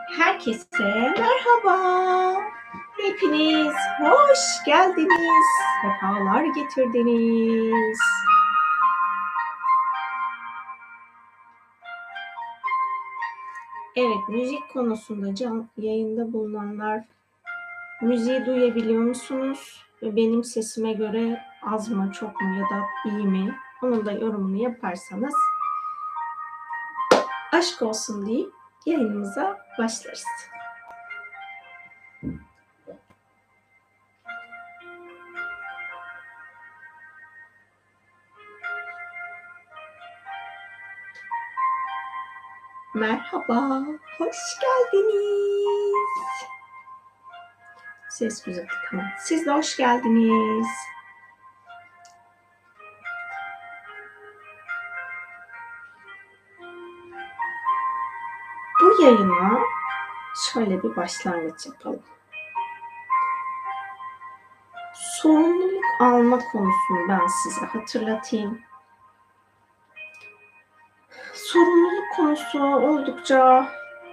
Herkese merhaba. Hepiniz hoş geldiniz. Sefalar getirdiniz. Evet, müzik konusunda yayında bulunanlar müziği duyabiliyor musunuz? Ve benim sesime göre az mı, çok mu ya da iyi mi? Onun da yorumunu yaparsanız aşk olsun deyip yayınımıza başlarız. Merhaba, hoş geldiniz. Ses güzel, tamam. Siz de hoş geldiniz. Bu yayına şöyle bir başlangıç yapalım. Sorumluluk alma konusunu ben size hatırlatayım. Sorumluluk konusu oldukça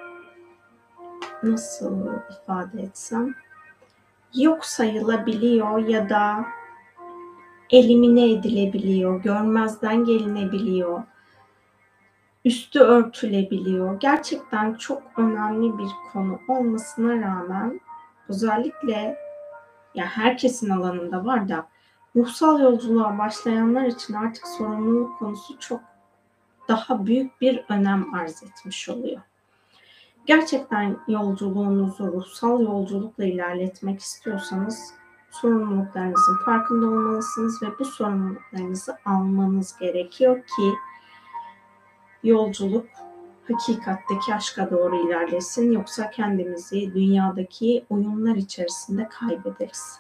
nasıl ifade etsem yok sayılabiliyor ya da elimine edilebiliyor, görmezden gelinebiliyor, üstü örtülebiliyor. Gerçekten çok önemli bir konu olmasına rağmen özellikle ya herkesin alanında var da ruhsal yolculuğa başlayanlar için artık sorumluluk konusu çok daha büyük bir önem arz etmiş oluyor. Gerçekten yolculuğunuzu ruhsal yolculukla ilerletmek istiyorsanız sorumluluklarınızın farkında olmalısınız ve bu sorumluluklarınızı almanız gerekiyor ki yolculuk hakikatteki aşka doğru ilerlesin. Yoksa kendimizi dünyadaki oyunlar içerisinde kaybederiz.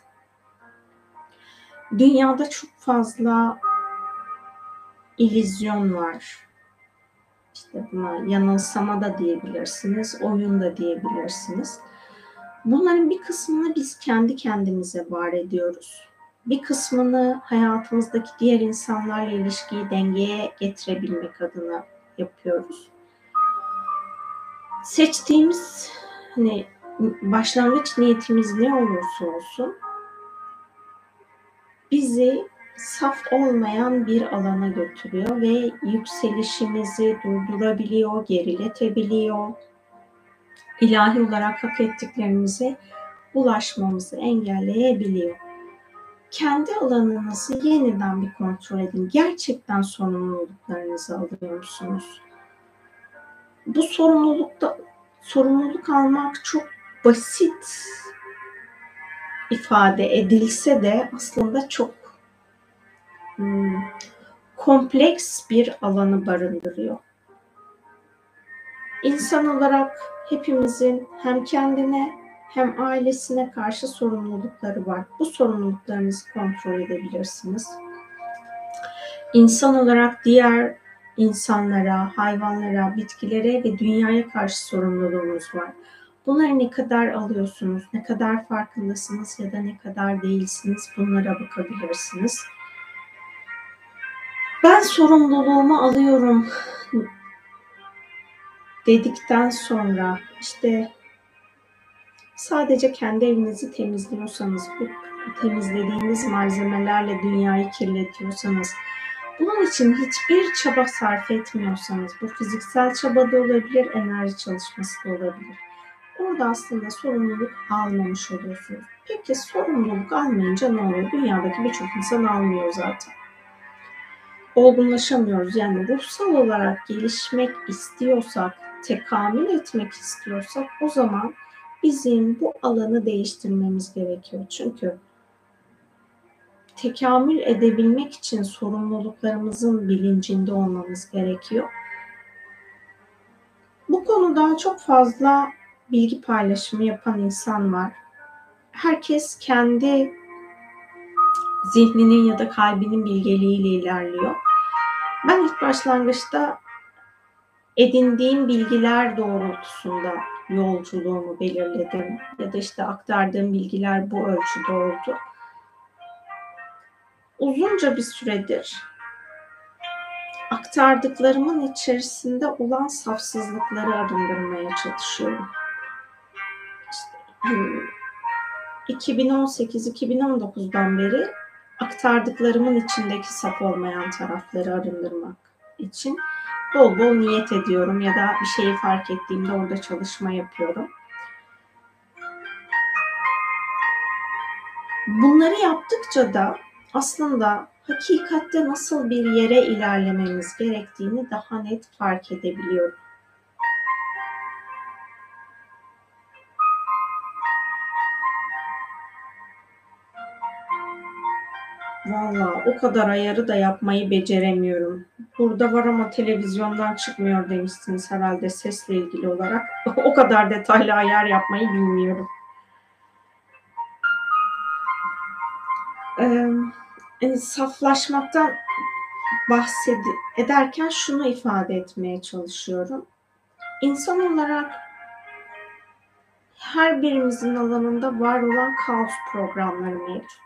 Dünyada çok fazla illüzyon var. İşte buna yanılsama da diyebilirsiniz, oyun da diyebilirsiniz. Bunların bir kısmını biz kendi kendimize var ediyoruz. Bir kısmını hayatımızdaki diğer insanlarla ilişkiyi dengeye getirebilmek adına yapıyoruz. Seçtiğimiz başlangıç niyetimiz ne olursa olsun bizi saf olmayan bir alana götürüyor ve yükselişimizi durdurabiliyor, geriletebiliyor. İlahi olarak hak ettiklerimize ulaşmamızı engelleyebiliyor. Kendi alanınızı yeniden bir kontrol edin. Gerçekten sorumluluklarınızı alıyor musunuz? Bu sorumluluk almak çok basit ifade edilse de aslında çok kompleks bir alanı barındırıyor. İnsan olarak hepimizin hem kendine hem ailesine karşı sorumlulukları var. Bu sorumluluklarınızı kontrol edebilirsiniz. İnsan olarak diğer insanlara, hayvanlara, bitkilere ve dünyaya karşı sorumluluğunuz var. Bunları ne kadar alıyorsunuz, ne kadar farkındasınız ya da ne kadar değilsiniz, bunlara bakabilirsiniz. Ben sorumluluğumu alıyorum dedikten sonra işte sadece kendi evinizi temizliyorsanız, bu temizlediğiniz malzemelerle dünyayı kirletiyorsanız, bunun için hiçbir çaba sarf etmiyorsanız, bu fiziksel çaba da olabilir, enerji çalışması da olabilir. Orada aslında sorumluluk almamış oluyorsunuz. Peki sorumluluk almayınca ne oluyor? Dünyadaki birçok insan almıyor zaten. Olgunlaşamıyoruz. Yani ruhsal olarak gelişmek istiyorsak, tekamül etmek istiyorsak o zaman bizim bu alanı değiştirmemiz gerekiyor. Çünkü tekamül edebilmek için sorumluluklarımızın bilincinde olmamız gerekiyor. Bu konuda çok fazla bilgi paylaşımı yapan insan var. Herkes kendi zihninin ya da kalbinin bilgeliğiyle ilerliyor. Ben ilk başlangıçta edindiğim bilgiler doğrultusunda yolculuğumu belirledim. Ya da işte aktardığım bilgiler bu ölçüde oldu. Uzunca bir süredir aktardıklarımın içerisinde olan safsızlıkları arındırmaya çalışıyorum. 2018-2019'dan beri aktardıklarımın içindeki saf olmayan tarafları arındırmak için bol bol niyet ediyorum ya da bir şeyi fark ettiğimde orada çalışma yapıyorum. Bunları yaptıkça da aslında hakikatte nasıl bir yere ilerlememiz gerektiğini daha net fark edebiliyorum. Valla o kadar ayarı da yapmayı beceremiyorum. Burada var ama televizyondan çıkmıyor demiştiniz herhalde sesle ilgili olarak. O kadar detaylı ayar yapmayı bilmiyorum. Saflaşmaktan ederken şunu ifade etmeye çalışıyorum. İnsan olarak her birimizin alanında var olan kaos programları mevcut.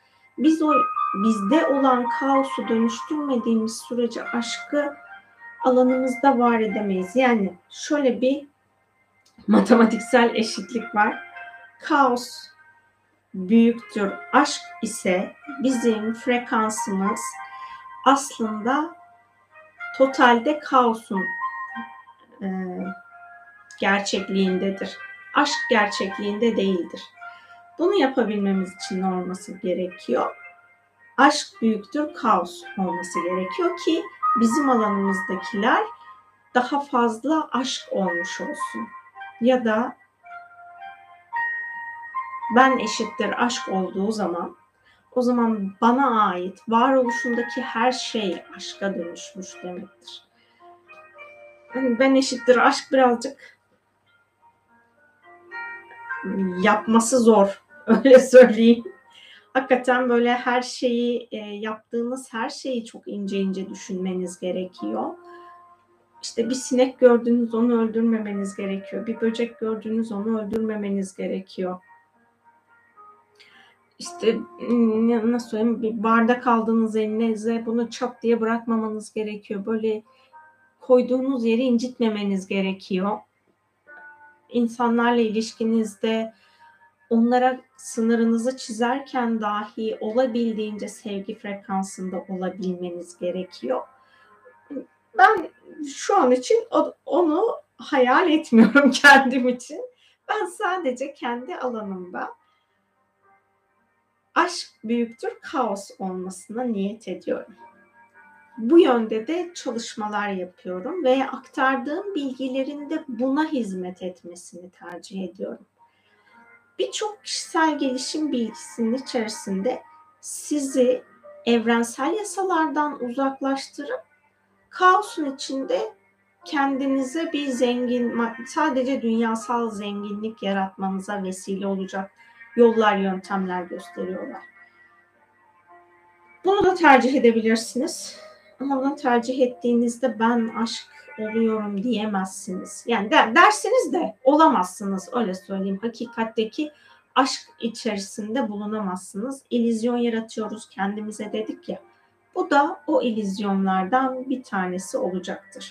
Bizde olan kaosu dönüştürmediğimiz sürece aşkı alanımızda var edemeyiz. Yani şöyle bir matematiksel eşitlik var. Kaos büyüktür aşk ise bizim frekansımız aslında totalde kaosun gerçekliğindedir. Aşk gerçekliğinde değildir. Bunu yapabilmemiz için ne olması gerekiyor? Aşk büyüktür kaos olması gerekiyor ki bizim alanımızdakiler daha fazla aşk olmuş olsun. Ya da ben eşittir aşk olduğu zaman o zaman bana ait varoluşundaki her şey aşka dönüşmüş demektir. Yani ben eşittir aşk birazcık yapması zor. Öyle söyleyeyim. Hakikaten böyle her şeyi yaptığınız her şeyi çok ince ince düşünmeniz gerekiyor. İşte bir sinek gördünüz onu öldürmemeniz gerekiyor. Bir böcek gördünüz onu öldürmemeniz gerekiyor. İşte nasıl söyleyeyim bir bardak aldığınız elinize bunu çat diye bırakmamanız gerekiyor. Böyle koyduğunuz yeri incitmemeniz gerekiyor. İnsanlarla ilişkinizde onlara sınırınızı çizerken dahi olabildiğince sevgi frekansında olabilmeniz gerekiyor. Ben şu an için onu hayal etmiyorum kendim için. Ben sadece kendi alanımda aşk büyüktür kaos olmasına niyet ediyorum. Bu yönde de çalışmalar yapıyorum ve aktardığım bilgilerin de buna hizmet etmesini tercih ediyorum. Birçok kişisel gelişim bilgisinin içerisinde sizi evrensel yasalardan uzaklaştırıp kaosun içinde kendinize bir sadece dünyasal zenginlik yaratmanıza vesile olacak yollar, yöntemler gösteriyorlar. Bunu da tercih edebilirsiniz. Ama bunu tercih ettiğinizde ben aşk oluyorum diyemezsiniz. Yani dersiniz de olamazsınız öyle söyleyeyim. Hakikatteki aşk içerisinde bulunamazsınız. İllüzyon yaratıyoruz kendimize dedik ya. Bu da o illüzyonlardan bir tanesi olacaktır.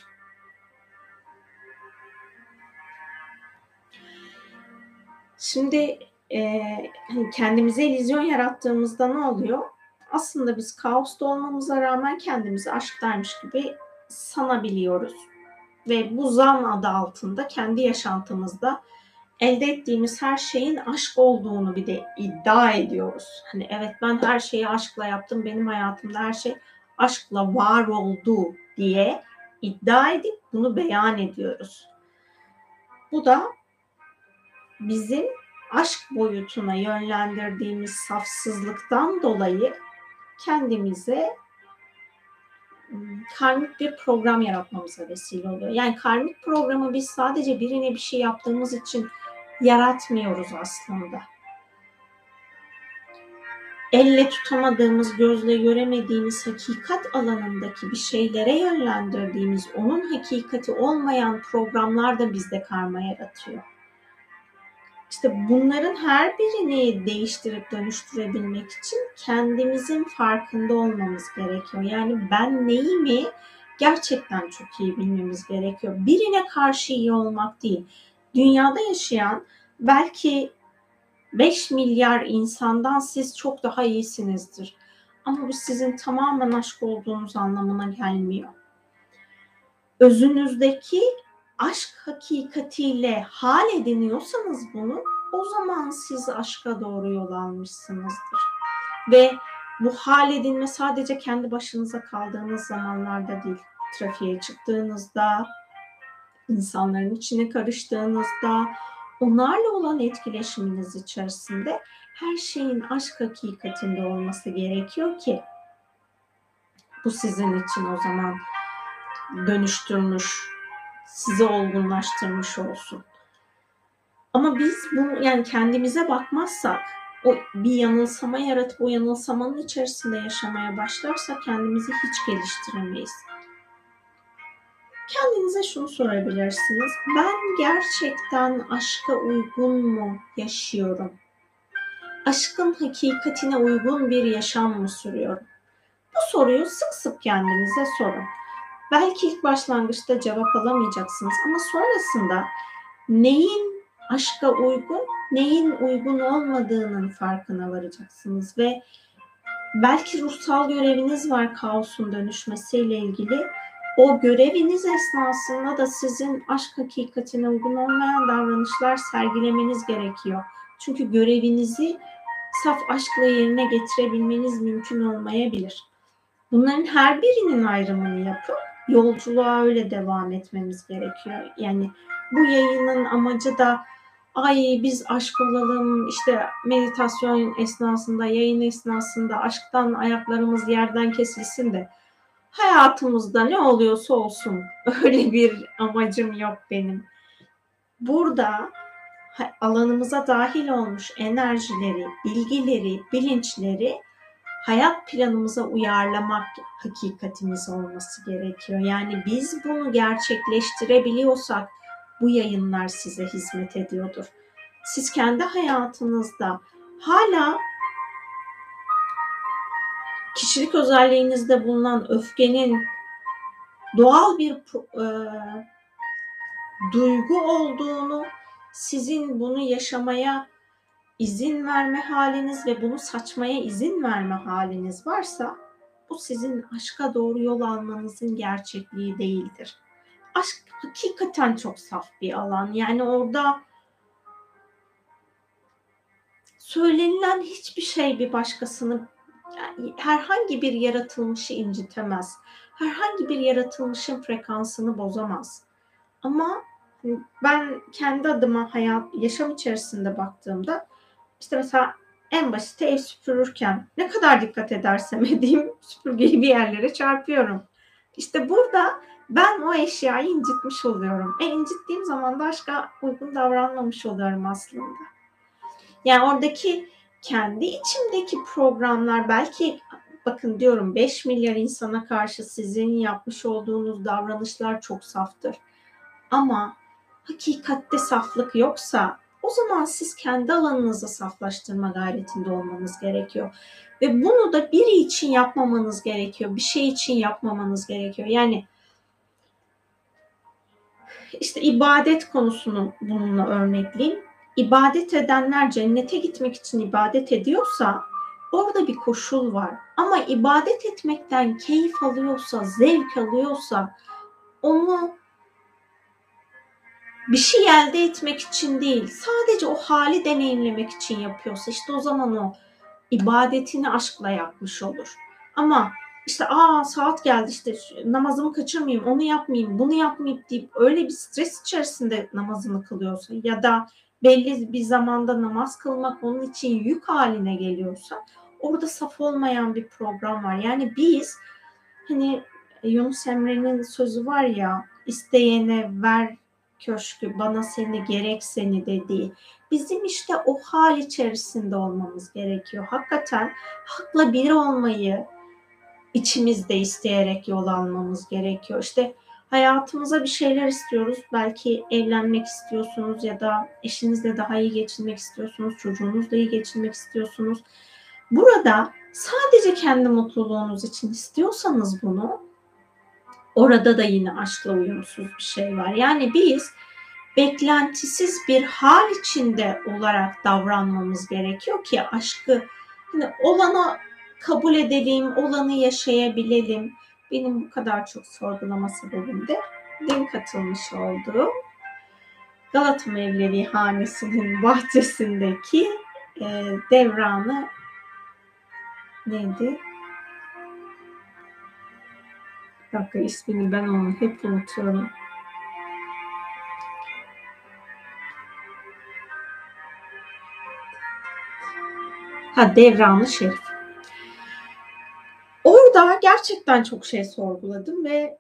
Şimdi kendimize illüzyon yarattığımızda ne oluyor? Aslında biz kaosta olmamıza rağmen kendimizi aşktaymış gibi sanabiliyoruz. Ve bu zan adı altında kendi yaşantımızda elde ettiğimiz her şeyin aşk olduğunu bir de iddia ediyoruz. Hani evet ben her şeyi aşkla yaptım, benim hayatımda her şey aşkla var oldu diye iddia edip bunu beyan ediyoruz. Bu da bizim aşk boyutuna yönlendirdiğimiz safsızlıktan dolayı kendimize karmik bir program yaratmamıza vesile oluyor. Yani karmik programı biz sadece birine bir şey yaptığımız için yaratmıyoruz aslında. Elle tutamadığımız, gözle göremediğimiz hakikat alanındaki bir şeylere yönlendirdiğimiz, onun hakikati olmayan programlar da bizde karma yaratıyor. İşte bunların her birini değiştirip dönüştürebilmek için kendimizin farkında olmamız gerekiyor. Yani ben neyimi gerçekten çok iyi bilmemiz gerekiyor. Birine karşı iyi olmak değil. Dünyada yaşayan belki 5 milyar insandan siz çok daha iyisinizdir. Ama bu sizin tamamen aşk olduğunuz anlamına gelmiyor. Özünüzdeki aşk hakikatiyle hal ediniyorsanız bunu, o zaman siz aşka doğru yol almışsınızdır. Ve bu hal edinme sadece kendi başınıza kaldığınız zamanlarda değil. Trafiğe çıktığınızda, insanların içine karıştığınızda, onlarla olan etkileşiminiz içerisinde her şeyin aşk hakikatinde olması gerekiyor ki bu sizin için o zaman dönüştürmüş, sizi olgunlaştırmış olsun. Ama biz bunu, yani kendimize bakmazsak, o bir yanılsama yaratıp o yanılsamanın içerisinde yaşamaya başlarsak kendimizi hiç geliştiremeyiz. Kendinize şunu sorabilirsiniz: ben gerçekten aşka uygun mu yaşıyorum? Aşkın hakikatine uygun bir yaşam mı sürüyorum? Bu soruyu sık sık kendinize sorun. Belki ilk başlangıçta cevap alamayacaksınız ama sonrasında neyin aşka uygun, neyin uygun olmadığının farkına varacaksınız ve belki ruhsal göreviniz var kaosun dönüşmesiyle ilgili. O göreviniz esnasında da sizin aşk hakikatine uygun olmayan davranışlar sergilemeniz gerekiyor. Çünkü görevinizi saf aşkla yerine getirebilmeniz mümkün olmayabilir. Bunların her birinin ayrımını yapıp yolculuğa öyle devam etmemiz gerekiyor. Yani bu yayının amacı da biz aşk olalım, işte meditasyon esnasında, yayın esnasında aşktan ayaklarımız yerden kesilsin de hayatımızda ne oluyorsa olsun. Öyle bir amacım yok benim. Burada alanımıza dahil olmuş enerjileri, bilgileri, bilinçleri hayat planımıza uyarlamak hakikatimiz olması gerekiyor. Yani biz bunu gerçekleştirebiliyorsak bu yayınlar size hizmet ediyordur. Siz kendi hayatınızda hala kişilik özelliğinizde bulunan öfkenin doğal bir duygu olduğunu, sizin bunu yaşamaya izin verme haliniz ve bunu saçmaya izin verme haliniz varsa, bu sizin aşka doğru yol almanızın gerçekliği değildir. Aşk hakikaten çok saf bir alan. Yani orada söylenilen hiçbir şey bir başkasını, yani herhangi bir yaratılmışı incitemez. Herhangi bir yaratılmışın frekansını bozamaz. Ama ben kendi adıma yaşam içerisinde baktığımda, işte mesela en basit ev süpürürken ne kadar dikkat edersem edeyim süpürgeyi bir yerlere çarpıyorum. İşte burada ben o eşyayı incitmiş oluyorum. İncittiğim zaman da aşka uygun davranmamış oluyorum aslında. Yani oradaki kendi içimdeki programlar, belki bakın diyorum 5 milyar insana karşı sizin yapmış olduğunuz davranışlar çok saftır. Ama hakikatte saflık yoksa o zaman siz kendi alanınızı saflaştırma gayretinde olmanız gerekiyor. Ve bunu da biri için yapmamanız gerekiyor. Bir şey için yapmamanız gerekiyor. Yani işte ibadet konusunu bununla örnekleyeyim. İbadet edenler cennete gitmek için ibadet ediyorsa orada bir koşul var. Ama ibadet etmekten keyif alıyorsa, zevk alıyorsa, onu bir şey elde etmek için değil, sadece o hali deneyimlemek için yapıyorsa, işte o zaman o ibadetini aşkla yapmış olur. Ama işte saat geldi, işte namazımı kaçırmayayım, onu yapmayayım, bunu yapmayayım deyip öyle bir stres içerisinde namazını kılıyorsa ya da belli bir zamanda namaz kılmak onun için yük haline geliyorsa, orada saf olmayan bir program var. Yani biz, hani Yunus Emre'nin sözü var ya, isteyene ver köşkü, bana seni gerek seni dediği. Bizim işte o hal içerisinde olmamız gerekiyor. Hakikaten hakla bir olmayı içimizde isteyerek yol almamız gerekiyor. İşte hayatımıza bir şeyler istiyoruz. Belki evlenmek istiyorsunuz ya da eşinizle daha iyi geçinmek istiyorsunuz, çocuğunuzla iyi geçinmek istiyorsunuz. Burada sadece kendi mutluluğunuz için istiyorsanız bunu, orada da yine aşkla uyumsuz bir şey var. Yani biz beklentisiz bir hal içinde olarak davranmamız gerekiyor ki aşkı hani olana kabul edelim, olanı yaşayabilelim. Benim bu kadar çok sorgulama sebebim de dün katılmış olduğum Galata Mevlevi Hanesi'nin bahçesindeki devranı neydi? Bir dakika, ismini ben onu hep unutuyorum. Devran-ı Şerif. Orada gerçekten çok şey sorguladım ve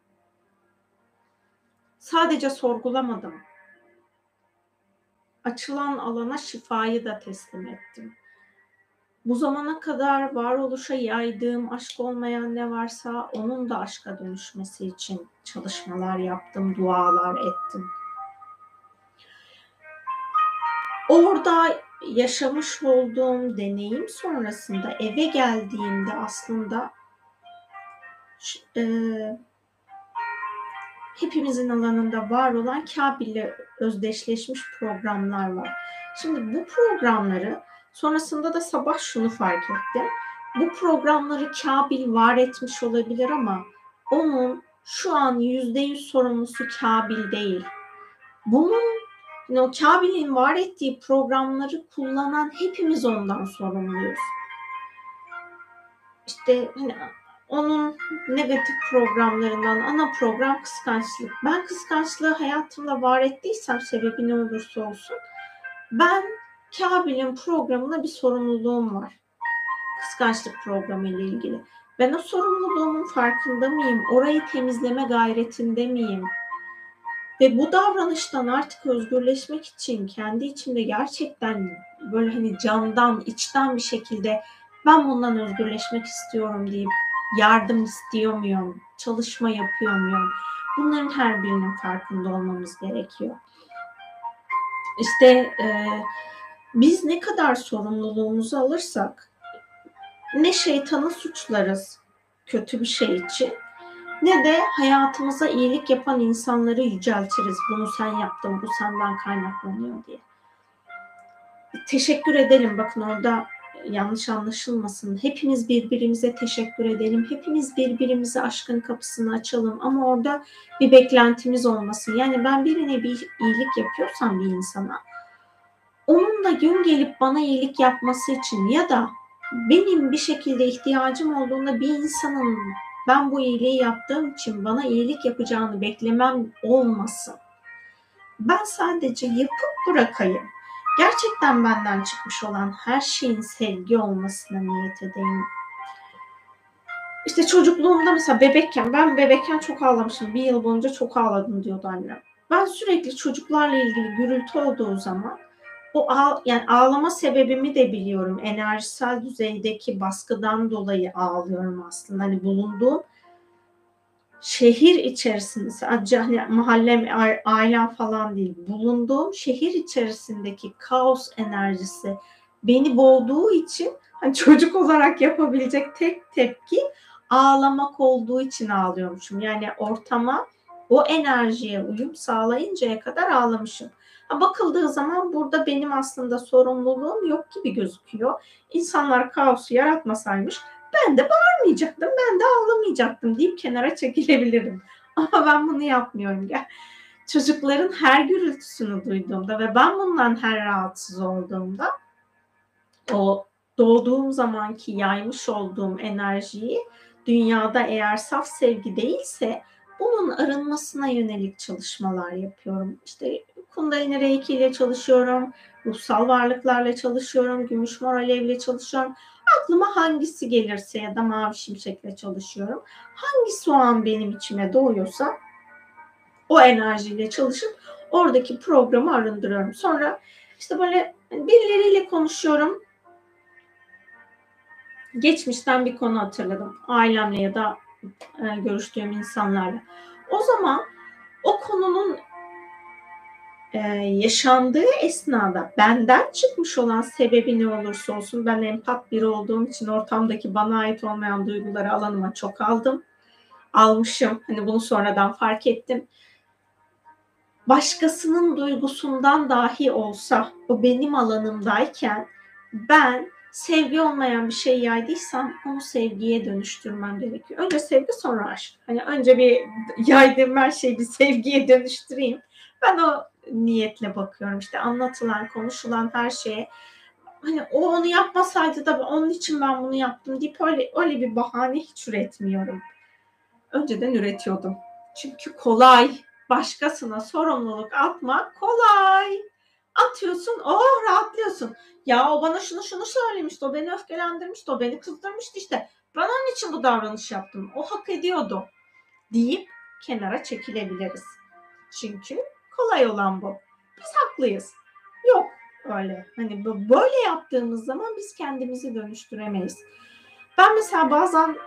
sadece sorgulamadım. Açılan alana şifayı da teslim ettim. Bu zamana kadar varoluşa yaydığım aşk olmayan ne varsa onun da aşka dönüşmesi için çalışmalar yaptım, dualar ettim. Orada yaşamış olduğum deneyim sonrasında eve geldiğimde aslında hepimizin alanında var olan Kabil'le özdeşleşmiş programlar var. Şimdi bu programları sonrasında da sabah şunu fark ettim. Bu programları Kabil var etmiş olabilir ama onun şu an %100 sorumlusu Kabil değil. Bunun o Kabil'in var ettiği programları kullanan hepimiz ondan sorumluyuz. İşte hani onun negatif programlarından ana program kıskançlık. Ben kıskançlığı hayatımda var ettiysem sebebi ne olursa olsun ben Kabil'in programına bir sorumluluğum var. Kıskançlık programı ile ilgili. Ben o sorumluluğumun farkında mıyım? Orayı temizleme gayretinde miyim? Ve bu davranıştan artık özgürleşmek için kendi içimde gerçekten böyle hani candan, içten bir şekilde ben bundan özgürleşmek istiyorum deyip yardım istiyor muyum? Çalışma yapıyor muyum? Bunların her birinin farkında olmamız gerekiyor. İşte biz ne kadar sorumluluğumuzu alırsak ne şeytanı suçlarız kötü bir şey için ne de hayatımıza iyilik yapan insanları yüceltiriz. Bunu sen yaptın, bu senden kaynaklanıyor diye. Teşekkür edelim. Bakın orada yanlış anlaşılmasın. Hepimiz birbirimize teşekkür edelim. Hepimiz birbirimize aşkın kapısını açalım. Ama orada bir beklentimiz olmasın. Yani ben birine bir iyilik yapıyorsam bir insana, onun da gün gelip bana iyilik yapması için ya da benim bir şekilde ihtiyacım olduğunda bir insanın ben bu iyiliği yaptığım için bana iyilik yapacağını beklemem olmasın. Ben sadece yapıp bırakayım. Gerçekten benden çıkmış olan her şeyin sevgi olmasına niyet edeyim. İşte çocukluğumda mesela ben bebekken çok ağlamışım. 1 yıl boyunca çok ağladım diyordu annem. Ben sürekli çocuklarla ilgili gürültü olduğu zaman yani ağlama sebebimi de biliyorum. Enerjisel düzeydeki baskıdan dolayı ağlıyorum aslında. Hani bulunduğum şehir içerisinde sadece hani mahallem, ailem falan değil. Bulunduğum şehir içerisindeki kaos enerjisi beni boğduğu için hani çocuk olarak yapabilecek tek tepki ağlamak olduğu için ağlıyormuşum. Yani ortama o enerjiye uyum sağlayıncaya kadar ağlamışım. Bakıldığı zaman burada benim aslında sorumluluğum yok gibi gözüküyor. İnsanlar kaosu yaratmasaymış ben de bağırmayacaktım, ben de ağlamayacaktım deyip kenara çekilebilirim. Ama ben bunu yapmıyorum. Çocukların her gürültüsünü duyduğumda ve ben bundan her rahatsız olduğumda o doğduğum zamanki yaymış olduğum enerjiyi dünyada eğer saf sevgi değilse bunun arınmasına yönelik çalışmalar yapıyorum. İşte Kundalini Reiki ile çalışıyorum, ruhsal varlıklarla çalışıyorum, gümüş mor alevle çalışıyorum. Aklıma hangisi gelirse ya da mavi şimşekle çalışıyorum. Hangisi o an benim içime doğuyorsa o enerjiyle çalışıp oradaki programı arındırıyorum. Sonra işte böyle birileriyle konuşuyorum. Geçmişten bir konu hatırladım. Ailemle ya da görüştüğüm insanlarla. O zaman o konunun yaşandığı esnada benden çıkmış olan sebebi ne olursa olsun ben empat biri olduğum için ortamdaki bana ait olmayan duyguları alanıma çok almışım. Hani bunu sonradan fark ettim. başkasının duygusundan dahi olsa o benim alanımdayken ben sevgi olmayan bir şey yaydıysam onu sevgiye dönüştürmem gerekiyor. Önce sevgi sonra aşk. Hani önce bir yaydığım her şeyi bir sevgiye dönüştüreyim. Ben o niyetle bakıyorum. İşte anlatılan, konuşulan her şeye hani o onu yapmasaydı da onun için ben bunu yaptım deyip öyle bir bahane hiç üretmiyorum. Önceden üretiyordum. Çünkü kolay. Başkasına sorumluluk atmak kolay. Atıyorsun, oh rahatlıyorsun. Ya o bana şunu söylemişti, o beni öfkelendirmişti, o beni kızdırmıştı işte. Ben onun için bu davranış yaptım. O hak ediyordu deyip kenara çekilebiliriz. Çünkü kolay olan bu. Biz haklıyız. Yok öyle. Hani böyle yaptığımız zaman biz kendimizi dönüştüremeyiz. Ben mesela bazen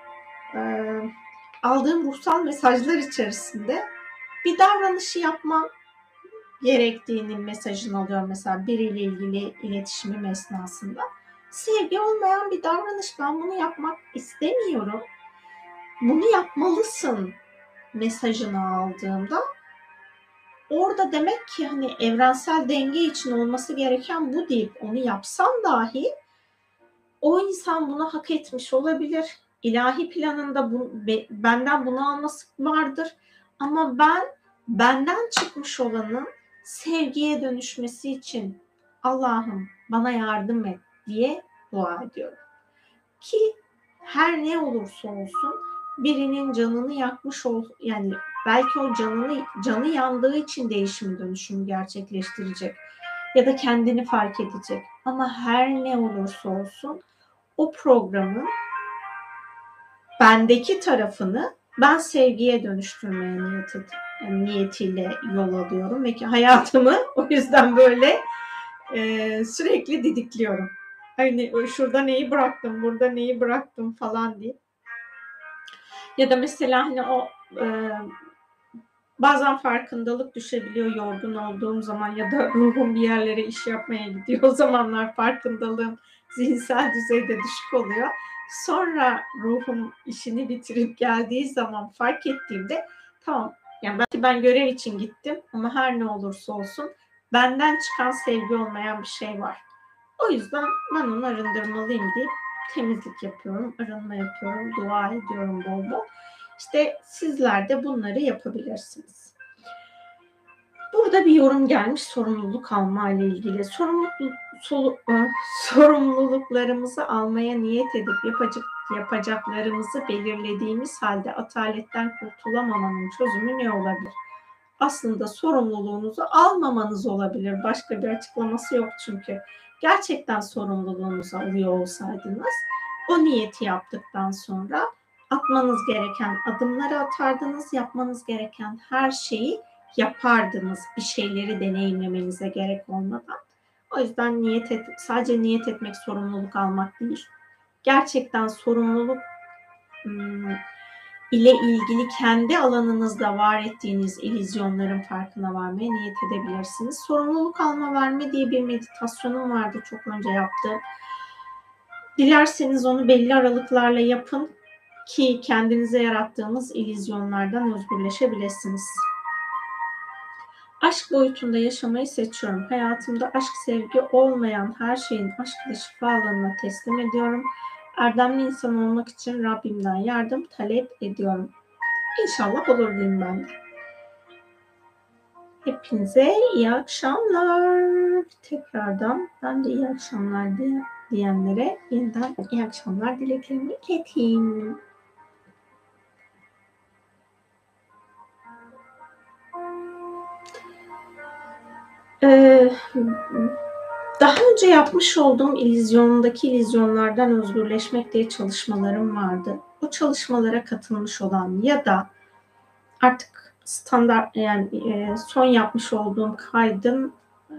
aldığım ruhsal mesajlar içerisinde bir davranışı yapmam gerektiğinin mesajını alıyorum mesela biriyle ilgili iletişimim esnasında. Sevgi olmayan bir davranış. Ben bunu yapmak istemiyorum. Bunu yapmalısın mesajını aldığımda orada demek ki hani evrensel denge için olması gereken bu deyip onu yapsam dahi o insan bunu hak etmiş olabilir. İlahi planında benden bunu alması vardır. Ama ben benden çıkmış olanın sevgiye dönüşmesi için Allah'ım bana yardım et diye dua ediyorum. Ki her ne olursa olsun birinin canını yakmış yani belki o canı yandığı için değişim dönüşümü gerçekleştirecek ya da kendini fark edecek. Ama her ne olursa olsun o programın bendeki tarafını ben sevgiye dönüştürmeye niyetiyle yol alıyorum ve hayatımı o yüzden böyle sürekli didikliyorum. Hani şurada neyi bıraktım, burada neyi bıraktım falan diye. Ya da mesela hani o bazen farkındalık düşebiliyor yorgun olduğum zaman ya da ruhum bir yerlere iş yapmaya gidiyor. O zamanlar farkındalığım zihinsel düzeyde düşük oluyor. Sonra ruhum işini bitirip geldiği zaman fark ettiğimde tamam yani belki ben görev için gittim ama her ne olursa olsun benden çıkan sevgi olmayan bir şey var. O yüzden ben onu arındırmalıyım deyip temizlik yapıyorum, arınma yapıyorum, dua ediyorum bol bol. İşte sizler de bunları yapabilirsiniz. Burada bir yorum gelmiş sorumluluk alma ile ilgili. Sorumluluklarımızı almaya niyet edip yapacaklarımızı belirlediğimiz halde ataletten kurtulamamanın çözümü ne olabilir? Aslında sorumluluğunuzu almamanız olabilir. Başka bir açıklaması yok çünkü. Gerçekten sorumluluğunuzu alıyor olsaydınız o niyeti yaptıktan sonra atmanız gereken adımları atardınız, yapmanız gereken her şeyi yapardınız bir şeyleri deneyimlemenize gerek olmadan. O yüzden sadece niyet etmek sorumluluk almak değil. Gerçekten sorumluluk ile ilgili kendi alanınızda var ettiğiniz illüzyonların farkına varmaya niyet edebilirsiniz. Sorumluluk alma verme diye bir meditasyonum vardı çok önce yaptığım. Dilerseniz onu belli aralıklarla yapın ki kendinize yarattığınız illüzyonlardan özgürleşebilirsiniz. Aşk boyutunda yaşamayı seçiyorum. Hayatımda aşk, sevgi olmayan her şeyin aşk ile şifa alanına teslim ediyorum. Erdemli insan olmak için Rabbimden yardım talep ediyorum. İnşallah olur diyeyim ben de. Hepinize iyi akşamlar. Tekrardan ben de iyi akşamlar diyenlere yeniden iyi akşamlar dileklerimi ileteyim. Daha önce yapmış olduğum illüzyonlardan özgürleşmek diye çalışmalarım vardı. Bu çalışmalara katılmış olan ya da artık standart yani son yapmış olduğum kaydım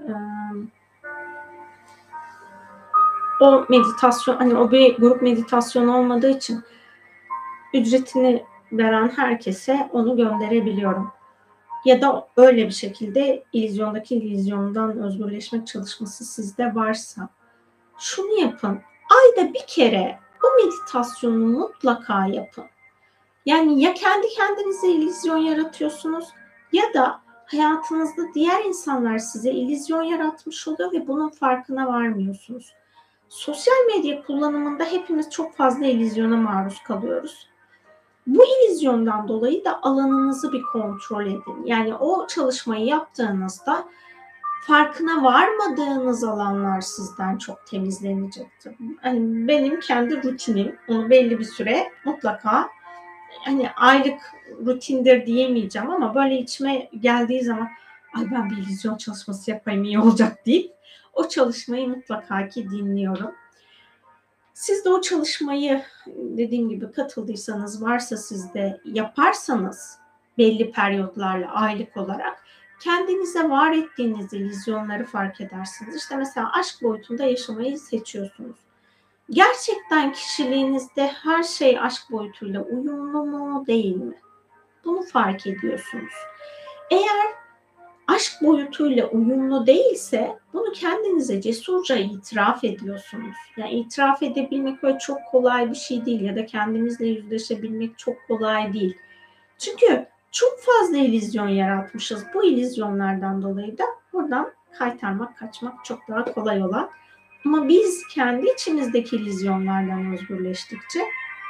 o meditasyon hani o bir grup meditasyonu olmadığı için ücretini veren herkese onu gönderebiliyorum. Ya da öyle bir şekilde illüzyondan özgürleşmek çalışması sizde varsa şunu yapın. Ayda bir kere bu meditasyonu mutlaka yapın. Yani ya kendi kendinize illüzyon yaratıyorsunuz ya da hayatınızda diğer insanlar size illüzyon yaratmış oluyor ve bunun farkına varmıyorsunuz. Sosyal medya kullanımında hepimiz çok fazla illüzyona maruz kalıyoruz. Bu illüzyondan dolayı da alanınızı bir kontrol edin. Yani o çalışmayı yaptığınızda farkına varmadığınız alanlar sizden çok temizlenecektir. Yani benim kendi rutinim, onu belli bir süre mutlaka, hani aylık rutindir diyemeyeceğim ama böyle içime geldiği zaman ay ben bir illüzyon çalışması yapayım iyi olacak deyip o çalışmayı mutlaka ki dinliyorum. Siz de o çalışmayı dediğim gibi katıldıysanız, varsa sizde yaparsanız belli periyotlarla aylık olarak kendinize var ettiğiniz illüzyonları fark edersiniz. İşte mesela aşk boyutunda yaşamayı seçiyorsunuz. Gerçekten kişiliğinizde her şey aşk boyutuyla uyumlu mu değil mi? Bunu fark ediyorsunuz. Eğer aşk boyutuyla uyumlu değilse bunu kendinize cesurca itiraf ediyorsunuz. Yani itiraf edebilmek öyle çok kolay bir şey değil ya da kendimizle yüzleşebilmek çok kolay değil. Çünkü çok fazla illüzyon yaratmışız. Bu illüzyonlardan dolayı da buradan kaytarmak, kaçmak çok daha kolay olan. Ama biz kendi içimizdeki illüzyonlardan özgürleştikçe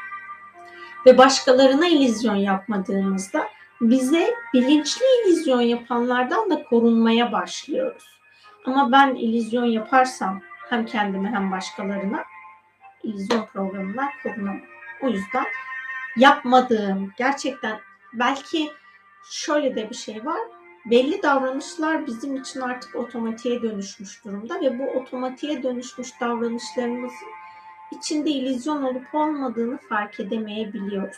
ve başkalarına illüzyon yapmadığımızda bize bilinçli illüzyon yapanlardan da korunmaya başlıyoruz. Ama ben illüzyon yaparsam hem kendime hem başkalarına illüzyon programından korunamam. O yüzden yapmadığım, gerçekten belki şöyle de bir şey var. Belli davranışlar bizim için artık otomatiğe dönüşmüş durumda ve bu otomatiğe dönüşmüş davranışlarımızın içinde illüzyon olup olmadığını fark edemeyebiliyoruz.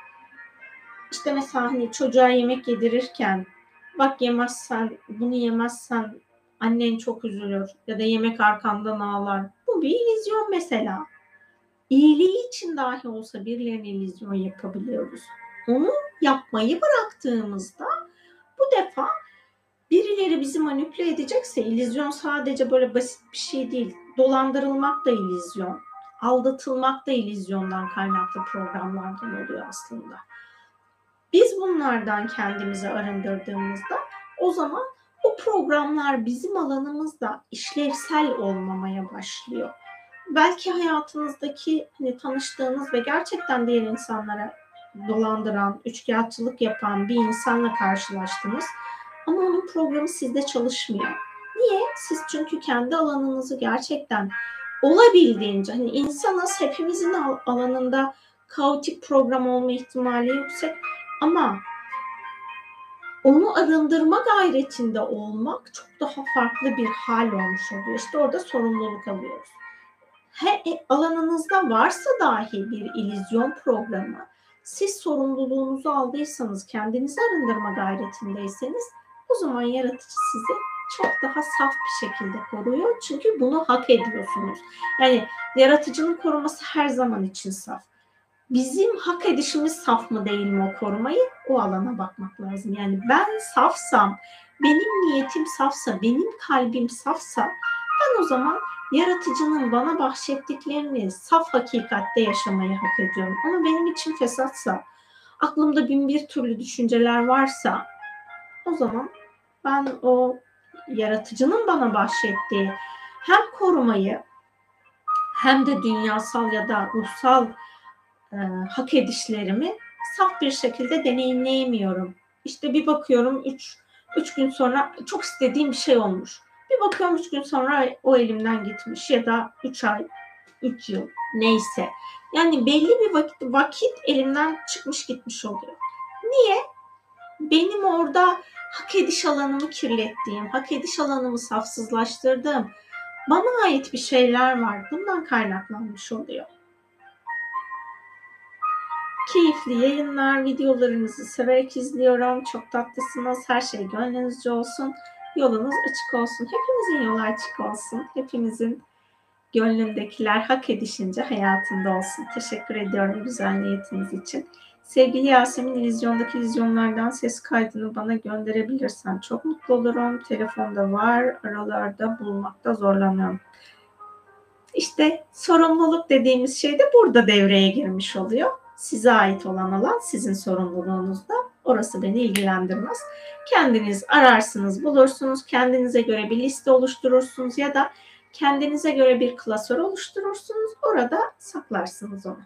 İşte mesela hani çocuğa yemek yedirirken bak yemezsen, bunu yemezsen annen çok üzülür ya da yemek arkandan ağlar. Bu bir illüzyon mesela. İyiliği için dahi olsa birilerine illüzyon yapabiliyoruz. Onu yapmayı bıraktığımızda bu defa birileri bizi manipüle edecekse illüzyon sadece böyle basit bir şey değil. Dolandırılmak da illüzyon. Aldatılmak da illüzyondan kaynaklı programlardan oluyor aslında. Biz bunlardan kendimizi arındırdığımızda o zaman o programlar bizim alanımızda işlevsel olmamaya başlıyor. Belki hayatınızdaki hani tanıştığınız ve gerçekten diğer insanlara dolandıran, üçkağıtçılık yapan bir insanla karşılaştınız. Ama onun programı sizde çalışmıyor. Niye? Siz çünkü kendi alanınızı gerçekten olabildiğince, hani insanız, hepimizin alanında kaotik program olma ihtimali yüksek ama onu arındırma gayretinde olmak çok daha farklı bir hal olmuş oluyor. İşte orada sorumluluk alıyoruz. Alanınızda varsa dahi bir illüzyon programı, siz sorumluluğunuzu aldıysanız, kendinizi arındırma gayretindeyseniz o zaman yaratıcı sizi çok daha saf bir şekilde koruyor. Çünkü bunu hak ediyorsunuz. Yani yaratıcının koruması her zaman için saf. Bizim hak edişimiz saf mı değil mi o korumayı? O alana bakmak lazım. Yani ben safsam, benim niyetim safsa, benim kalbim safsa ben o zaman yaratıcının bana bahşettiklerini saf hakikatte yaşamayı hak ediyorum. Ama benim için fesatsa, aklımda bin bir türlü düşünceler varsa o zaman ben o yaratıcının bana bahşettiği hem korumayı hem de dünyasal ya da ruhsal hak edişlerimi saf bir şekilde deneyimleyemiyorum. İşte bir bakıyorum 3 gün sonra çok istediğim bir şey olmuş. Bir bakıyorum 3 gün sonra o elimden gitmiş ya da 3 ay, 3 yıl neyse. Yani belli bir vakit elimden çıkmış gitmiş oluyor. Niye? Benim orada hak ediş alanımı kirlettiğim, hak ediş alanımı safsızlaştırdığım, bana ait bir şeyler var. Bundan kaynaklanmış oluyor. Keyifli yayınlar, videolarınızı severek izliyorum. Çok tatlısınız. Her şey gönlünüzce olsun. Yolunuz açık olsun. Hepimizin yolu açık olsun. Hepimizin gönlündekiler hak edişince hayatında olsun. Teşekkür ediyorum güzel niyetiniz için. Sevgili Yasemin, illüzyondaki illüzyonlardan ses kaydını bana gönderebilirsen çok mutlu olurum. Telefonda var, aralarda bulmakta zorlanıyorum. İşte sorumluluk dediğimiz şey de burada devreye girmiş oluyor. Size ait olan alan sizin sorumluluğunuzda. Orası beni ilgilendirmez. Kendiniz ararsınız, bulursunuz. Kendinize göre bir liste oluşturursunuz ya da kendinize göre bir klasör oluşturursunuz. Orada saklarsınız onu.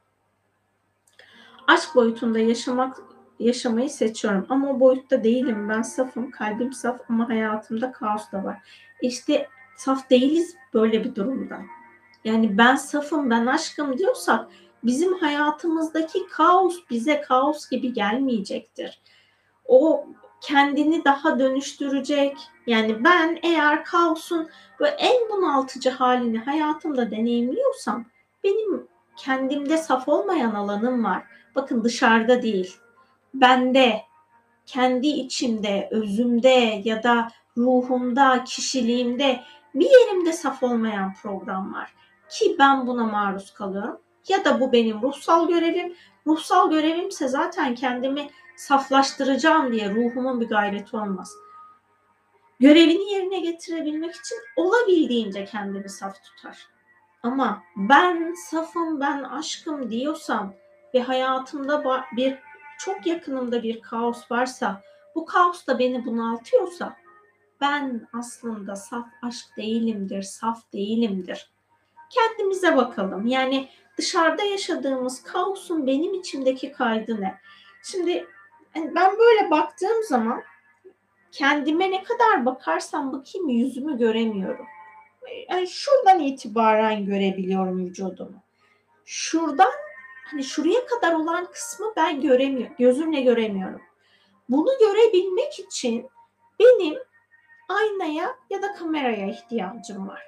Aşk boyutunda yaşamayı seçiyorum ama o boyutta değilim. Ben safım, kalbim saf ama hayatımda kaos da var. İşte saf değiliz böyle bir durumda. Yani ben safım, ben aşkım diyorsak bizim hayatımızdaki kaos bize kaos gibi gelmeyecektir. O kendini daha dönüştürecek. Yani ben eğer kaosun böyle en bunaltıcı halini hayatımda deneyimliyorsam benim kendimde saf olmayan alanım var. Bakın dışarıda değil. Bende, kendi içimde, özümde ya da ruhumda, kişiliğimde bir yerimde saf olmayan program var. Ki ben buna maruz kalıyorum. Ya da bu benim ruhsal görevim. Ruhsal görevimse zaten kendimi saflaştıracağım diye ruhumun bir gayreti olmaz. Görevini yerine getirebilmek için olabildiğince kendini saf tutar. Ama ben safım, ben aşkım diyorsam ve hayatımda bir çok yakınımda bir kaos varsa, bu kaos da beni bunaltıyorsa ben aslında saf aşk değilimdir, saf değilimdir. Kendimize bakalım. Yani dışarıda yaşadığımız kaosun benim içimdeki kaydı ne? Şimdi ben böyle baktığım zaman kendime ne kadar bakarsam bakayım yüzümü göremiyorum. Yani şuradan itibaren görebiliyorum vücudumu. Şuradan hani şuraya kadar olan kısmı ben göremiyorum. Gözümle göremiyorum. Bunu görebilmek için benim aynaya ya da kameraya ihtiyacım var.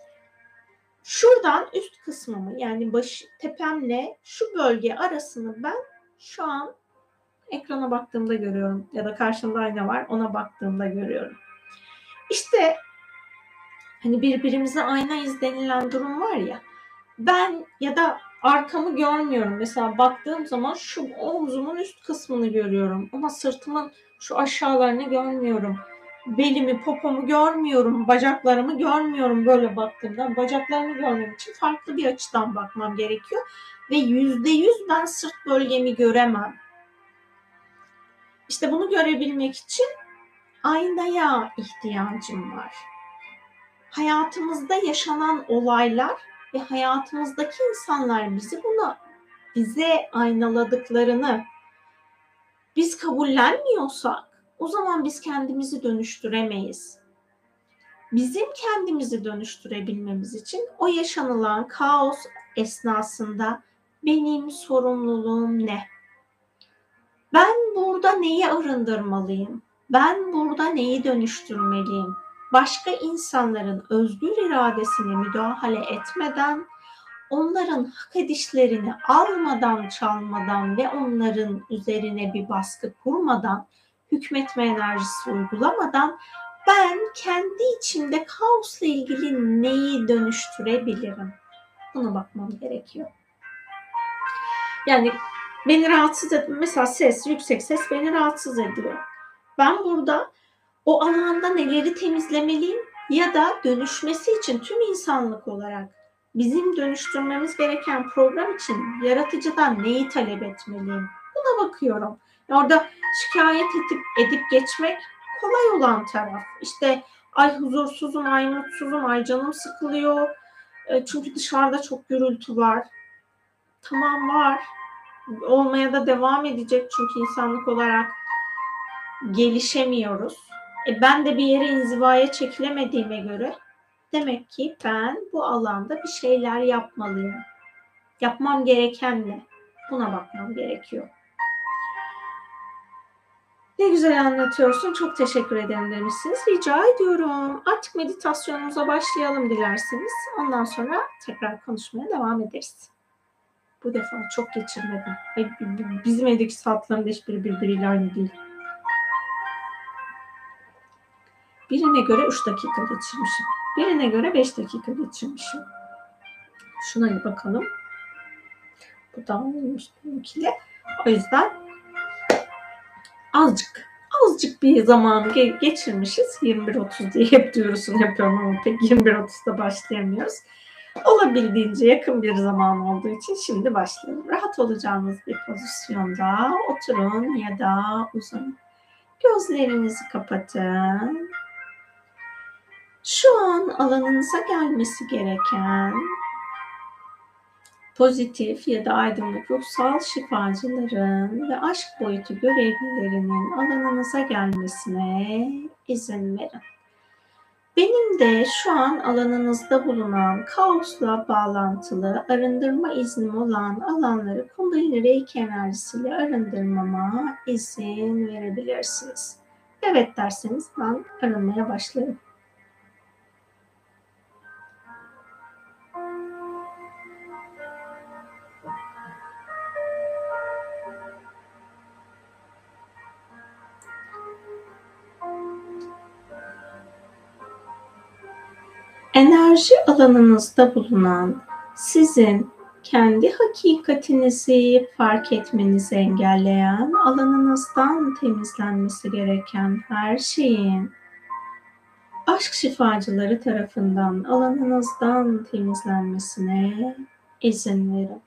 Şuradan üst kısmımı yani tepemle şu bölge arasını ben şu an ekrana baktığımda görüyorum ya da karşımda ayna var ona baktığımda görüyorum. İşte hani birbirimize ayna izlenilen durum var ya ben ya da arkamı görmüyorum. Mesela baktığım zaman şu omzumun üst kısmını görüyorum ama sırtımın şu aşağılarını görmüyorum. Belimi, popomu görmüyorum, bacaklarımı görmüyorum böyle baktığımda. Bacaklarımı görmem için farklı bir açıdan bakmam gerekiyor. Ve %100 ben sırt bölgemi göremem. İşte bunu görebilmek için aynaya ihtiyacım var. Hayatımızda yaşanan olaylar ve hayatımızdaki insanlar bize aynaladıklarını biz kabullenmiyorsak o zaman biz kendimizi dönüştüremeyiz. Bizim kendimizi dönüştürebilmemiz için o yaşanılan kaos esnasında benim sorumluluğum ne? Ben burada neyi arındırmalıyım? Ben burada neyi dönüştürmeliyim? Başka insanların özgür iradesine müdahale etmeden, onların hak edişlerini almadan, çalmadan ve onların üzerine bir baskı kurmadan, hükmetme enerjisi uygulamadan ben kendi içimde kaosla ilgili neyi dönüştürebilirim? Buna bakmam gerekiyor. Yani beni rahatsız ediyor. Mesela yüksek ses beni rahatsız ediyor. Ben burada o alanda neleri temizlemeliyim ya da dönüşmesi için tüm insanlık olarak bizim dönüştürmemiz gereken program için yaratıcıdan neyi talep etmeliyim? Buna bakıyorum. Orada şikayet edip geçmek kolay olan taraf. İşte ay huzursuzum, ay mutsuzum, ay canım sıkılıyor. Çünkü dışarıda çok gürültü var. Tamam var. Olmaya da devam edecek çünkü insanlık olarak gelişemiyoruz. Ben de bir yere inzivaya çekilemediğime göre demek ki ben bu alanda bir şeyler yapmalıyım. Yapmam gereken ne? Buna bakmam gerekiyor. Ne güzel anlatıyorsun. Çok teşekkür ederim demişsiniz. Rica ediyorum. Artık meditasyonumuza başlayalım dilerseniz. Ondan sonra tekrar konuşmaya devam ederiz. Bu defa çok geçirmedim. Bizim evdeki saatlerin de hiçbiri birbiriyle aynı değil. Birine göre 3 dakika geçirmişim. Birine göre 5 dakika geçirmişim. Şuna bir bakalım. Bu da olmuş benimkiyle. O yüzden azıcık bir zamanı geçirmişiz. 21.30 diye hep duyurusunu yapıyorum ama pek 21.30'da başlayamıyoruz. Olabildiğince yakın bir zaman olduğu için şimdi başlayalım. Rahat olacağınız bir pozisyonda oturun ya da uzanın. Gözlerinizi kapatın. Şu an alanınıza gelmesi gereken pozitif ya da aydınlık ruhsal şifacıların ve aşk boyutu görevlilerinin alanınıza gelmesine izin verin. Benim de şu an alanınızda bulunan kaosla bağlantılı arındırma iznim olan alanları Kundalini Reiki enerjisiyle arındırmama izin verebilirsiniz. Evet derseniz ben aramaya başlarım. Enerji alanınızda bulunan sizin kendi hakikatinizi fark etmenizi engelleyen, alanınızdan temizlenmesi gereken her şeyin aşk şifacıları tarafından alanınızdan temizlenmesine izin verin.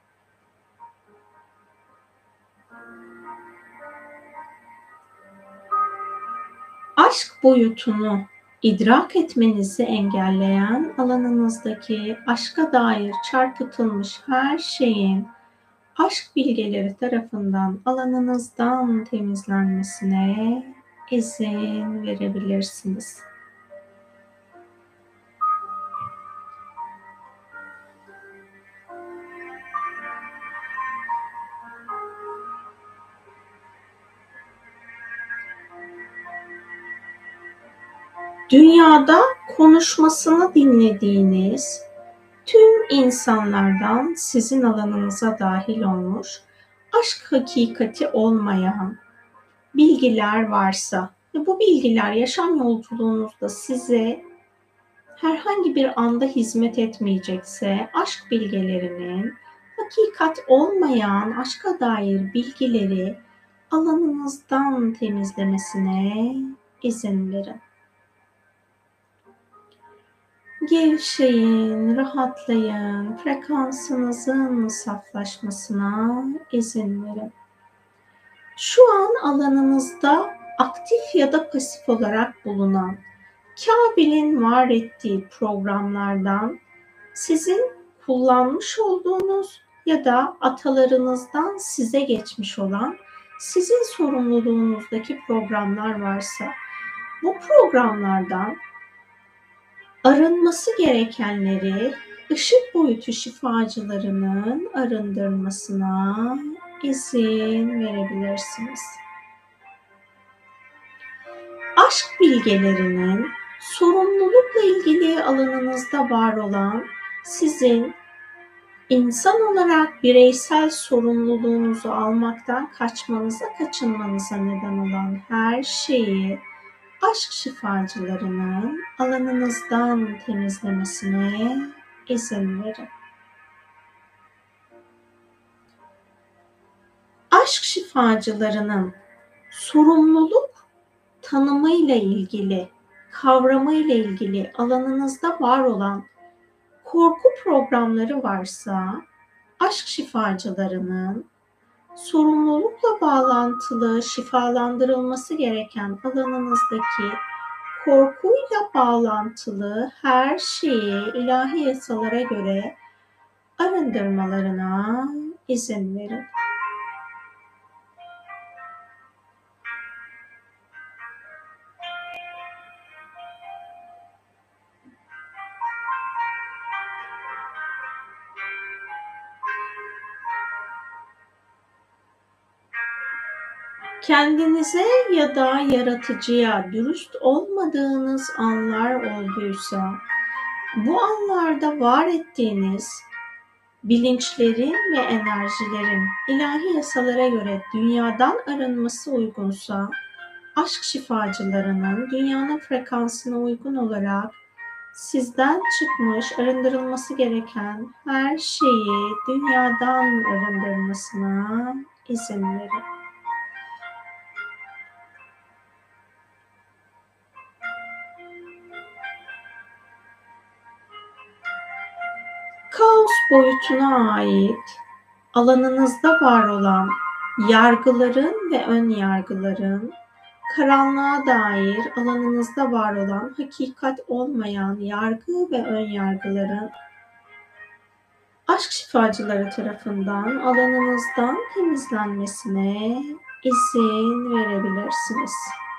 Aşk boyutunu idrak etmenizi engelleyen, alanınızdaki aşka dair çarpıtılmış her şeyin aşk bilgeleri tarafından alanınızdan temizlenmesine izin verebilirsiniz. Dünyada konuşmasını dinlediğiniz tüm insanlardan sizin alanınıza dahil olmuş, aşk hakikati olmayan bilgiler varsa ve bu bilgiler yaşam yolculuğunuzda size herhangi bir anda hizmet etmeyecekse, aşk bilgelerinin hakikat olmayan aşka dair bilgileri alanınızdan temizlemesine izin verin. Gevşeyin, rahatlayın, frekansınızın saflaşmasına izin verin. Şu an alanınızda aktif ya da pasif olarak bulunan Kabil'in var ettiği programlardan sizin kullanmış olduğunuz ya da atalarınızdan size geçmiş olan sizin sorumluluğunuzdaki programlar varsa bu programlardan arınması gerekenleri ışık boyutu şifacılarının arındırmasına izin verebilirsiniz. Aşk bilgelerinin sorumlulukla ilgili alanınızda var olan sizin insan olarak bireysel sorumluluğunuzu almaktan kaçınmanıza neden olan her şeyi aşk şifacılarının alanınızdan temizlemesine izin verin. Aşk şifacılarının sorumluluk tanımıyla ilgili, kavramıyla ilgili alanınızda var olan korku programları varsa, aşk şifacılarının sorumlulukla bağlantılı, şifalandırılması gereken alanınızdaki korkuyla bağlantılı her şeyi ilahi yasalara göre arındırmalarına izin verin. Kendinize ya da yaratıcıya dürüst olmadığınız anlar olduysa, bu anlarda var ettiğiniz bilinçlerin ve enerjilerin ilahi yasalara göre dünyadan arınması uygunsa, aşk şifacılarının dünyanın frekansına uygun olarak sizden çıkmış, arındırılması gereken her şeyi dünyadan arındırmasına izin verin. kaos boyutuna ait alanınızda var olan yargıların ve ön yargıların, karanlığa dair alanınızda var olan hakikat olmayan yargı ve ön yargıların aşk şifacıları tarafından alanınızdan temizlenmesine izin verebilirsiniz.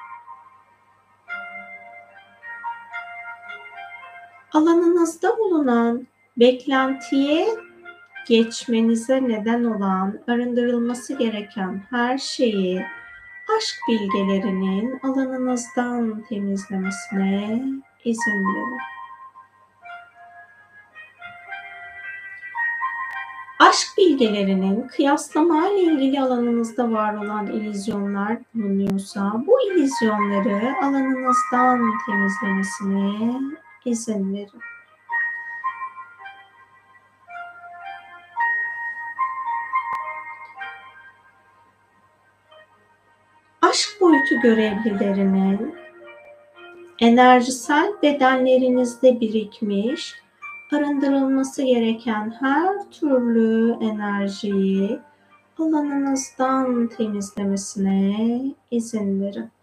Alanınızda bulunan beklentiye geçmenize neden olan, arındırılması gereken her şeyi aşk bilgelerinin alanınızdan temizlemesine izin verin. Aşk bilgelerinin kıyaslama ile ilgili alanınızda var olan illüzyonlar bulunuyorsa, bu illüzyonları alanınızdan temizlemesine izin verin. Aşk boyutu görevlilerinin enerjisel bedenlerinizde birikmiş, arındırılması gereken her türlü enerjiyi alanınızdan temizlemesine izin verin.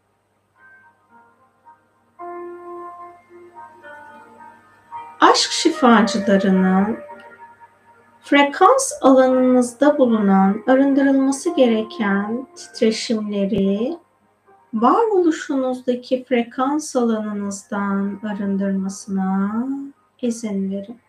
Aşk şifacılarının frekans alanınızda bulunan, arındırılması gereken titreşimleri varoluşunuzdaki frekans alanınızdan arındırmasına izin verin.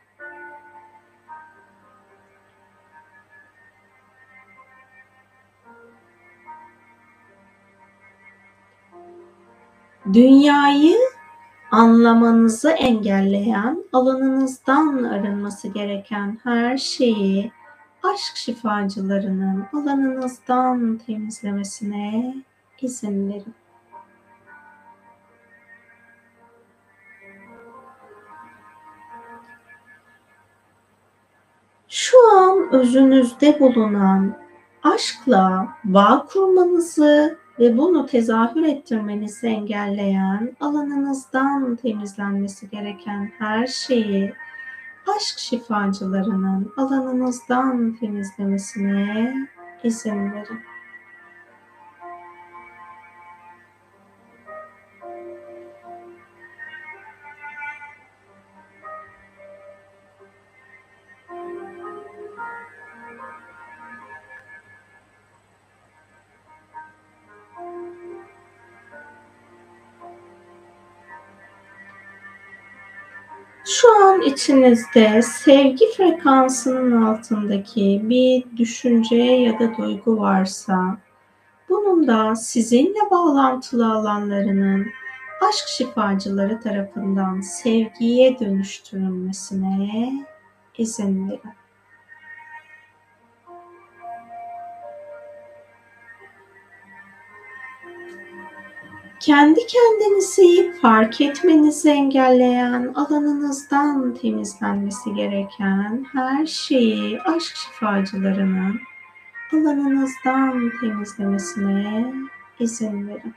Dünyayı anlamanızı engelleyen, alanınızdan arınması gereken her şeyi aşk şifacılarının alanınızdan temizlemesine izin verin. Şu an özünüzde bulunan aşkla bağ kurmanızı ve bunu tezahür ettirmenizi engelleyen, alanınızdan temizlenmesi gereken her şeyi aşk şifacılarının alanınızdan temizlemesine izin verin. Şu an içinizde sevgi frekansının altındaki bir düşünce ya da duygu varsa, bunun da sizinle bağlantılı alanlarının aşk şifacıları tarafından sevgiye dönüştürülmesine izin verin. Kendi kendinizi fark etmenizi engelleyen, alanınızdan temizlenmesi gereken her şeyi aşk şifacılarının alanınızdan temizlemesine izin verin.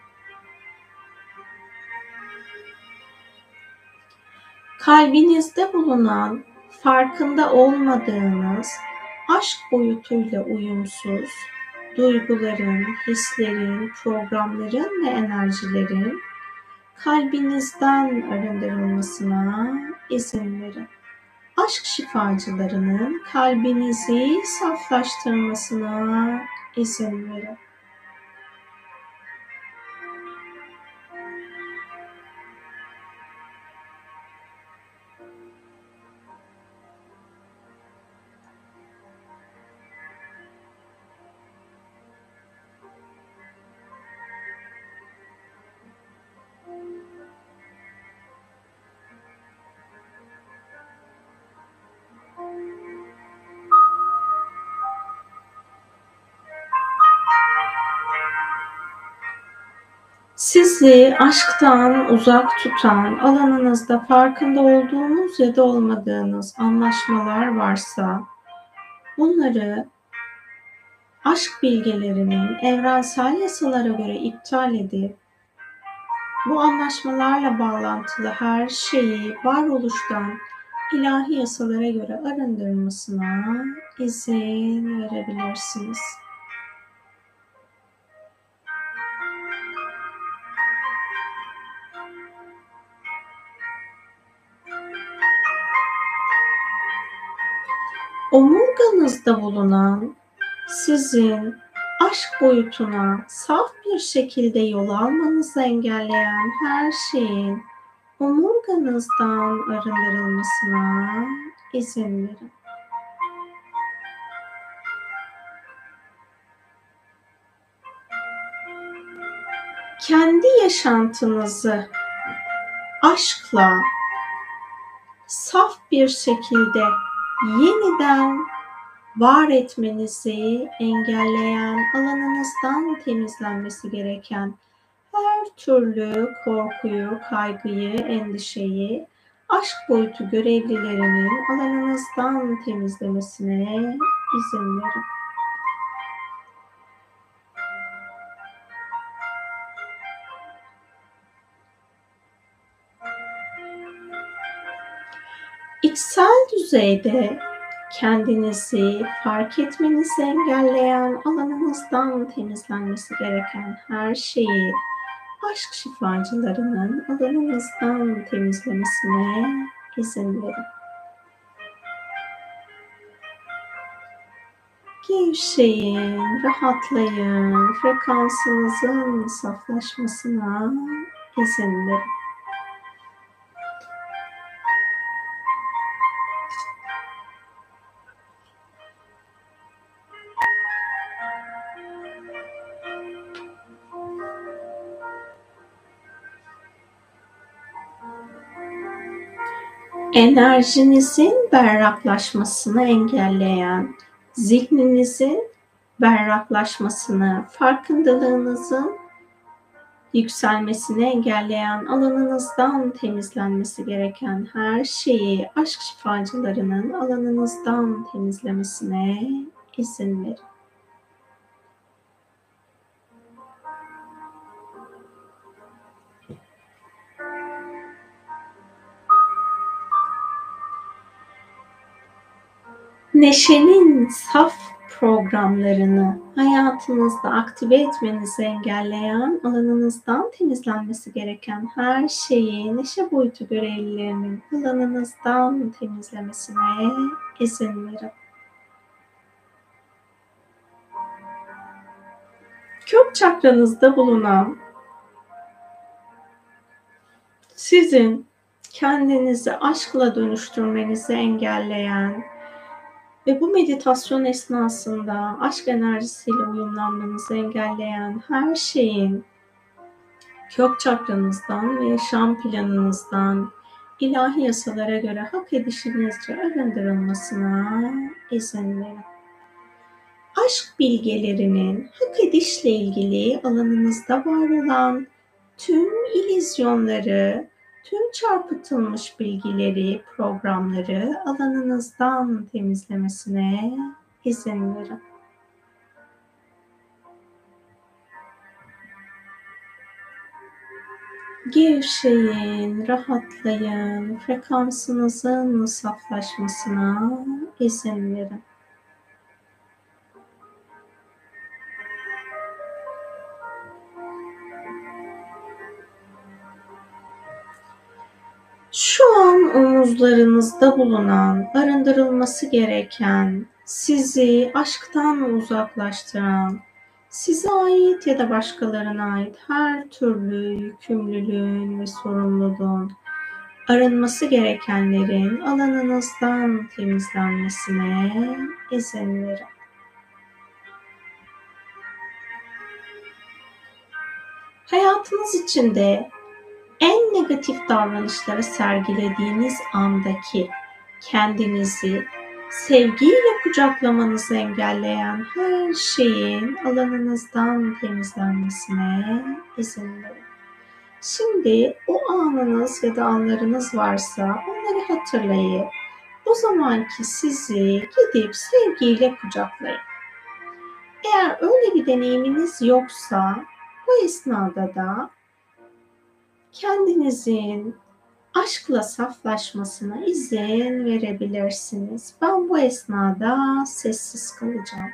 Kalbinizde bulunan, farkında olmadığınız, aşk boyutuyla uyumsuz duyguların, hislerin, programların ve enerjilerin kalbinizden arındırılmasına izin verin. Aşk şifacılarının kalbinizi saflaştırmasına izin verin. Sizi aşktan uzak tutan, alanınızda farkında olduğunuz ya da olmadığınız anlaşmalar varsa, bunları aşk bilgelerinin evrensel yasalara göre iptal edip, bu anlaşmalarla bağlantılı her şeyi varoluştan ilahi yasalara göre arındırılmasına izin verebilirsiniz. Omurganızda bulunan sizin aşk boyutuna saf bir şekilde yol almanızı engelleyen her şeyin omurganızdan arındırılmasına izin verin. Kendi yaşantınızı aşkla saf bir şekilde yeniden var etmenizi engelleyen, alanınızdan temizlenmesi gereken her türlü korkuyu, kaygıyı, endişeyi aşk boyutu görevlilerinin alanınızdan temizlemesine izin verin. İçsel düzeyde kendinizi fark etmenizi engelleyen, alanınızdan temizlenmesi gereken her şeyi aşk şifacılarının alanınızdan temizlemesine izin verin. Gevşeyin, rahatlayın, frekansınızın saflaşmasına izin verin. Enerjinizin berraklaşmasını engelleyen, zihninizin berraklaşmasını, farkındalığınızın yükselmesini engelleyen, alanınızdan temizlenmesi gereken her şeyi aşk şifacılarının alanınızdan temizlemesine izin verin. Neşenin saf programlarını hayatınızda aktive etmenizi engelleyen, alanınızdan temizlenmesi gereken her şeyi neşe boyutu görevlilerinin alanınızdan temizlemesine izin verin. Kök çakranızda bulunan sizin kendinizi aşkla dönüştürmenizi engelleyen ve bu meditasyon esnasında aşk enerjisiyle uyumlanmanızı engelleyen her şeyin kök çakranızdan ve yaşam planınızdan ilahi yasalara göre hak edişinizce arındırılmasına izin verin. Aşk bilgelerinin hak edişle ilgili alanınızda var olan tüm illüzyonları, tüm çarpıtılmış bilgileri, programları alanınızdan temizlemesine izin verin. Gevşeyin, rahatlayın, frekansınızın saflaşmasına izin verin. Şu an omuzlarınızda bulunan, arındırılması gereken, sizi aşktan uzaklaştıran, size ait ya da başkalarına ait her türlü yükümlülüğün ve sorumluluğun, arınması gerekenlerin alanınızdan temizlenmesine izin verin. Hayatınız içinde en negatif davranışları sergilediğiniz andaki kendinizi sevgiyle kucaklamanızı engelleyen her şeyin alanınızdan temizlenmesine izin verin. Şimdi o anınız ya da anlarınız varsa onları hatırlayıp o zamanki sizi gidip sevgiyle kucaklayın. Eğer öyle bir deneyiminiz yoksa bu esnada da kendinizin aşkla saflaşmasına izin verebilirsiniz. Ben bu esnada sessiz kalacağım.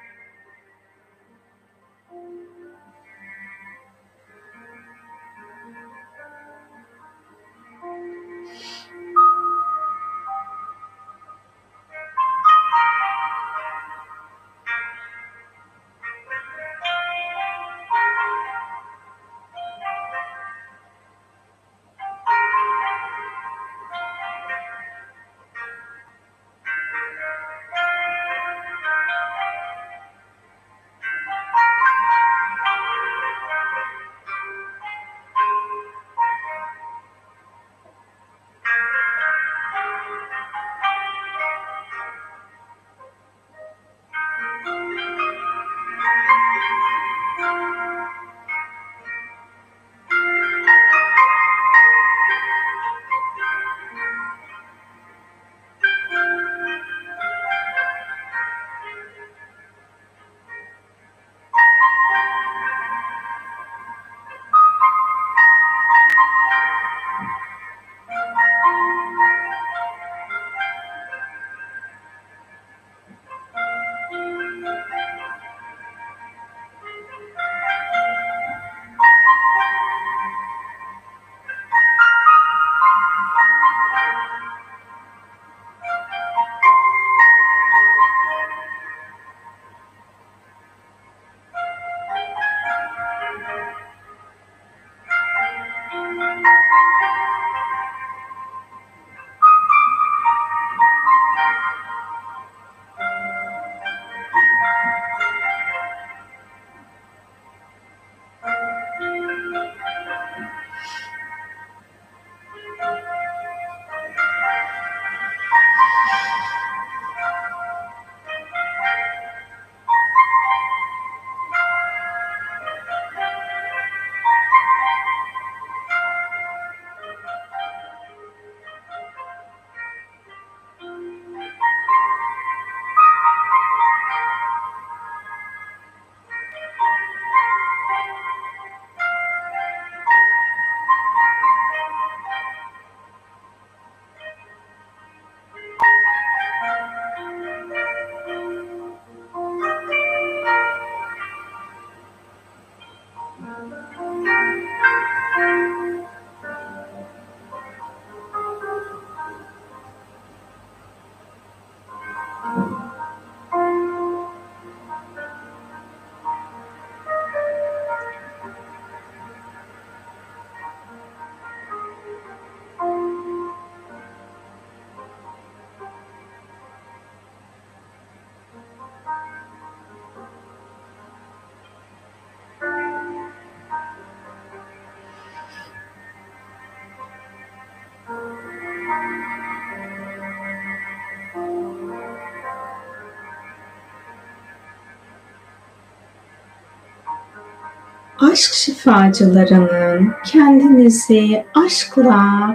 Aşk şifacılarının kendinizi aşkla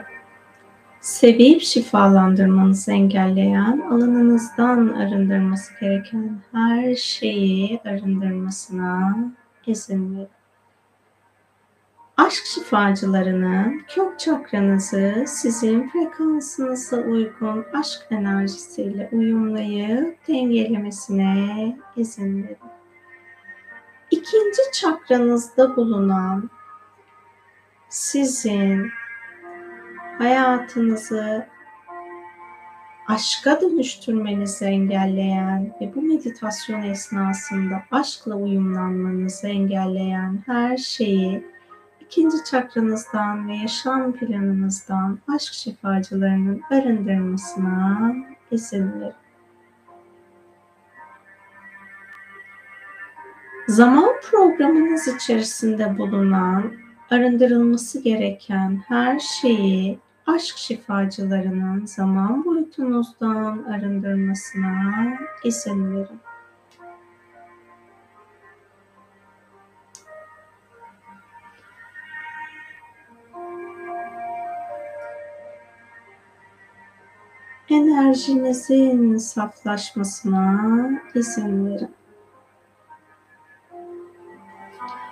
sevip şifalandırmanızı engelleyen, alanınızdan arındırması gereken her şeyi arındırmasına izin verin. Aşk şifacılarının kök çakranızı sizin frekansınıza uygun aşk enerjisiyle uyumlayıp dengelemesine izin verin. İkinci çakranızda bulunan sizin hayatınızı aşka dönüştürmenizi engelleyen ve bu meditasyon esnasında aşkla uyumlanmanızı engelleyen her şeyi ikinci çakranızdan ve yaşam planınızdan aşk şifacılarının arındırmasına izin verin. Zaman programınız içerisinde bulunan arındırılması gereken her şeyi aşk şifacılarının zaman boyutunuzdan arındırmasına izin verin. Enerjinizin saflaşmasına izin verin.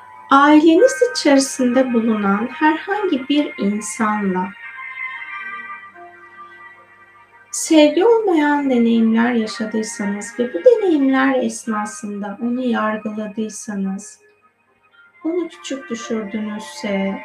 Aileniz içerisinde bulunan herhangi bir insanla Sevgi olmayan deneyimler yaşadıysanız ve bu deneyimler esnasında onu yargıladıysanız, onu küçük düşürdünüzse,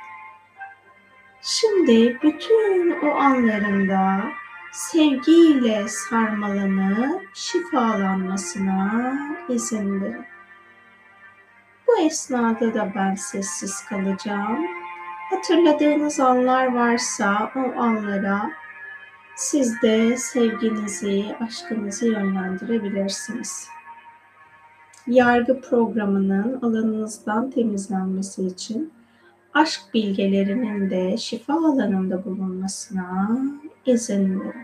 şimdi bütün o anlarında sevgiyle sarmalanıp şifalanmasına izin verin. Bu esnada da ben sessiz kalacağım. Hatırladığınız anlar varsa o anlara siz de sevginizi, aşkınızı yönlendirebilirsiniz. Yargı programının alanınızdan temizlenmesi için aşk bilgelerinin de şifa alanında bulunmasına izin verin.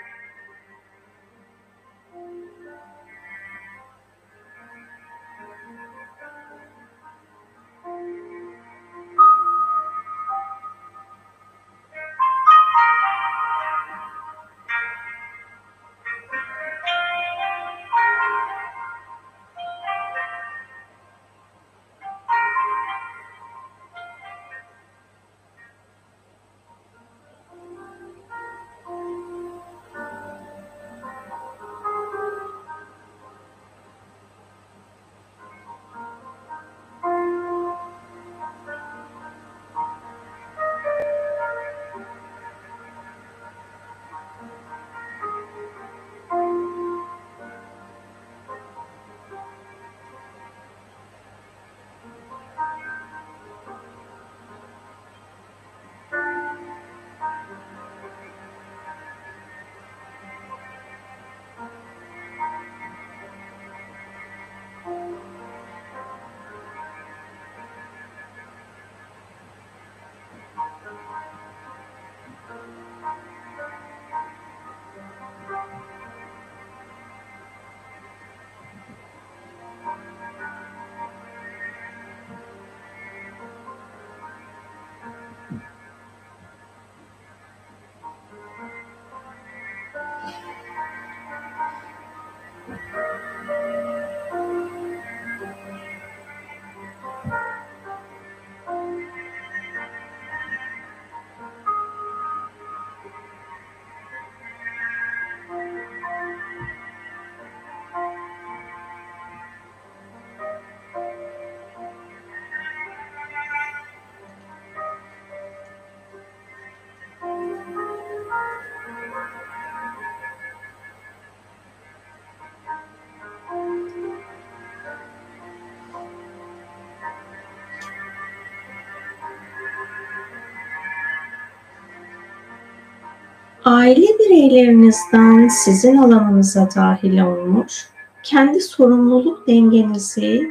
Aile bireylerinizden sizin alanınıza dahil olmuş, kendi sorumluluk dengenizi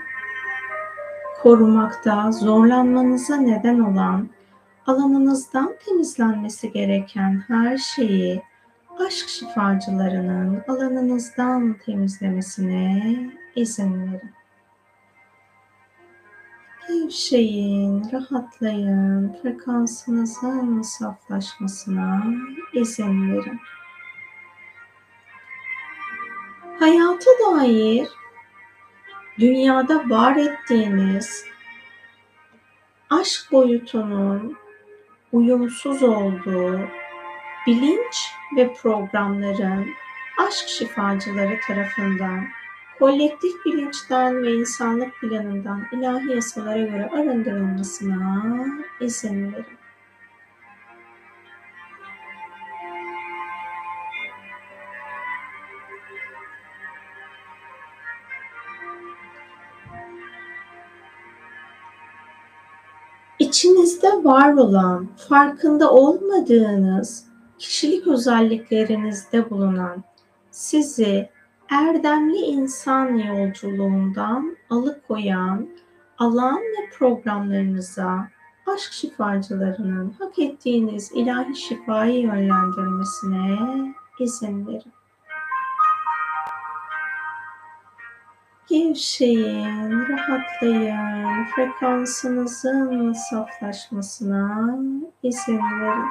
korumakta zorlanmanıza neden olan, alanınızdan temizlenmesi gereken her şeyi aşk şifacılarının alanınızdan temizlemesine izin verin. Gevşeyin, rahatlayın, frekansınızın saflaşmasına izin verin. Hayata dair dünyada var ettiğiniz aşk boyutunun uyumsuz olduğu bilinç ve programların aşk şifacıları tarafından kolektif bilinçten ve insanlık planından ilahi yasalara göre arındırılmasına izin verin. İçinizde var olan, farkında olmadığınız kişilik özelliklerinizde bulunan, sizi erdemli insan yolculuğundan alıkoyan alan ve programlarınıza aşk şifacılarının hak ettiğiniz ilahi şifayı yönlendirmesine izin verin. Gevşeyin, rahatlayın, frekansınızın saflaşmasına izin verin.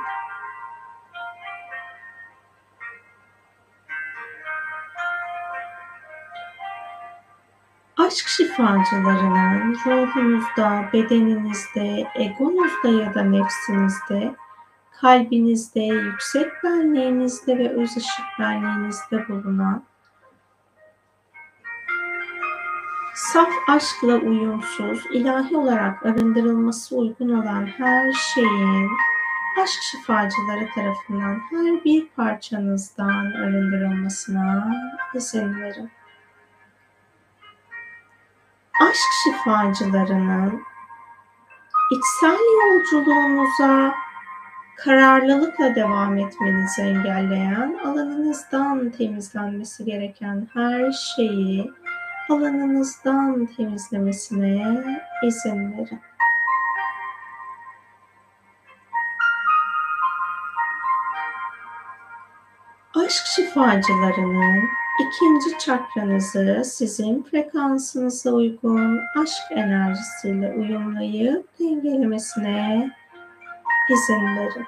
Aşk şifacılarının ruhunuzda, bedeninizde, egonuzda ya da nefsinizde kalbinizde, yüksek benliğinizde ve öz ışık benliğinizde bulunan, saf aşkla uyumsuz, ilahi olarak arındırılması uygun olan her şeyin aşk şifacıları tarafından her bir parçanızdan arındırılmasına izin verin. Aşk şifacılarının içsel yolculuğunuza kararlılıkla devam etmenizi engelleyen, alanınızdan temizlenmesi gereken her şeyi alanınızdan temizlemesine izin verin. Aşk şifacılarının ikinci çakranızı sizin frekansınıza uygun aşk enerjisiyle uyumlayıp dengelemesine izin verin.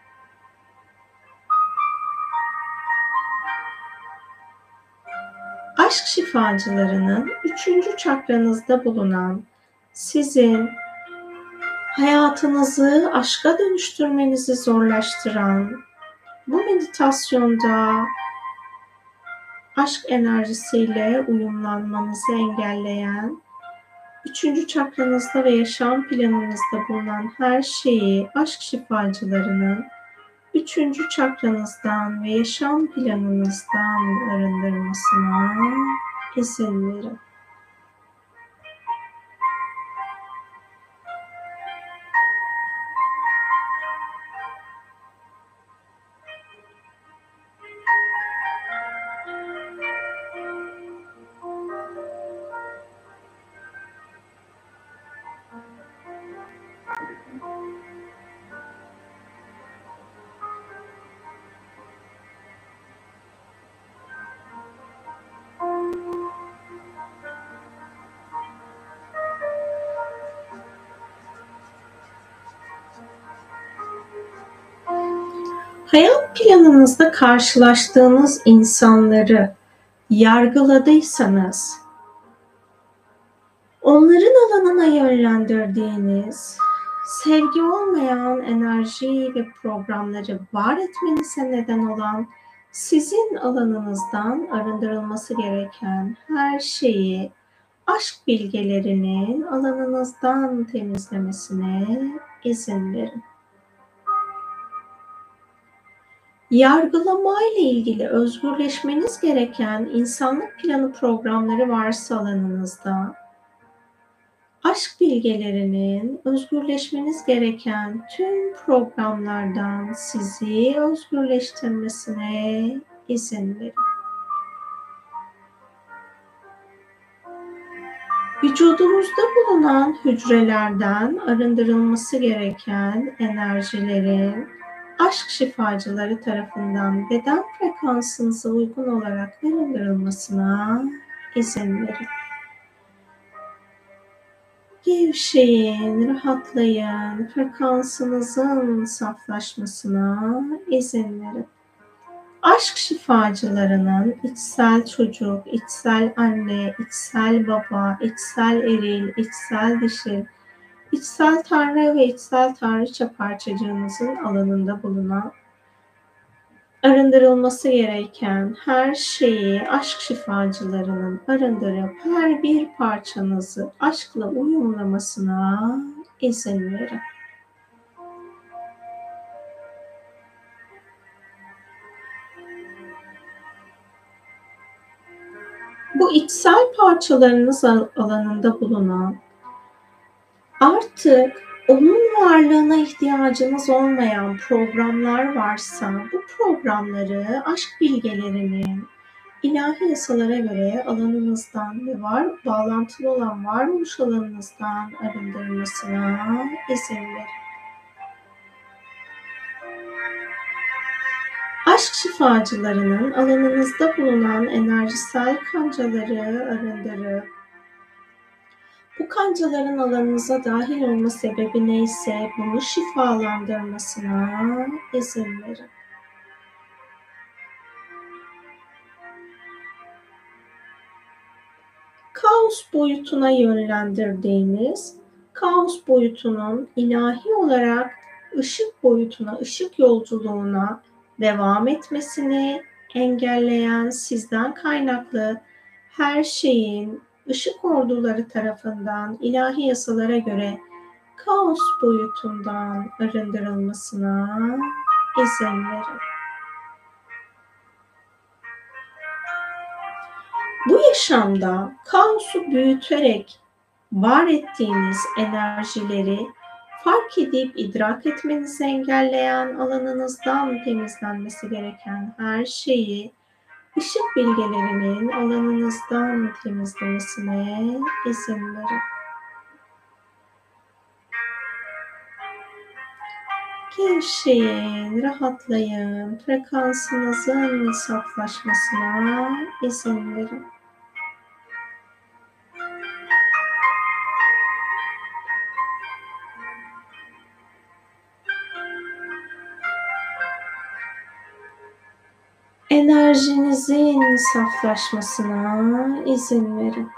Aşk şifacılarının üçüncü çakranızda bulunan, sizin hayatınızı aşka dönüştürmenizi zorlaştıran, bu meditasyonda aşk enerjisiyle uyumlanmanızı engelleyen, üçüncü çakranızda ve yaşam planınızda bulunan her şeyi aşk şifacılarının üçüncü çakranızdan ve yaşam planınızdan arındırmasına izin verin. Hayat planınızda karşılaştığınız insanları yargıladıysanız, onların alanına yönlendirdiğiniz, sevgi olmayan enerji ve programları var etmenize neden olan, sizin alanınızdan arındırılması gereken her şeyi aşk bilgelerinin alanınızdan temizlemesine izin verin. Yargılamayla ilgili özgürleşmeniz gereken insanlık planı programları varsa alanınızda, aşk bilgelerinin özgürleşmeniz gereken tüm programlardan sizi özgürleştirmesine izin verin. Vücudunuzda bulunan hücrelerden arındırılması gereken enerjilerin aşk şifacıları tarafından beden frekansınıza uygun olarak arındırılmasına izin verin. Gevşeyin, rahatlayın, frekansınızın saflaşmasına izin verin. Aşk şifacılarının içsel çocuk, içsel anne, içsel baba, içsel eril, içsel dişil, içsel tanrı ve içsel tanrıça parçacığınızın alanında bulunan, arındırılması gereken her şeyi aşk şifacılarının arındırıp her bir parçanızı aşkla uyumlamasına izin verin. Bu içsel parçalarınız alanında bulunan, artık onun varlığına ihtiyacınız olmayan programlar varsa, bu programları aşk bilgelerinin ilahi yasalara göre alanınızdan ve bağlantılı olan varoluş alanınızdan arındırılmasına izin verin. Aşk şifacılarının alanınızda bulunan enerjisel kancaları arındırıp, bu kancaların alanınıza dahil olma sebebi neyse bunu şifalandırmasına izin verin. Kaos boyutuna yönlendirdiğiniz, kaos boyutunun ilahi olarak ışık boyutuna, ışık yolculuğuna devam etmesini engelleyen, sizden kaynaklı her şeyin ışık orduları tarafından ilahi yasalara göre kaos boyutundan arındırılmasına izin verin. Bu yaşamda kaosu büyüterek var ettiğiniz enerjileri fark edip idrak etmenizi engelleyen, alanınızdan temizlenmesi gereken her şeyi ışık bilgelerinin alanınızdan temizlemesine izin verin. Gevşeyin, rahatlayın, frekansınızın saflaşmasına izin verin. Enerjinizin saflaşmasına izin verin.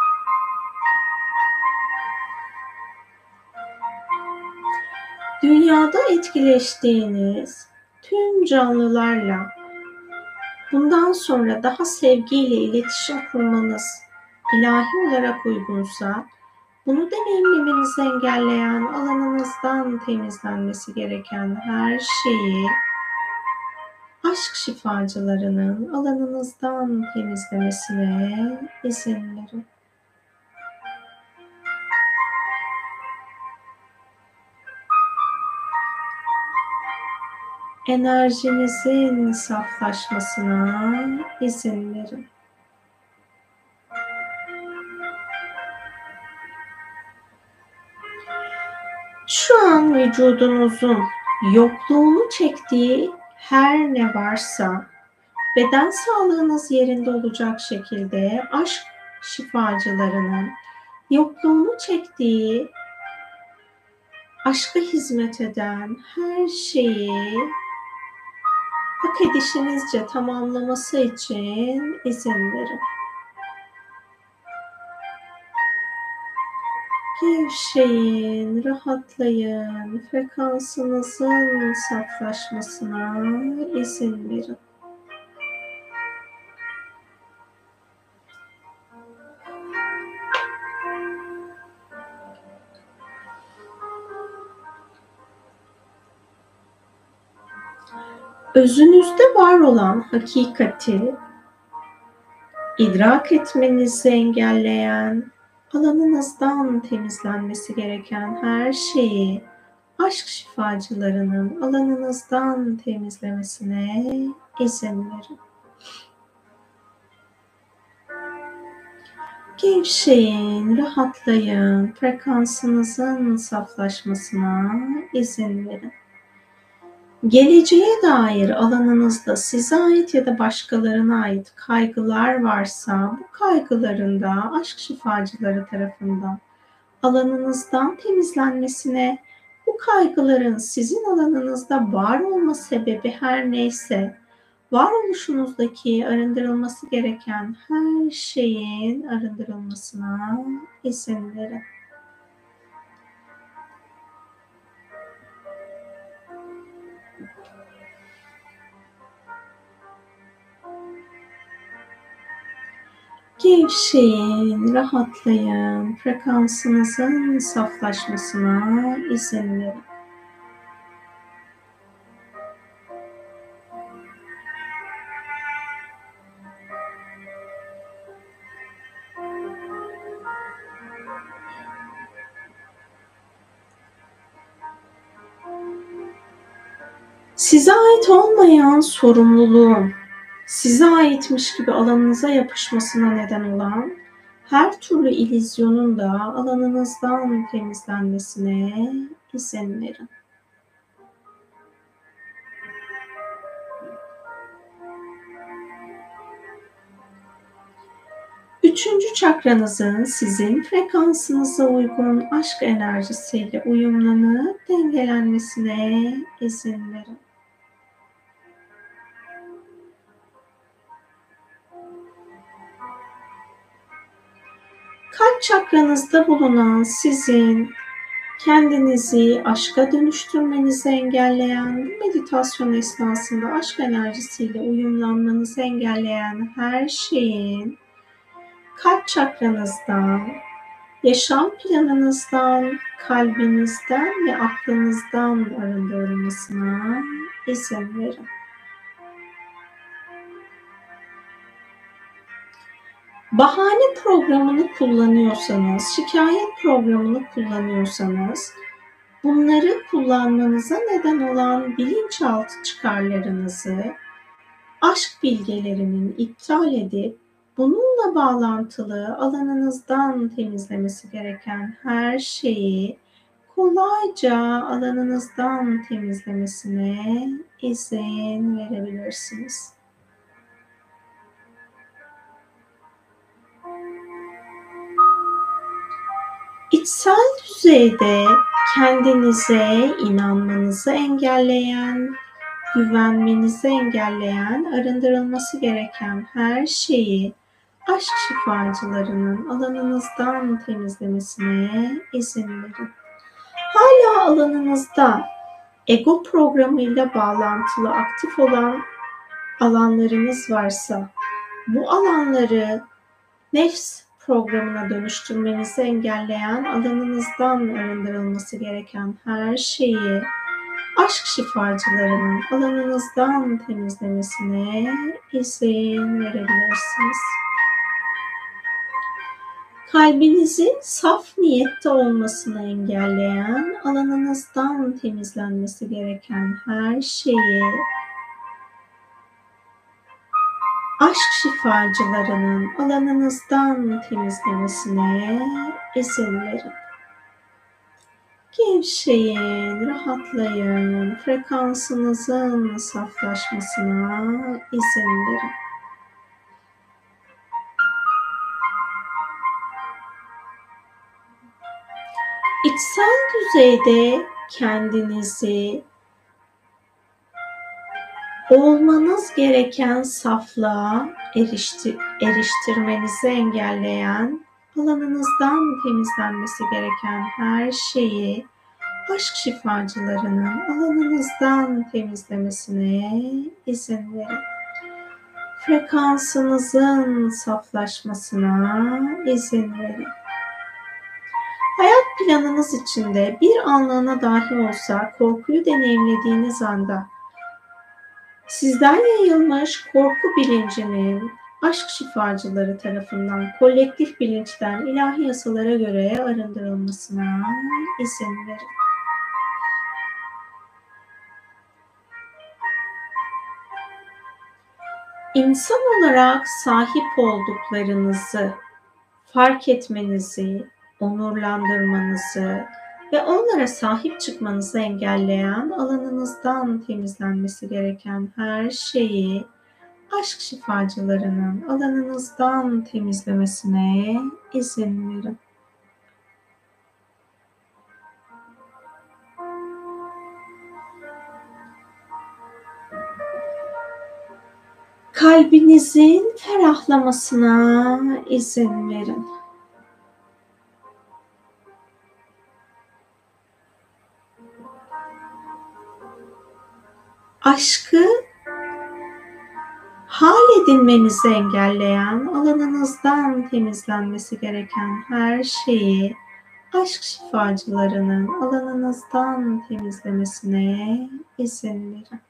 Dünyada etkileştiğiniz tüm canlılarla bundan sonra daha sevgiyle iletişim kurmanız ilahi olarak uygunsa, bunu deneyimlemenizi engelleyen, alanınızdan temizlenmesi gereken her şeyi aşk şifacılarının alanınızdan temizlemesine izin verin. Enerjinizin saflaşmasına izin verin. Şu an vücudunuzun yokluğunu çektiği her ne varsa, beden sağlığınız yerinde olacak şekilde aşk şifacılarının yokluğunu çektiği, aşka hizmet eden her şeyi hak edişinizce tamamlaması için izin verin. Gevşeyin, rahatlayın, frekansınızın saflaşmasına izin verin. Özünüzde var olan hakikati idrak etmenizi engelleyen, alanınızdan temizlenmesi gereken her şeyi aşk şifacılarının alanınızdan temizlemesine izin verin. Gevşeyin, rahatlayın, frekansınızın saflaşmasına izin verin. Geleceğe dair alanınızda size ait ya da başkalarına ait kaygılar varsa, bu kaygıların da aşk şifacıları tarafından alanınızdan temizlenmesine, bu kaygıların sizin alanınızda var olma sebebi her neyse, varoluşunuzdaki arındırılması gereken her şeyin arındırılmasına izin verin. Gevşeyin, rahatlayın, frekansınızın saflaşmasına izin verin. Size ait olmayan sorumluluğun size aitmiş gibi alanınıza yapışmasına neden olan her türlü illüzyonun da alanınızdan temizlenmesine izin verin. Üçüncü çakranızın sizin frekansınıza uygun aşk enerjisiyle uyumlanıp dengelenmesine izin verin. Kalp çakranızda bulunan sizin Kendinizi aşka dönüştürmenizi engelleyen, meditasyon esnasında aşk enerjisiyle uyumlanmanızı engelleyen her şeyin kalp çakranızdan, yaşam planınızdan, kalbinizden ve aklınızdan arındırılmasına izin verin. Bahane programını kullanıyorsanız, şikayet programını kullanıyorsanız, bunları kullanmanıza neden olan bilinçaltı çıkarlarınızı, aşk bilgelerinin iptal edip bununla bağlantılı alanınızdan temizlemesi gereken her şeyi kolayca alanınızdan temizlemesine izin verebilirsiniz. İçsel düzeyde kendinize inanmanızı engelleyen, güvenmenizi engelleyen, arındırılması gereken her şeyi aşk şifacılarının alanınızdan temizlemesine izin verin. Hala alanınızda ego programıyla bağlantılı aktif olan alanlarınız varsa, bu alanları nefs programına dönüştürmenizi engelleyen, alanınızdan arındırılması gereken her şeyi aşk şifacılarının alanınızdan temizlemesine izin verebilirsiniz. Kalbinizin saf niyette olmasını engelleyen, alanınızdan temizlenmesi gereken her şeyi aşk şifacılarının alanınızdan temizlemesine izin verin. Gevşeyin, rahatlayın, frekansınızın saflaşmasına izin verin. İçsel düzeyde kendinizi olmanız gereken saflığa eriştirmenizi engelleyen, alanınızdan temizlenmesi gereken her şeyi aşk şifacılarının alanınızdan temizlemesine izin verin. Frekansınızın saflaşmasına izin verin. Hayat planınız içinde bir anlığına dahi olsa korkuyu deneyimlediğiniz anda sizden yayılmış korku bilincinin aşk şifacıları tarafından kolektif bilinçten ilahi yasalara göre arındırılmasına izin verin. İnsan olarak sahip olduklarınızı fark etmenizi, onurlandırmanızı ve onlara sahip çıkmanızı engelleyen, alanınızdan temizlenmesi gereken her şeyi aşk şifacılarının alanınızdan temizlemesine izin verin. Kalbinizin ferahlamasına izin verin. Aşkı hal edinmenizi engelleyen, alanınızdan temizlenmesi gereken her şeyi aşk şifacılarının alanınızdan temizlemesine izin verin.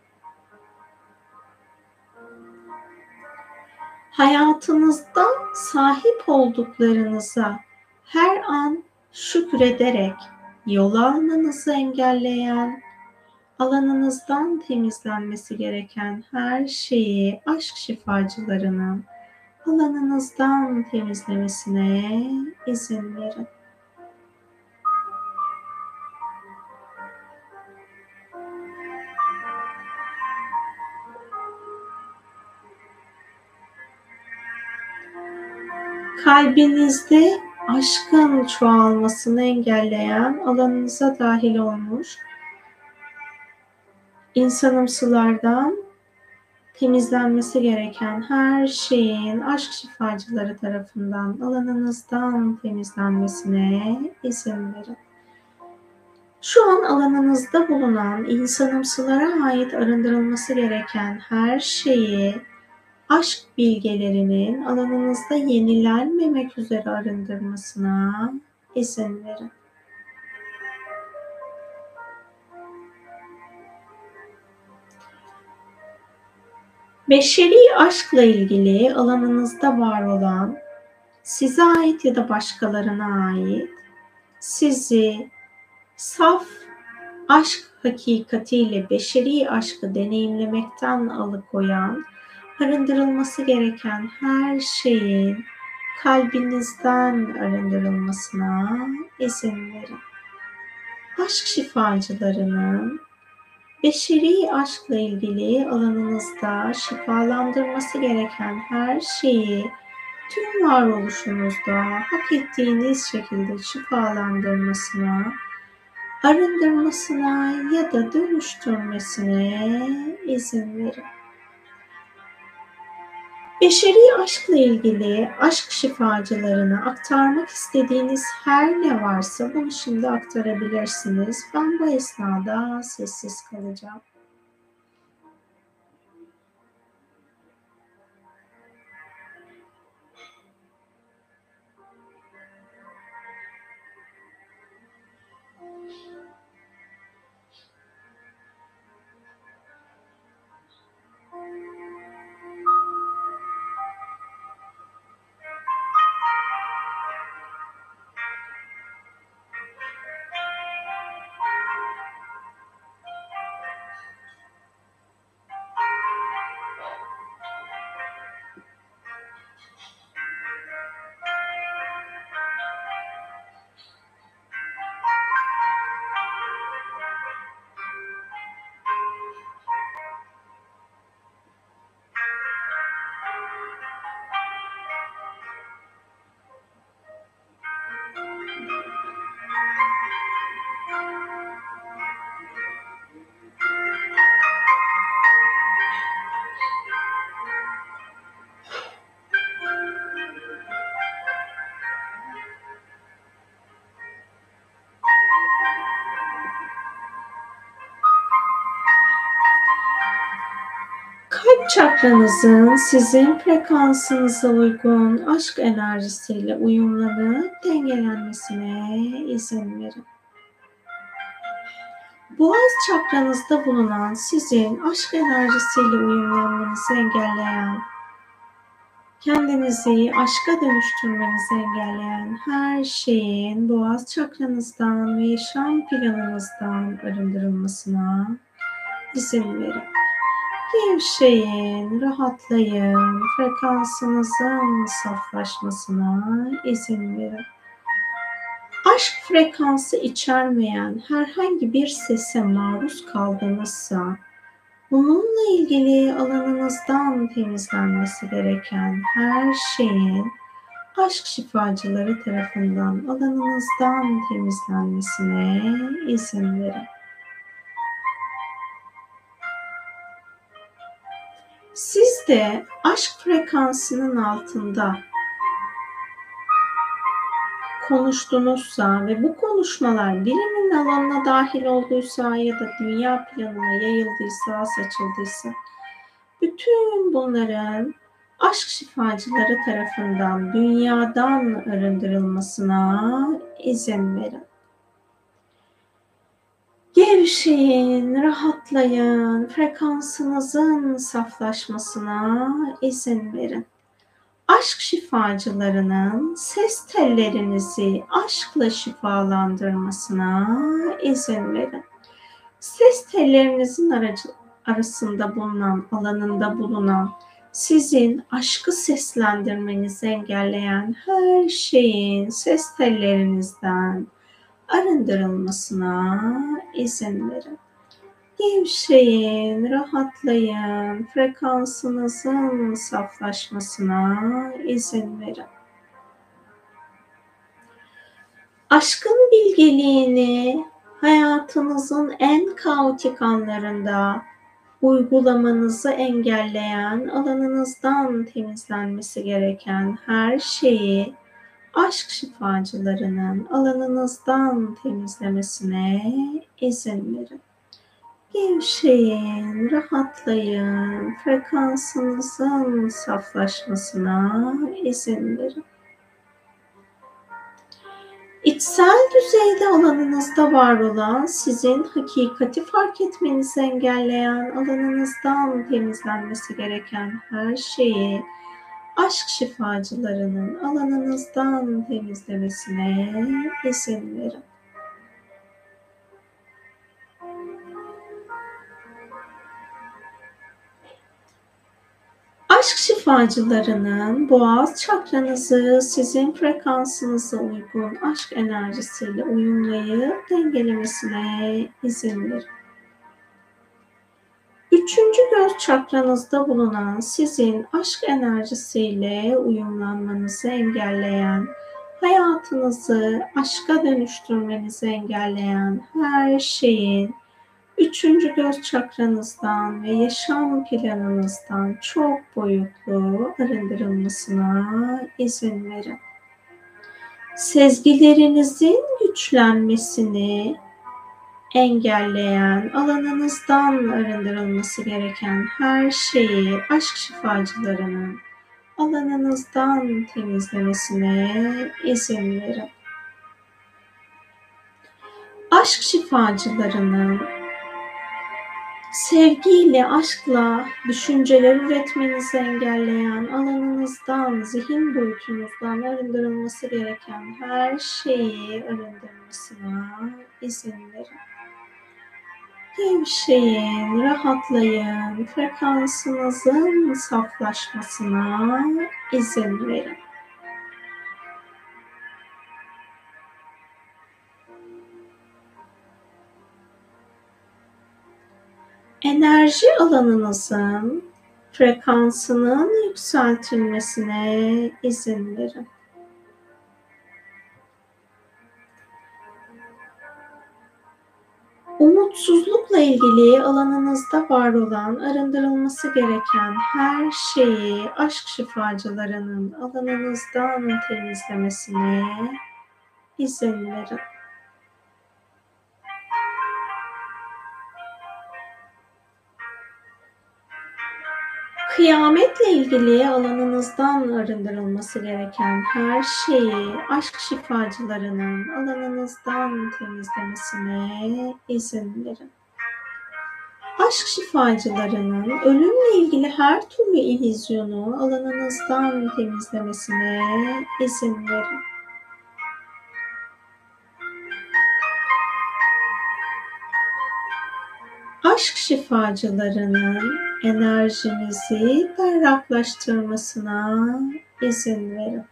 Hayatınızda sahip olduklarınıza her an şükrederek yol almanızı engelleyen, alanınızdan temizlenmesi gereken her şeyi aşk şifacılarının alanınızdan temizlemesine izin verin. Kalbinizde aşkın çoğalmasını engelleyen, alanınıza dahil olmuş insanımsılardan temizlenmesi gereken her şeyin aşk şifacıları tarafından alanınızdan temizlenmesine izin verin. Şu an alanınızda bulunan insanımsılara ait arındırılması gereken her şeyi aşk bilgelerinin alanınızda yenilenmemek üzere arındırmasına izin verin. Beşeri aşkla ilgili alanınızda var olan, size ait ya da başkalarına ait, sizi saf aşk hakikatiyle beşeri aşkı deneyimlemekten alıkoyan, arındırılması gereken her şeyin kalbinizden arındırılmasına izin verin. Aşk şifacılarının beşeri aşkla ilgili alanınızda şifalandırması gereken her şeyi tüm varoluşunuzda hak ettiğiniz şekilde şifalandırmasına, arındırmasına ya da dönüştürmesine izin verin. Beşeri aşkla ilgili aşk şifacılarına aktarmak istediğiniz her ne varsa bunu şimdi aktarabilirsiniz. Ben bu esnada sessiz kalacağım. Kalp çakranızın sizin frekansınıza uygun aşk enerjisiyle uyumlanıp dengelenmesine izin verin. Boğaz çakranızda bulunan sizin aşk enerjisiyle uyumlanmanızı engelleyen, kendinizi aşka dönüştürmenizi engelleyen her şeyin boğaz çakranızdan ve yaşam planınızdan arındırılmasına izin verin. Gevşeyin, rahatlayın, frekansınızın saflaşmasına izin verin. Aşk frekansı içermeyen herhangi bir sese maruz kaldınızsa, bununla ilgili alanınızdan temizlenmesi gereken her şeyin aşk şifacıları tarafından alanınızdan temizlenmesine izin verin. Siz de aşk frekansının altında konuştunuzsa ve bu konuşmalar birinin alanına dahil olduysa ya da dünya planına yayıldıysa, saçıldıysa, bütün bunların aşk şifacıları tarafından dünyadan arındırılmasına izin verin. Gevşeyin, rahatlayın, frekansınızın saflaşmasına izin verin. Aşk şifacılarının ses tellerinizi aşkla şifalandırmasına izin verin. Ses tellerinizin arasında bulunan, alanında bulunan, sizin aşkı seslendirmenizi engelleyen her şeyin ses tellerinizden arındırılmasına izin verin. Gevşeyin, rahatlayın, frekansınızın saflaşmasına izin verin. Aşkın bilgeliğini hayatınızın en kaotik anlarında uygulamanızı engelleyen, alanınızdan temizlenmesi gereken her şeyi aşk şifacılarının alanınızdan temizlemesine izin verin. Gevşeyin, rahatlayın, frekansınızın saflaşmasına izin verin. İçsel düzeyde alanınızda var olan, sizin hakikati fark etmenizi engelleyen, alanınızdan temizlenmesi gereken her şeyi aşk şifacılarının alanınızdan temizlemesine izin verin. Aşk şifacılarının boğaz çakranızı sizin frekansınıza uygun aşk enerjisiyle uyumlayıp dengelemesine izin verin. Üçüncü göz çakranızda bulunan, sizin aşk enerjisiyle uyumlanmanızı engelleyen, hayatınızı aşka dönüştürmenizi engelleyen her şeyin üçüncü göz çakranızdan ve yaşam planınızdan çok boyutlu arındırılmasına izin verin. Sezgilerinizin güçlenmesini engelleyen, alanınızdan arındırılması gereken her şeyi aşk şifacılarının alanınızdan temizlemesine izin verin. Aşk şifacılarının sevgiyle, aşkla düşünceler üretmenizi engelleyen, alanınızdan, zihin boyutunuzdan arındırılması gereken her şeyi arındırmasına izin verin. Gevşeyin, rahatlayın, frekansınızın saflaşmasına izin verin. Enerji alanınızın frekansının yükseltilmesine izin verin. Umutsuzlukla ilgili alanınızda var olan, arındırılması gereken her şeyi aşk şifacılarının alanınızdan temizlemesine izin verin. Kıyametle ilgili alanınızdan arındırılması gereken her şeyi aşk şifacılarının alanınızdan temizlemesine izin verin. Aşk şifacılarının ölümle ilgili her türlü illüzyonu alanınızdan temizlemesine izin verin. Aşk şifacılarının enerjinizi berraklaştırmasına izin verin.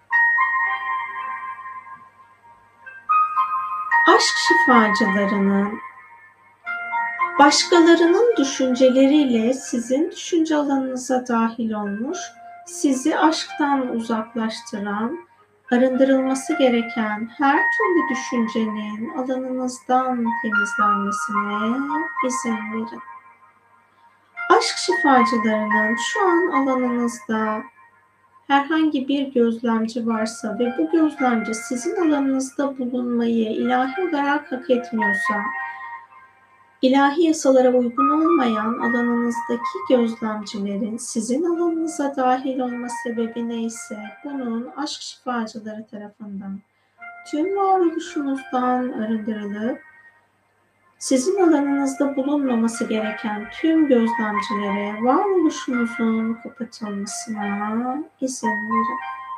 Aşk şifacılarının başkalarının düşünceleriyle sizin düşünce alanınıza dahil olmuş, sizi aşktan uzaklaştıran, arındırılması gereken her türlü düşüncenin alanınızdan temizlenmesine izin verin. Aşk şifacılarının şu an alanınızda herhangi bir gözlemci varsa ve bu gözlemci sizin alanınızda bulunmayı ilahi olarak hak etmiyorsa, ilahi yasalara uygun olmayan alanınızdaki gözlemcilerin sizin alanınıza dahil olma sebebi neyse, bunun aşk şifacıları tarafından tüm varoluşunuzdan arındırılıp, sizin alanınızda bulunmaması gereken tüm gözlemcilere varoluşunuzun kapatılmasına izin verin.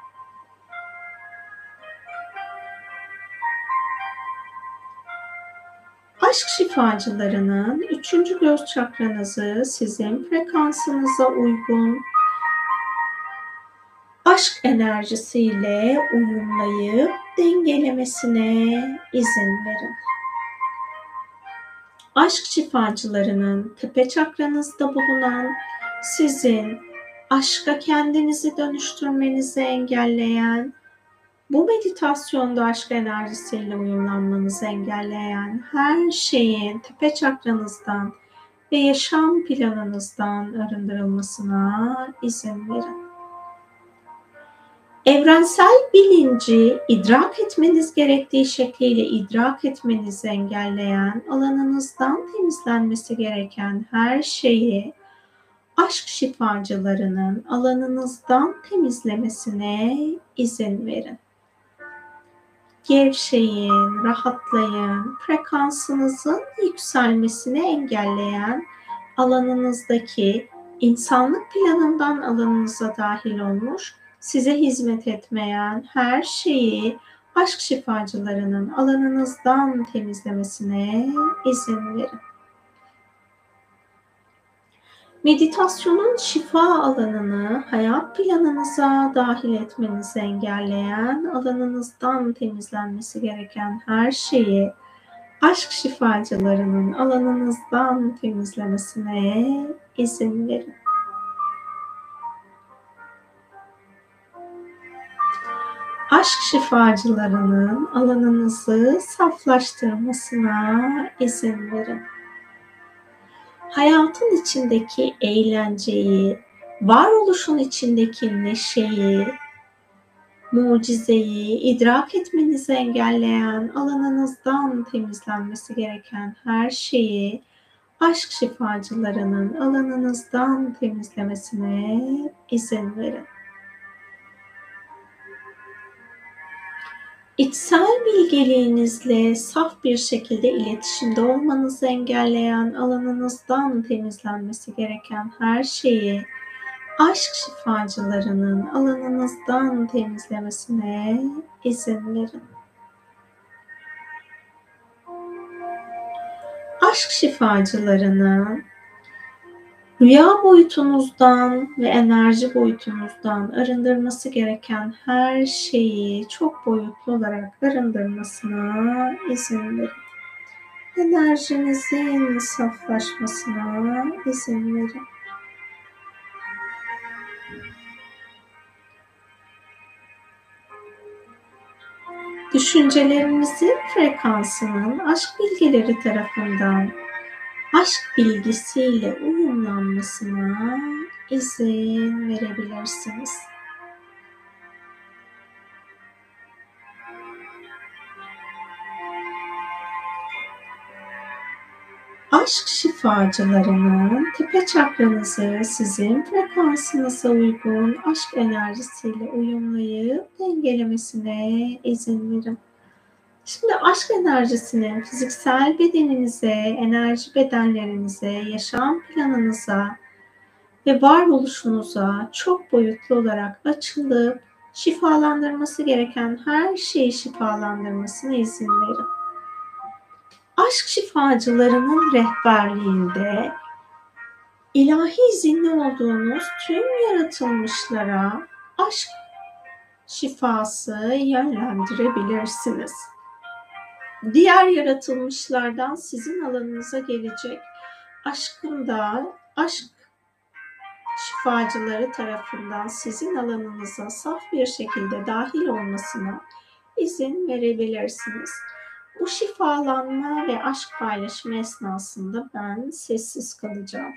Aşk şifacılarının üçüncü göz çakranızı sizin frekansınıza uygun aşk enerjisiyle uyumlayıp dengelemesine izin verin. Aşk şifacılarının tepe çakranızda bulunan, sizin aşka kendinizi dönüştürmenizi engelleyen, bu meditasyonda aşk enerjisiyle uyumlanmanızı engelleyen her şeyin tepe çakranızdan ve yaşam planınızdan arındırılmasına izin verin. Evrensel bilinci idrak etmeniz gerektiği şekliyle idrak etmenizi engelleyen, alanınızdan temizlenmesi gereken her şeyi aşk şifacılarının alanınızdan temizlemesine izin verin. Gevşeyin, rahatlayın, frekansınızın yükselmesini engelleyen alanınızdaki insanlık planından alanınıza dahil olmuş, size hizmet etmeyen her şeyi aşk şifacılarının alanınızdan temizlemesine izin verin. Meditasyonun şifa alanını hayat planınıza dahil etmenizi engelleyen, alanınızdan temizlenmesi gereken her şeyi aşk şifacılarının alanınızdan temizlemesine izin verin. Aşk şifacılarının alanınızı saflaştırmasına izin verin. Hayatın içindeki eğlenceyi, varoluşun içindeki neşeyi, mucizeyi idrak etmenizi engelleyen, alanınızdan temizlenmesi gereken her şeyi aşk şifacılarının alanınızdan temizlemesine izin verin. İçsel bilgeliğinizle saf bir şekilde iletişimde olmanızı engelleyen, alanınızdan temizlenmesi gereken her şeyi aşk şifacılarının alanınızdan temizlemesine izin verin. Aşk şifacılarının rüya boyutunuzdan ve enerji boyutunuzdan arındırması gereken her şeyi çok boyutlu olarak arındırmasına izin verin. Enerjinizin saflaşmasına izin verin. Düşüncelerinizin frekansının aşk bilgeleri tarafından aşk bilgisiyle uyumlanmasına izin verebilirsiniz. Aşk şifacılarının tepe çakranızı sizin frekansınıza uygun aşk enerjisiyle uyumlayıp dengelemesine izin verin. Şimdi aşk enerjisinin fiziksel bedeninize, enerji bedenlerinize, yaşam planınıza ve varoluşunuza çok boyutlu olarak açılıp şifalandırması gereken her şeyi şifalandırmasına izin verin. Aşk şifacılarının rehberliğinde ilahi izinli olduğunuz tüm yaratılmışlara aşk şifası yönlendirebilirsiniz. Diğer yaratılmışlardan sizin alanınıza gelecek aşkın da aşk şifacıları tarafından sizin alanınıza saf bir şekilde dahil olmasına izin verebilirsiniz. Bu şifalanma ve aşk paylaşımı esnasında ben sessiz kalacağım.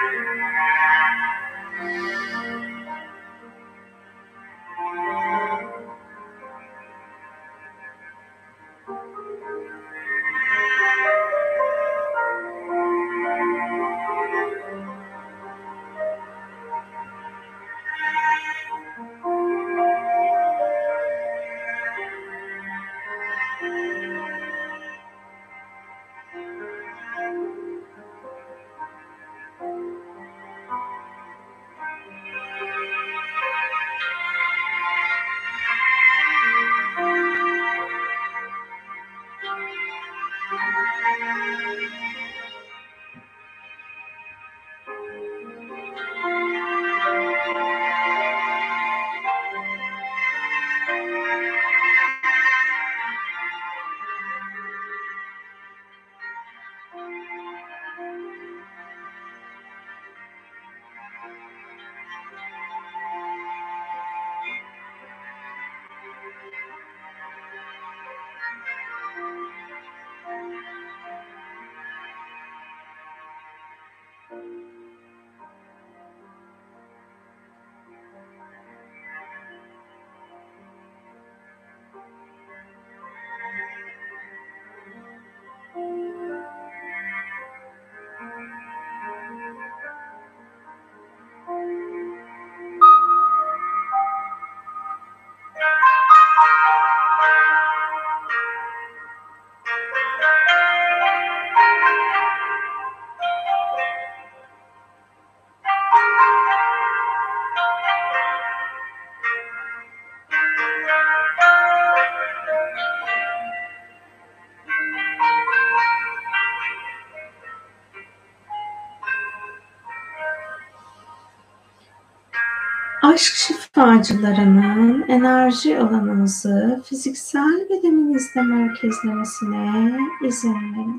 Aşk şifacılarının enerji alanınızı fiziksel bedeninizde merkezlemesine izin verin.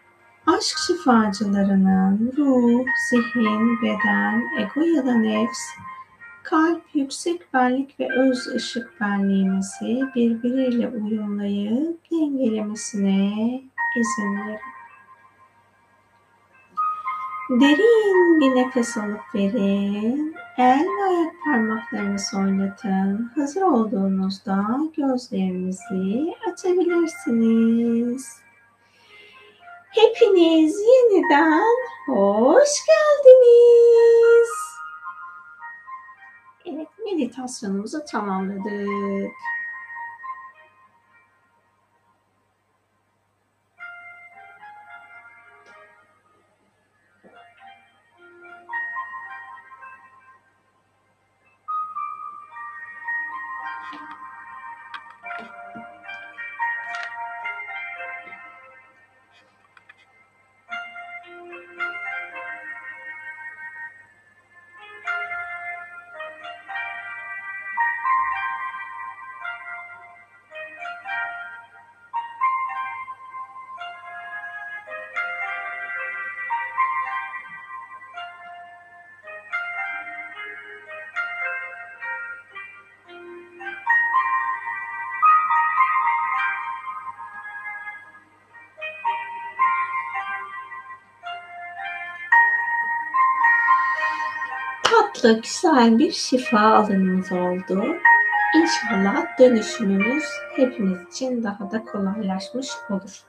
Aşk şifacılarının ruh, zihin, beden, ego ya da nefs, kalp, yüksek benlik ve öz ışık benliğinizi birbiriyle uyumlayıp dengelemesine izin verin. Derin bir nefes alıp verin. El ve ayak parmaklarınızı oynatın. Hazır olduğunuzda gözlerinizi açabilirsiniz. Hepiniz yeniden hoş geldiniz. Evet, meditasyonumuzu tamamladık. Tatlı, güzel bir şifa alanımız oldu. İnşallah dönüşümümüz hepimiz için daha da kolaylaşmış olur.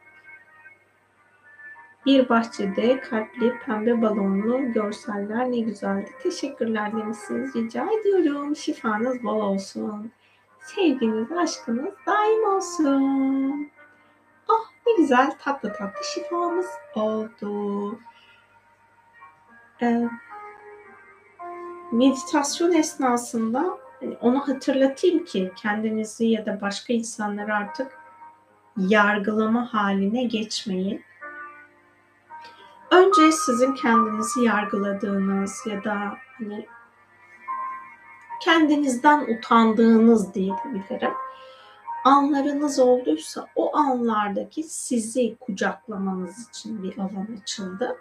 Bir bahçede kalpli pembe balonlu görseller ne güzeldi. Teşekkürler demişsiniz. Rica ediyorum. Şifanız bol olsun. Sevginiz, aşkınız daim olsun. Ah, ne güzel tatlı tatlı şifamız oldu. Meditasyon esnasında onu hatırlatayım ki kendinizi ya da başka insanları artık yargılama haline geçmeyin. Önce sizin kendinizi yargıladığınız ya da hani kendinizden utandığınız diyebilirim. Anlarınız olduysa o anlardaki sizi kucaklamanız için bir alan açıldı.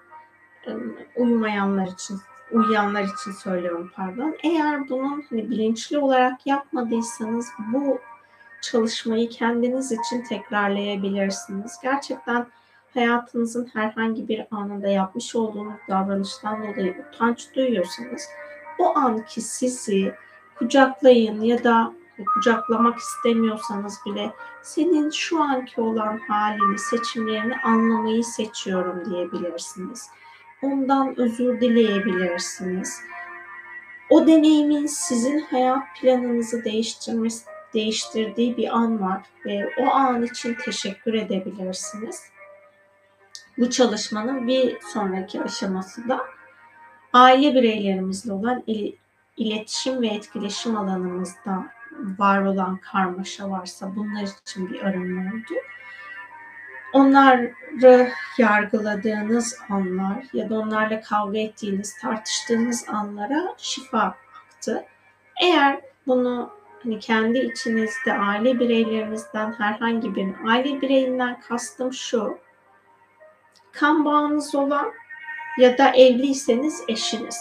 Uyuyanlar için söylüyorum pardon. Eğer bunu bilinçli olarak yapmadıysanız bu çalışmayı kendiniz için tekrarlayabilirsiniz. Gerçekten hayatınızın herhangi bir anında yapmış olduğunuz davranıştan dolayı utanç duyuyorsanız o anki sizi kucaklayın ya da kucaklamak istemiyorsanız bile senin şu anki olan halini, seçimlerini anlamayı seçiyorum diyebilirsiniz. Ondan özür dileyebilirsiniz. O deneyimin sizin hayat planınızı değiştirdiği bir an var ve o an için teşekkür edebilirsiniz. Bu çalışmanın bir sonraki aşaması da aile bireylerimizle olan iletişim ve etkileşim alanımızda var olan karmaşa varsa bunlar için bir arınma oldu. Onları yargıladığınız anlar ya da onlarla kavga ettiğiniz, tartıştığınız anlara şifa aktı. Eğer bunu kendi içinizde aile bireylerinizden herhangi bir aile bireyinden kastım şu: kan bağınız olan ya da evliyseniz eşiniz.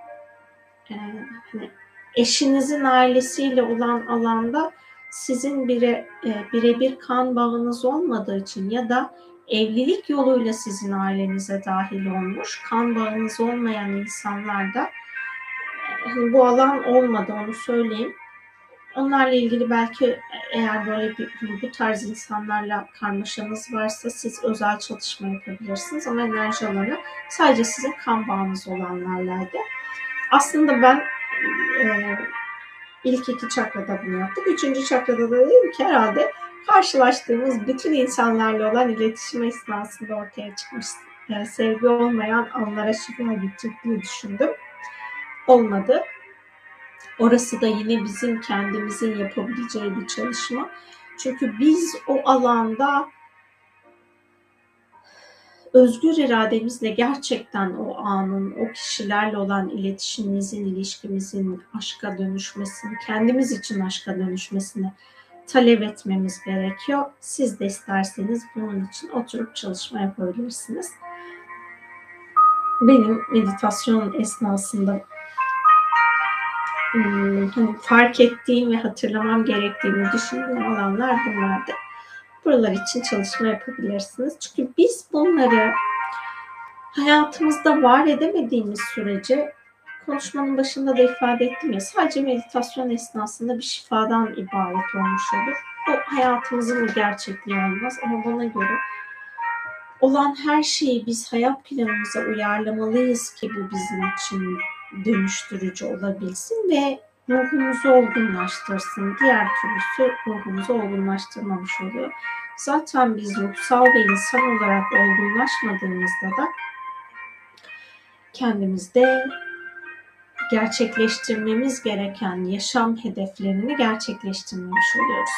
Eşinizin ailesiyle olan alanda sizin birebir kan bağınız olmadığı için ya da evlilik yoluyla sizin ailenize dahil olmuş kan bağınız olmayan insanlar da bu alan olmadı, onu söyleyeyim. Onlarla ilgili belki eğer böyle bu tarz insanlarla karmaşanız varsa siz özel çalışma yapabilirsiniz ama enerji alanı sadece sizin kan bağınız olanlarlaydı. Aslında ben ilk 2 çakrada bunu yaptık. 3. çakrada da dedim ki herhalde karşılaştığımız bütün insanlarla olan iletişim esnasında ortaya çıkmış sevgi olmayan anlara şifa gidecek diye düşündüm. Olmadı. Orası da yine bizim kendimizin yapabileceği bir çalışma. Çünkü biz o alanda özgür irademizle gerçekten o anın, o kişilerle olan iletişimimizin, ilişkimizin aşka dönüşmesini, kendimiz için aşka dönüşmesini talep etmemiz gerekiyor. Siz de isterseniz bunun için oturup çalışma yapabilirsiniz. Benim meditasyon esnasında fark ettiğim ve hatırlamam gerektiğini düşündüğüm alanlar bunlardı. Buralar için çalışma yapabilirsiniz. Çünkü biz bunları hayatımızda var edemediğimiz sürece, konuşmanın başında da ifade ettim ya, sadece meditasyon esnasında bir şifadan ibaret olmuş olur. Bu hayatımızın bir gerçekliği olmaz ama bana göre olan her şeyi biz hayat planımıza uyarlamalıyız ki bu bizim için dönüştürücü olabilsin ve ruhumuzu olgunlaştırsın. Diğer türlüsü ruhumuzu olgunlaştırmamış oluyor. Zaten biz ruhsal ve insan olarak olgunlaşmadığımızda da kendimizde gerçekleştirmemiz gereken yaşam hedeflerini gerçekleştirmemiş oluyoruz.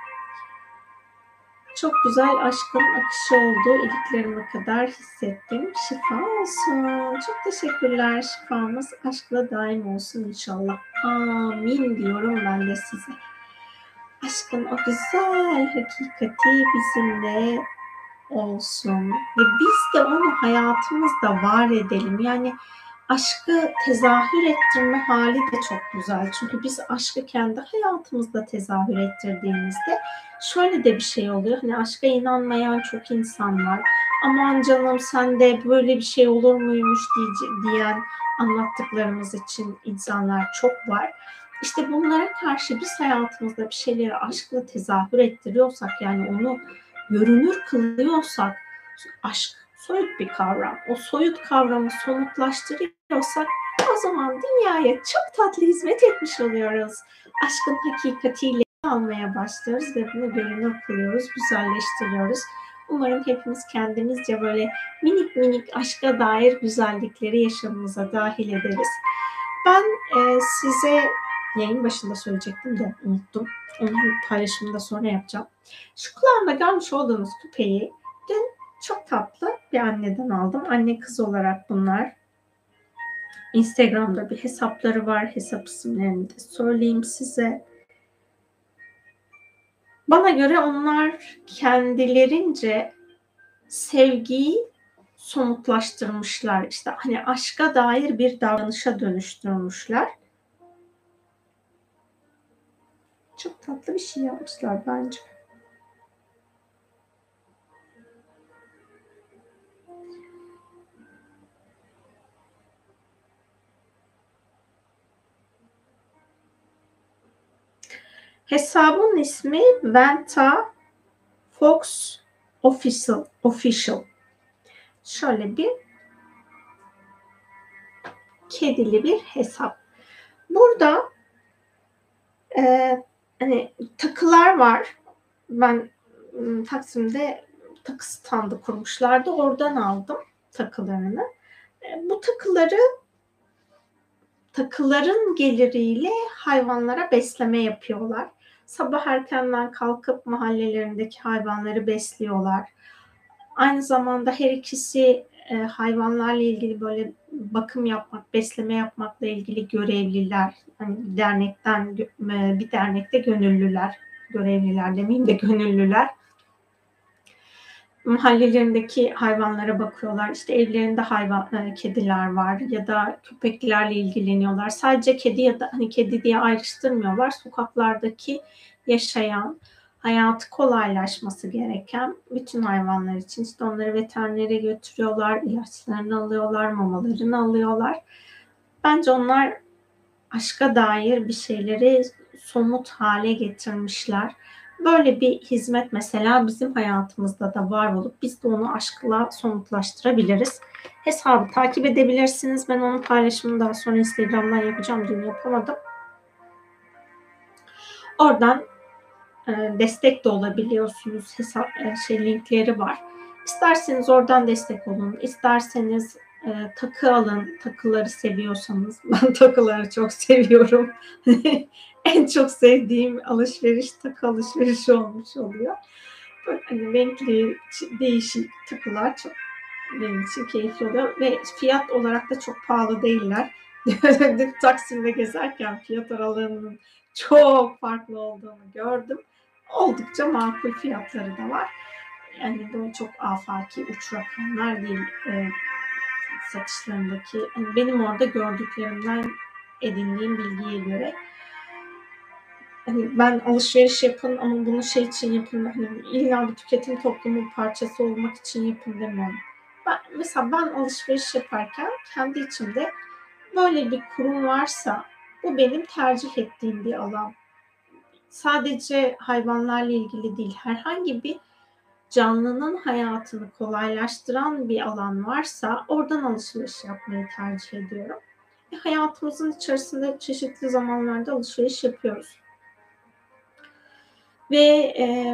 Çok güzel aşkın akışı oldu. İliklerime kadar hissettim. Şifa olsun. Çok teşekkürler. Şifamız aşkla daim olsun inşallah. Amin diyorum ben de size. Aşkın o güzel hakikati bizimle olsun. Ve biz de onu hayatımızda var edelim. Yani aşkı tezahür ettirme hali de çok güzel. Çünkü biz aşkı kendi hayatımızda tezahür ettirdiğimizde şöyle de bir şey oluyor. Aşka inanmayan çok insan var. Aman canım sende böyle bir şey olur muymuş diyen anlattıklarımız için insanlar çok var. İşte bunlara karşı biz hayatımızda bir şeyleri aşkla tezahür ettiriyorsak, yani onu görünür kılıyorsak, aşk soyut bir kavram. O soyut kavramı somutlaştırıyorsak o zaman dünyaya çok tatlı hizmet etmiş oluyoruz. Aşkın hakikatiyle almaya başlıyoruz ve bunu görünür kılıyoruz, güzelleştiriyoruz. Umarım hepimiz kendimizce böyle minik minik aşka dair güzellikleri yaşamımıza dahil ederiz. Ben size yayın başında söyleyecektim de unuttum. Onu paylaşımda sonra yapacağım. Şu kulağımda görmüş olduğunuz küpeyi dün çok tatlı bir anneden aldım. Anne kız olarak bunlar. Instagram'da bir hesapları var. Hesap isimlerini de söyleyeyim size. Bana göre onlar kendilerince sevgiyi somutlaştırmışlar. İşte aşka dair bir davranışa dönüştürmüşler. Çok tatlı bir şey yapmışlar bence. Hesabın ismi Venta Fox Official. Şöyle bir kedili bir hesap. Burada hani takılar var. Ben Taksim'de takı standı kurmuşlardı. Oradan aldım takılarını. Bu takıların geliriyle hayvanlara besleme yapıyorlar. Sabah erkenden kalkıp mahallelerindeki hayvanları besliyorlar. Aynı zamanda her ikisi hayvanlarla ilgili böyle bakım yapmak, besleme yapmakla ilgili görevliler. Hani bir dernekte gönüllüler, görevliler demeyeyim de gönüllüler. Mahallelerindeki hayvanlara bakıyorlar. İşte evlerinde kediler var ya da köpeklerle ilgileniyorlar. Sadece kedi ya da hani kedi diye ayrıştırmıyorlar. Sokaklardaki yaşayan, hayatı kolaylaşması gereken bütün hayvanlar için işte onları veterinere götürüyorlar, ilaçlarını alıyorlar, mamalarını alıyorlar. Bence onlar aşka dair bir şeyleri somut hale getirmişler. Böyle bir hizmet mesela bizim hayatımızda da var olup biz de onu aşkla somutlaştırabiliriz. Hesabı takip edebilirsiniz. Ben onun paylaşımını daha sonra Instagram'dan yapacağım. Dün yapamadım. Oradan destek de olabiliyorsunuz. Linkleri var. İsterseniz oradan destek olun. İsterseniz takı alın. Takıları seviyorsanız. Ben takıları çok seviyorum. En çok sevdiğim alışveriş takı alışverişi olmuş oluyor. Böyle hani renkli, değişik takılar çok benim için keyifli oluyor. Ve fiyat olarak da çok pahalı değiller. Taksim'de gezerken fiyat aralığının çok farklı olduğunu gördüm. Oldukça makul fiyatları da var. Yani böyle çok afaki uç rakamlar değil satışlarındaki. Yani benim orada gördüklerimden edindiğim bilgiye göre hani ben alışveriş yapın ama bunu şey için yapın, hani illa bir tüketim toplumu parçası olmak için yapın demiyorum. Mesela ben alışveriş yaparken kendi içimde böyle bir kurum varsa bu benim tercih ettiğim bir alan. Sadece hayvanlarla ilgili değil, herhangi bir canlının hayatını kolaylaştıran bir alan varsa oradan alışveriş yapmayı tercih ediyorum. Hayatımızın içerisinde çeşitli zamanlarda alışveriş yapıyoruz. Ve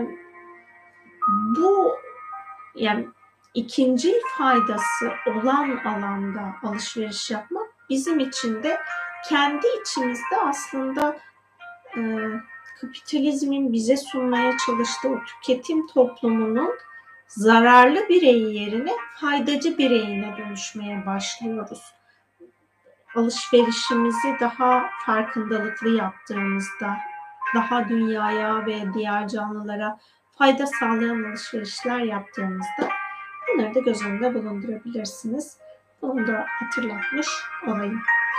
bu yani ikinci faydası olan alanda alışveriş yapmak bizim için de kendi içimizde aslında kapitalizmin bize sunmaya çalıştığı o tüketim toplumunun zararlı bireyi yerine faydacı bireyine dönüşmeye başlıyoruz. Alışverişimizi daha farkındalıklı yaptığımızda, daha dünyaya ve diğer canlılara fayda sağlayan alışverişler yaptığımızda bunları da göz önünde bulundurabilirsiniz. Bunu da hatırlatmış olayım.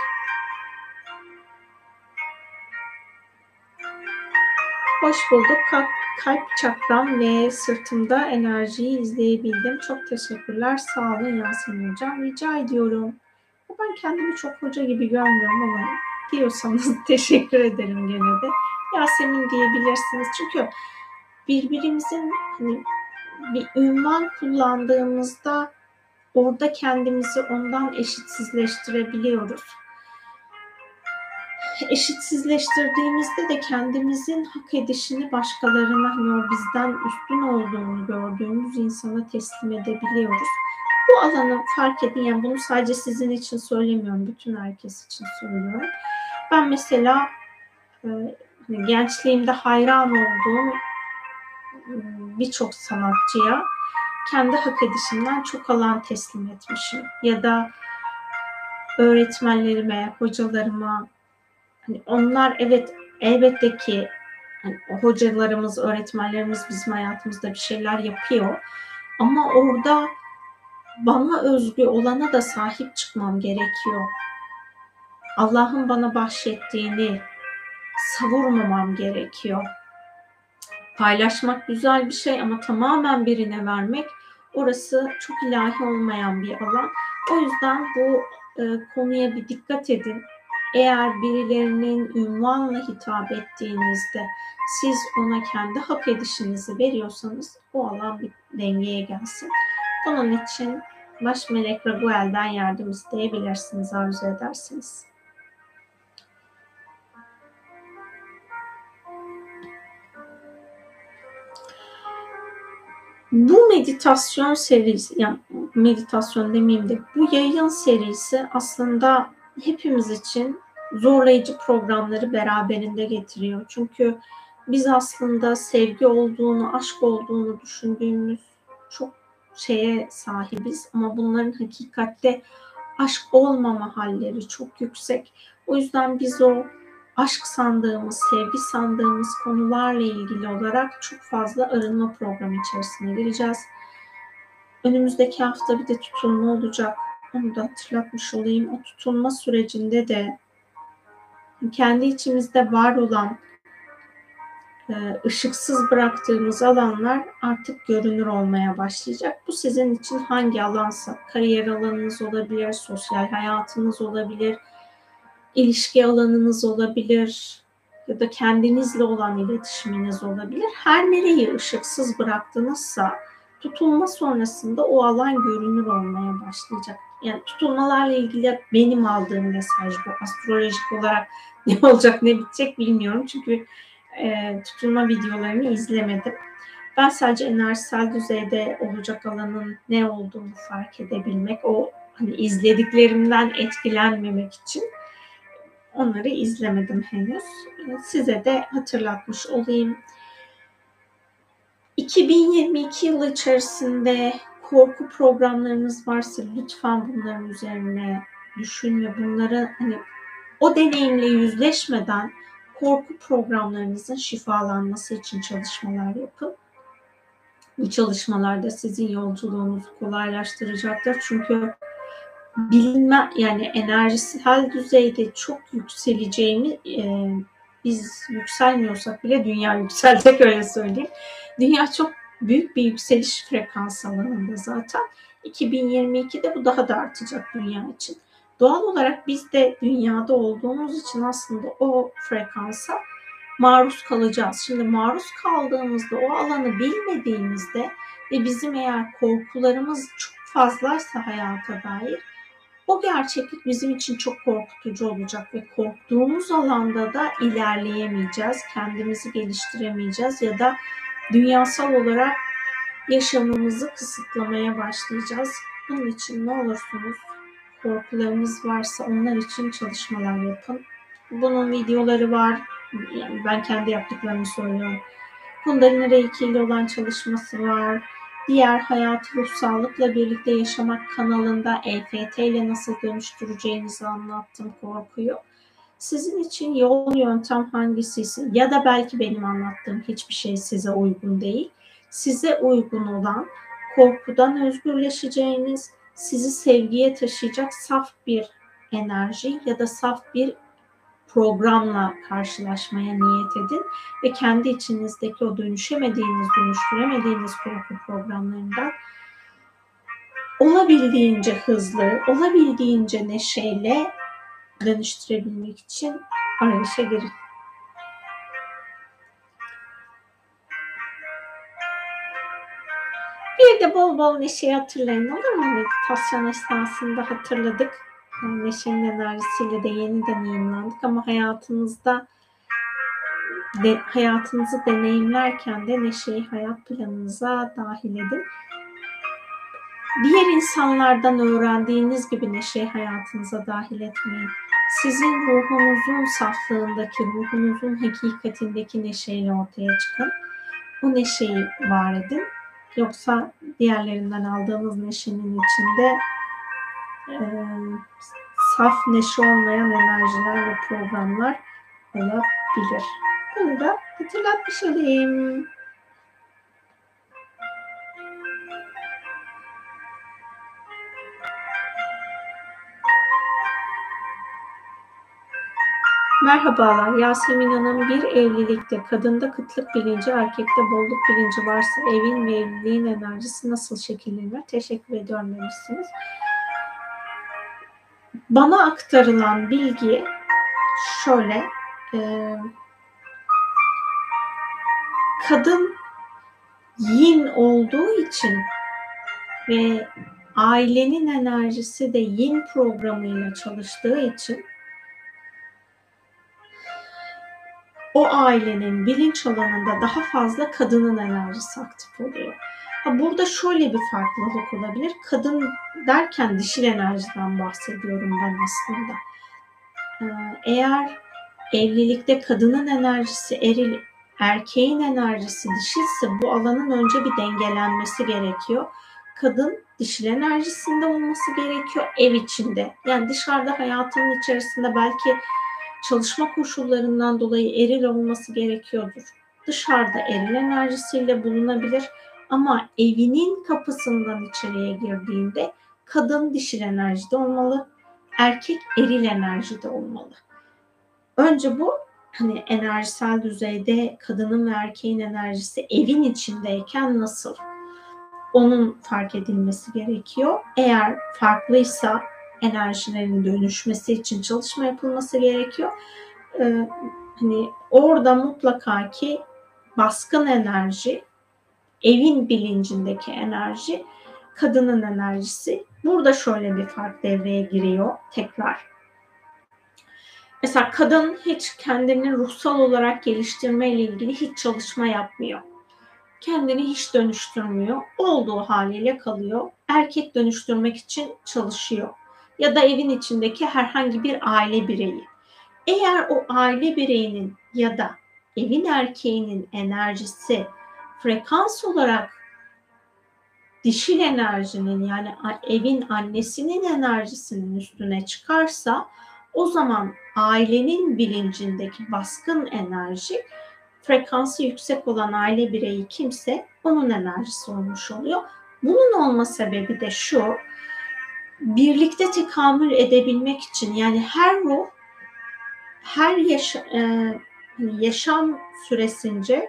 Hoş bulduk. Kalp çakram ve sırtımda enerjiyi izleyebildim. Çok teşekkürler. Sağ olun Yasemin Hocam. Rica ediyorum. Ben kendimi çok hoca gibi görmüyorum ama diyorsanız teşekkür ederim gene de. Yasemin diyebilirsiniz. Çünkü birbirimizin hani bir ünvan kullandığımızda orada kendimizi ondan eşitsizleştirebiliyoruz. Eşitsizleştirdiğimizde de kendimizin hak edişini başkalarına, hani o bizden üstün olduğunu gördüğümüz insana teslim edebiliyoruz. Bu alanı fark edin. Yani bunu sadece sizin için söylemiyorum. Bütün herkes için söylüyorum. Ben mesela gençliğimde hayran olduğum birçok sanatçıya kendi hak edişimden çok alan teslim etmişim. Ya da öğretmenlerime, hocalarıma, hani onlar evet elbette ki hani hocalarımız, öğretmenlerimiz bizim hayatımızda bir şeyler yapıyor. Ama orada bana özgü olana da sahip çıkmam gerekiyor. Allah'ın bana bahşettiğini savurmamam gerekiyor. Paylaşmak güzel bir şey ama tamamen birine vermek, orası çok ilahi olmayan bir alan. O yüzden bu konuya bir dikkat edin. Eğer birilerinin ünvanla hitap ettiğinizde siz ona kendi hak edişinizi veriyorsanız o alan bir dengeye gelsin. Bunun için baş melek Raguel'den yardım isteyebilirsiniz, arzu edersiniz. Bu meditasyon serisi, yani meditasyon demeyeyim de bu yayın serisi aslında hepimiz için zorlayıcı programları beraberinde getiriyor. Çünkü biz aslında sevgi olduğunu, aşk olduğunu düşündüğümüz çok şeye sahibiz. Ama bunların hakikatte aşk olmama halleri çok yüksek. O yüzden biz o aşk sandığımız, sevgi sandığımız konularla ilgili olarak çok fazla arınma programı içerisine gireceğiz. Önümüzdeki hafta bir de tutulma olacak. Onu da hatırlatmış olayım. O tutulma sürecinde de kendi içimizde var olan ışıksız bıraktığımız alanlar artık görünür olmaya başlayacak. Bu sizin için hangi alansa, kariyer alanınız olabilir, sosyal hayatınız olabilir, ilişki alanınız olabilir ya da kendinizle olan iletişiminiz olabilir. Her nereyi ışıksız bıraktınızsa tutulma sonrasında o alan görünür olmaya başlayacak. Yani tutulmalarla ilgili benim aldığım mesaj bu. Astrolojik olarak ne olacak ne bitecek bilmiyorum. Çünkü tutulma videolarını izlemedim. Ben sadece enerjisel düzeyde olacak alanın ne olduğunu fark edebilmek, o hani izlediklerimden etkilenmemek için onları izlemedim henüz. Size de hatırlatmış olayım. 2022 yılı içerisinde korku programlarınız varsa lütfen bunların üzerine düşün ve bunları hani o deneyimle yüzleşmeden korku programlarınızın şifalanması için çalışmalar yapın. Bu çalışmalar da sizin yolculuğunuzu kolaylaştıracaktır. Çünkü bilinme, yani enerjisel düzeyde çok yükseleceğimi, biz yükselmiyorsak bile dünya yükselecek, öyle söyleyeyim. Dünya çok büyük bir yükseliş frekansı alanında zaten. 2022'de bu daha da artacak dünya için. Doğal olarak biz de dünyada olduğumuz için aslında o frekansa maruz kalacağız. Şimdi maruz kaldığımızda, o alanı bilmediğimizde ve bizim eğer korkularımız çok fazlaysa hayata dair, o gerçeklik bizim için çok korkutucu olacak ve korktuğumuz alanda da ilerleyemeyeceğiz, kendimizi geliştiremeyeceğiz ya da dünyasal olarak yaşamımızı kısıtlamaya başlayacağız. Bunun için ne olursunuz, korkularınız varsa onlar için çalışmalar yapın. Bunun videoları var. Yani ben kendi yaptıklarımı söylüyorum. Kundalini Reiki ile olan çalışması var. Diğer Hayat Ruhsallıkla Birlikte Yaşamak kanalında EFT ile nasıl dönüştüreceğinizi anlattım korkuyu. Sizin için yol yöntem hangisiyse ya da belki benim anlattığım hiçbir şey size uygun değil. Size uygun olan, korkudan özgürleşeceğiniz, sizi sevgiye taşıyacak saf bir enerji ya da saf bir programla karşılaşmaya niyet edin ve kendi içinizdeki o dönüşemediğiniz, dönüştüremediğiniz korku programlarından olabildiğince hızlı, olabildiğince neşeyle dönüştürebilmek için arayışa girin. Bir de bol bol neşeyi hatırlayın, olur mu? Meditasyon esnasında hatırladık. Neşenin enerjisiyle de yeniden yayınlandık ama hayatınızı deneyimlerken de neşeyi hayat planınıza dahil edin. Diğer insanlardan öğrendiğiniz gibi neşeyi hayatınıza dahil etmeyin. Sizin ruhunuzun saflığındaki, ruhunuzun hakikatindeki neşeyle ortaya çıkın. Bu neşeyi var edin. Yoksa diğerlerinden aldığınız neşenin içinde saf neşe olmayan enerjiler ve programlar olabilir. Bunu da hatırlatmış olayım. Merhabalar, Yasemin Hanım. Bir evlilikte kadında kıtlık bilinci, erkekte bolluk bilinci varsa evin ve evliliğin enerjisi nasıl şekillenir? Teşekkür ediyorum demişsiniz. Bana aktarılan bilgi şöyle, kadın yin olduğu için ve ailenin enerjisi de yin programıyla çalıştığı için o ailenin bilinç alanında daha fazla kadının enerjisi aktif oluyor. Burada şöyle bir farklılık olabilir. Kadın derken dişil enerjiden bahsediyorum ben aslında. Eğer evlilikte kadının enerjisi eril, erkeğin enerjisi dişilse bu alanın önce bir dengelenmesi gerekiyor. Kadın dişil enerjisinde olması gerekiyor ev içinde. Yani dışarıda hayatının içerisinde belki çalışma koşullarından dolayı eril olması gerekiyordur. Dışarıda eril enerjisiyle bulunabilir ama evinin kapısından içeriye girdiğinde kadın dişil enerjide olmalı, erkek eril enerjide olmalı. Önce bu hani enerjisel düzeyde kadının ve erkeğin enerjisi evin içindeyken nasıl? Onun fark edilmesi gerekiyor. Eğer farklıysa enerjilerin dönüşmesi için çalışma yapılması gerekiyor. Hani orada mutlaka ki baskın enerji, evin bilincindeki enerji, kadının enerjisi. Burada şöyle bir fark devreye giriyor tekrar. Mesela kadın hiç kendini ruhsal olarak geliştirme ile ilgili hiç çalışma yapmıyor. Kendini hiç dönüştürmüyor. Olduğu haliyle kalıyor. Erkek dönüştürmek için çalışıyor. Ya da evin içindeki herhangi bir aile bireyi. Eğer o aile bireyinin ya da evin erkeğinin enerjisi frekans olarak dişil enerjinin yani evin annesinin enerjisinin üstüne çıkarsa o zaman ailenin bilincindeki baskın enerji frekansı yüksek olan aile bireyi kimse onun enerjisi olmuş oluyor. Bunun olma sebebi de şu, birlikte tekamül edebilmek için yani her ruh her yaşam süresince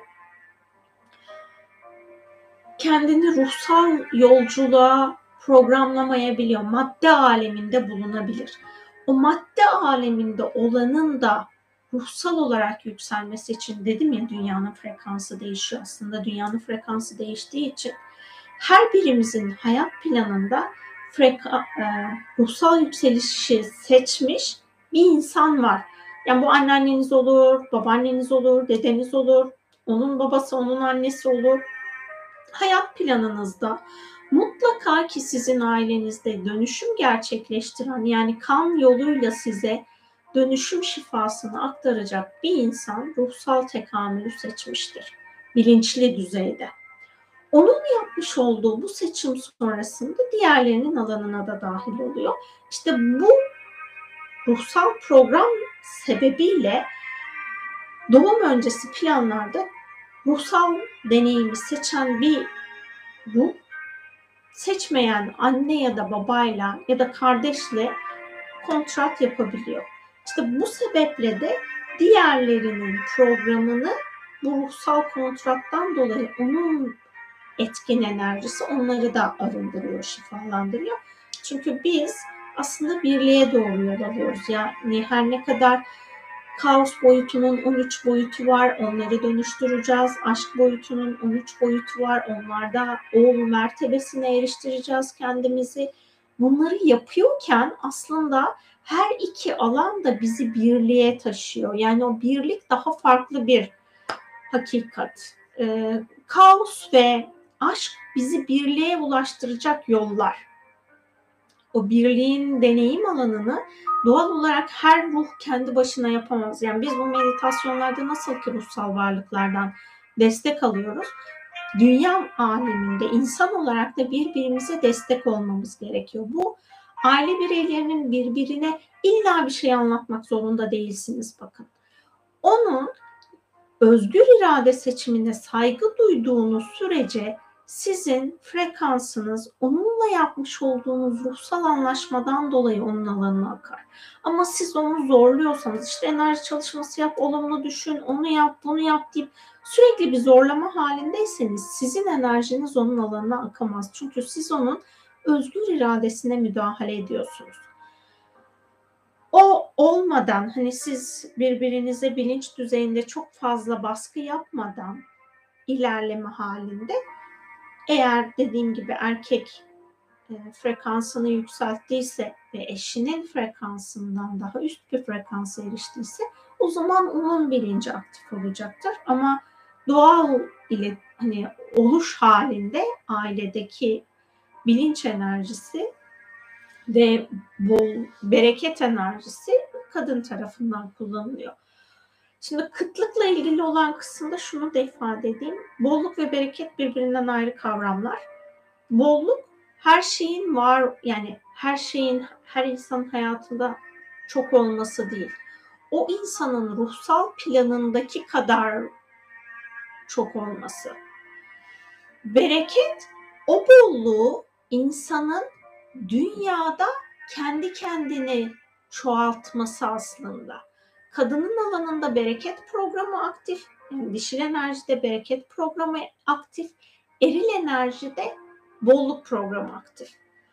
kendini ruhsal yolculuğa programlamayabiliyor. Madde aleminde bulunabilir. O madde aleminde olanın da ruhsal olarak yükselmesi için dedim ya dünyanın frekansı değişiyor. Aslında dünyanın frekansı değiştiği için her birimizin hayat planında ruhsal yükselişi seçmiş bir insan var. Yani bu anneanneniz olur, babaanneniz olur, dedeniz olur, onun babası, onun annesi olur. Hayat planınızda mutlaka ki sizin ailenizde dönüşüm gerçekleştiren yani kan yoluyla size dönüşüm şifasını aktaracak bir insan ruhsal tekamülü seçmiştir. Bilinçli düzeyde. Onun yapmış olduğu bu seçim sonrasında diğerlerinin alanına da dahil oluyor. İşte bu ruhsal program sebebiyle doğum öncesi planlarda ruhsal deneyimi seçen bir ruh, seçmeyen anne ya da babayla ya da kardeşle kontrat yapabiliyor. İşte bu sebeple de diğerlerinin programını bu ruhsal kontrattan dolayı onun etkin enerjisi onları da arındırıyor, şifalandırıyor. Çünkü biz aslında birliğe doğru yol alıyoruz. Yani her ne kadar kaos boyutunun 13 boyutu var, onları dönüştüreceğiz. Aşk boyutunun 13 boyutu var, onlarda oğul mertebesine eriştireceğiz kendimizi. Bunları yapıyorken aslında her iki alan da bizi birliğe taşıyor. Yani o birlik daha farklı bir hakikat. Kaos ve aşk bizi birliğe ulaştıracak yollar. O birliğin deneyim alanını doğal olarak her ruh kendi başına yapamaz. Yani biz bu meditasyonlarda nasıl ki ruhsal varlıklardan destek alıyoruz, dünya aleminde insan olarak da birbirimize destek olmamız gerekiyor. Bu aile bireylerinin birbirine illa bir şey anlatmak zorunda değilsiniz bakın. Onun özgür irade seçimine saygı duyduğunuz sürece sizin frekansınız onunla yapmış olduğunuz ruhsal anlaşmadan dolayı onun alanına akar. Ama siz onu zorluyorsanız işte enerji çalışması yap, olumlu düşün, onu yap, bunu yap deyip sürekli bir zorlama halindeyseniz sizin enerjiniz onun alanına akamaz. Çünkü siz onun özgür iradesine müdahale ediyorsunuz. o olmadan, hani siz birbirinize bilinç düzeyinde çok fazla baskı yapmadan ilerleme halinde, eğer dediğim gibi erkek frekansını yükselttiyse ve eşinin frekansından daha üst bir frekansa eriştiyse, o zaman onun bilinci aktif olacaktır. Ama doğal ile hani oluş halinde ailedeki bilinç enerjisi ve bol bereket enerjisi kadın tarafından kullanılıyor. Şimdi kıtlıkla ilgili olan kısımda şunu da ifade edeyim. Bolluk ve bereket birbirinden ayrı kavramlar. Bolluk her şeyin var, yani her şeyin her insanın hayatında çok olması değil. O insanın ruhsal planındaki kadar çok olması. Bereket o bolluğu insanın dünyada kendi kendini çoğaltması aslında. Kadının alanında bereket programı aktif, yani dişil enerjide bereket programı aktif, eril enerjide bolluk programı aktif.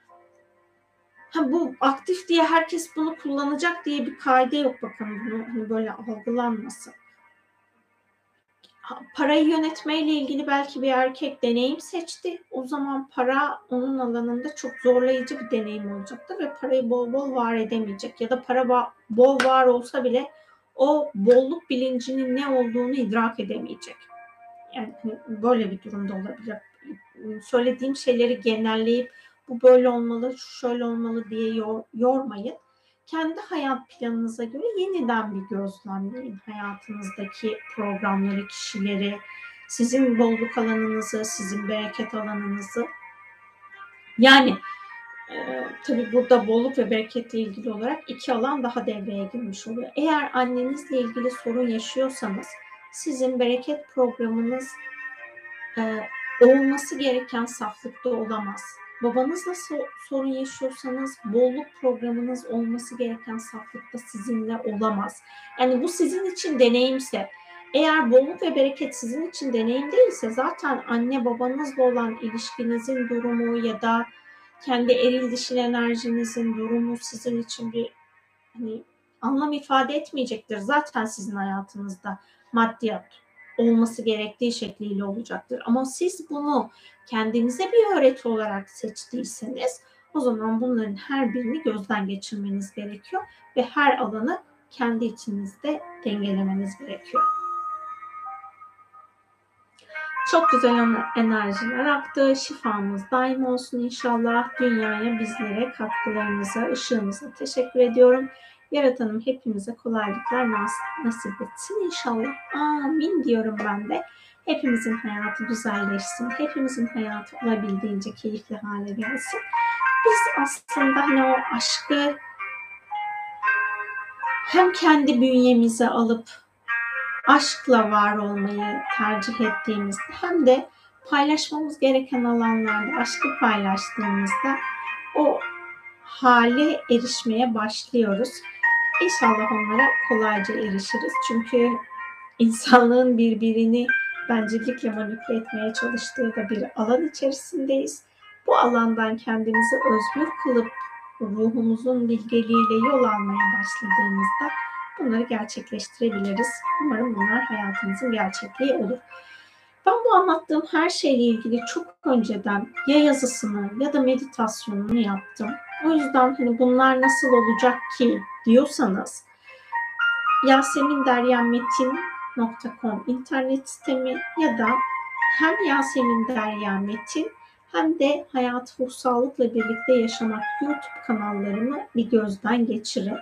Bu aktif diye herkes bunu kullanacak diye bir kaide yok, bakın bunu hani böyle algılanmasın. Parayı yönetmeyle ilgili belki bir erkek deneyim seçti. O zaman para onun alanında çok zorlayıcı bir deneyim olacaktır ve parayı bol bol var edemeyecek. Ya da para bol var olsa bile o bolluk bilincinin ne olduğunu idrak edemeyecek. Yani böyle bir durumda olabilir. Söylediğim şeyleri genelleyip bu böyle olmalı, şöyle olmalı diye yormayın. Kendi hayat planınıza göre yeniden bir gözlemleyin hayatınızdaki programları, kişileri, sizin bolluk alanınızı, sizin bereket alanınızı. Yani tabii burada bolluk ve bereketle ilgili olarak iki alan daha devreye girmiş oluyor. Eğer annenizle ilgili sorun yaşıyorsanız, sizin bereket programınız olması gereken saflıkta olamaz. Babanızla sorun yaşıyorsanız, bolluk programınız olması gereken saflıkta sizinle olamaz. Yani bu sizin için deneyimse, eğer bolluk ve bereket sizin için deneyim değilse, zaten anne babanızla olan ilişkinizin durumu ya da kendi eril dişil enerjinizin durumu sizin için bir anlam ifade etmeyecektir. Zaten sizin hayatınızda maddiyat olması gerektiği şekliyle olacaktır. Ama siz bunu kendinize bir öğreti olarak seçtiyseniz, o zaman bunların her birini gözden geçirmeniz gerekiyor ve her alanı kendi içinizde dengelemeniz gerekiyor. Çok güzel enerjiler aktı. Şifamız daim olsun inşallah. Dünyaya, bizlere, katkılarınıza, ışığınıza teşekkür ediyorum. Yaratanım hepimize kolaylıklar nasip etsin inşallah. Amin diyorum ben de. Hepimizin hayatı güzelleşsin. Hepimizin hayatı olabildiğince keyifli hale gelsin. Biz aslında o aşkı hem kendi bünyemize alıp aşkla var olmayı tercih ettiğimizde, hem de paylaşmamız gereken alanlarda aşkı paylaştığımızda o hale erişmeye başlıyoruz. İnşallah onlara kolayca erişiriz. Çünkü insanlığın birbirini bencillikle manipüle etmeye çalıştığı da bir alan içerisindeyiz. Bu alandan kendimizi özgür kılıp ruhumuzun bilgeliğiyle yol almaya başladığımızda bunları gerçekleştirebiliriz. Umarım bunlar hayatımızın gerçekliği olur. Ben bu anlattığım her şeyle ilgili çok önceden ya yazısını ya da meditasyonunu yaptım. O yüzden bunlar nasıl olacak ki diyorsanız, yaseminderyametin.com internet sitemi ya da hem Yasemin Derya Metin hem de Hayat Ruhsallıkla Birlikte Yaşamak YouTube kanallarımı bir gözden geçirin.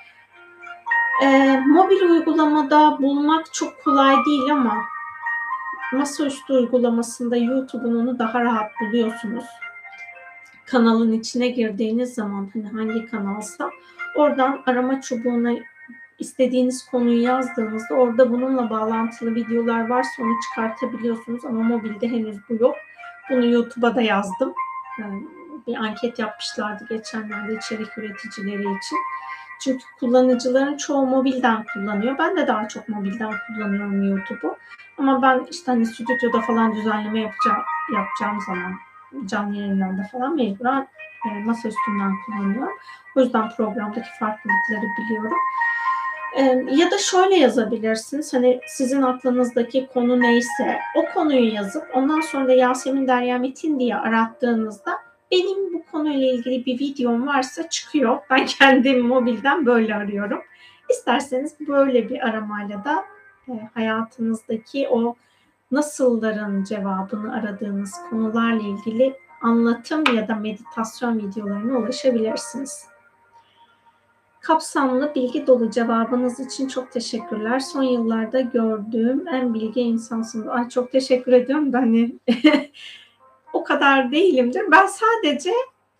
Mobil uygulamada bulmak çok kolay değil ama masaüstü uygulamasında YouTube'un onu daha rahat buluyorsunuz. Kanalın içine girdiğiniz zaman hangi kanalsa oradan arama çubuğuna istediğiniz konuyu yazdığınızda orada bununla bağlantılı videolar varsa onu çıkartabiliyorsunuz ama mobilde henüz bu yok. Bunu YouTube'a da yazdım. Bir anket yapmışlardı geçenlerde içerik üreticileri için. Çünkü kullanıcıların çoğu mobilden kullanıyor. Ben de daha çok mobilden kullanıyorum YouTube'u. Ama ben stüdyoda falan düzenleme yapacağım zaman, canlı yayınlarda falan mecburen masa üstünden kullanıyorum. O yüzden programdaki farklılıkları biliyorum. Ya da şöyle yazabilirsiniz. Hani sizin aklınızdaki konu neyse o konuyu yazıp ondan sonra da Yasemin Derya Metin diye arattığınızda benim bu konuyla ilgili bir videom varsa çıkıyor. Ben kendi mobilden böyle arıyorum. İsterseniz böyle bir aramayla da hayatınızdaki o nasılların cevabını aradığınız konularla ilgili anlatım ya da meditasyon videolarına ulaşabilirsiniz. Kapsamlı, bilgi dolu cevabınız için çok teşekkürler. Son yıllarda gördüğüm en bilge insansınız. Ay çok teşekkür ediyorum da hani o kadar değilimdir. Ben sadece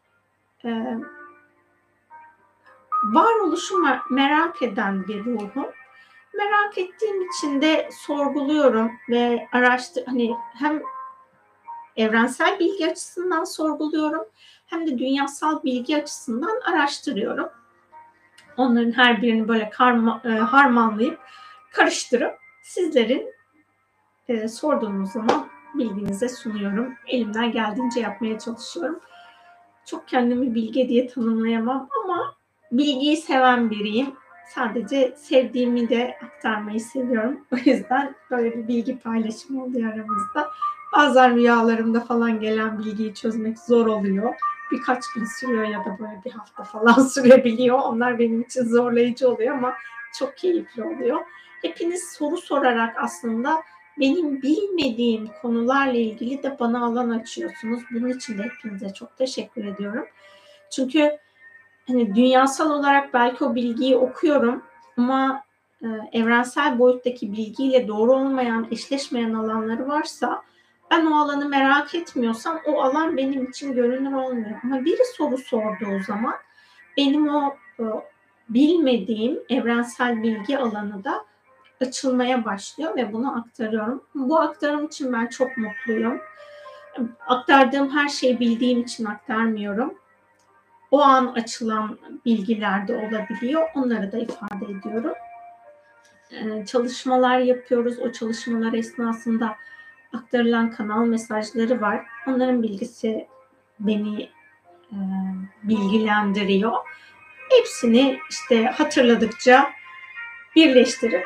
varoluşu merak eden bir ruhum. Merak ettiğim için de sorguluyorum ve hani hem evrensel bilgi açısından sorguluyorum hem de dünyasal bilgi açısından araştırıyorum. Onların her birini böyle harmanlayıp karıştırıp sizlerin sorduğunuz zaman bilginize sunuyorum. Elimden geldiğince yapmaya çalışıyorum. Çok kendimi bilge diye tanımlayamam ama bilgiyi seven biriyim. Sadece sevdiğimi de aktarmayı seviyorum. O yüzden böyle bir bilgi paylaşımı oluyor aramızda. Bazen rüyalarımda falan gelen bilgiyi çözmek zor oluyor. Birkaç gün sürüyor ya da böyle bir hafta falan sürebiliyor. Onlar benim için zorlayıcı oluyor ama çok keyifli oluyor. Hepiniz soru sorarak aslında benim bilmediğim konularla ilgili de bana alan açıyorsunuz. Bunun için de hepinize çok teşekkür ediyorum. Çünkü hani dünyasal olarak belki o bilgiyi okuyorum ama evrensel boyuttaki bilgiyle doğru olmayan, eşleşmeyen alanları varsa ben o alanı merak etmiyorsam o alan benim için görünür olmuyor. Ama biri soru sorduğu zaman benim o bilmediğim evrensel bilgi alanı da açılmaya başlıyor ve bunu aktarıyorum. Bu aktarım için ben çok mutluyum. Aktardığım her şeyi bildiğim için aktarmıyorum. O an açılan bilgiler de olabiliyor. Onları da ifade ediyorum. Çalışmalar yapıyoruz. O çalışmalar esnasında aktarılan kanal mesajları var. Onların bilgisi beni bilgilendiriyor. Hepsini işte hatırladıkça birleştirip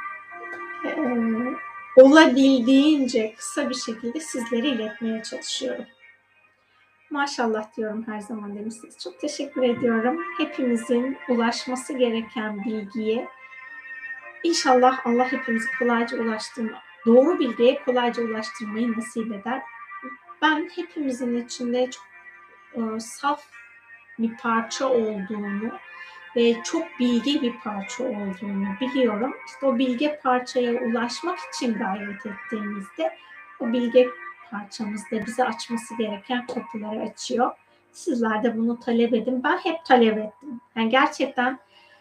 olabildiğince kısa bir şekilde sizlere iletmeye çalışıyorum. Maşallah diyorum her zaman demişsiniz. Çok teşekkür ediyorum. Hepimizin ulaşması gereken bilgiye İnşallah Allah hepimizi kolayca doğru bilgiye kolayca ulaştırmayı nasip eder. Ben hepimizin içinde çok saf bir parça olduğunu ve çok bilgi bir parça olduğunu biliyorum. İşte o bilge parçaya ulaşmak için gayret ettiğimizde o bilge parçamızda bize açması gereken kapıları açıyor. Sizler de bunu talep edin. Ben hep talep ettim. Yani gerçekten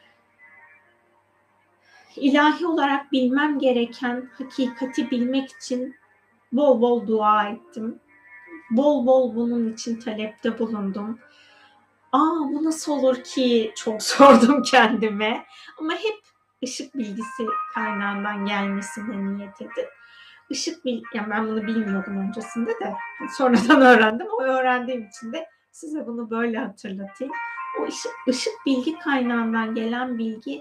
ilahi olarak bilmem gereken hakikati bilmek için bol bol dua ettim. Bol bol bunun için talepte bulundum. Bu nasıl olur ki çok sordum kendime. Ama hep ışık bilgisi kaynağından gelmesine niyet edin. Yani ben bunu bilmiyordum öncesinde de. Sonradan öğrendim. O öğrendiğim için de size bunu böyle hatırlatayım. O ışık bilgi kaynağından gelen bilgi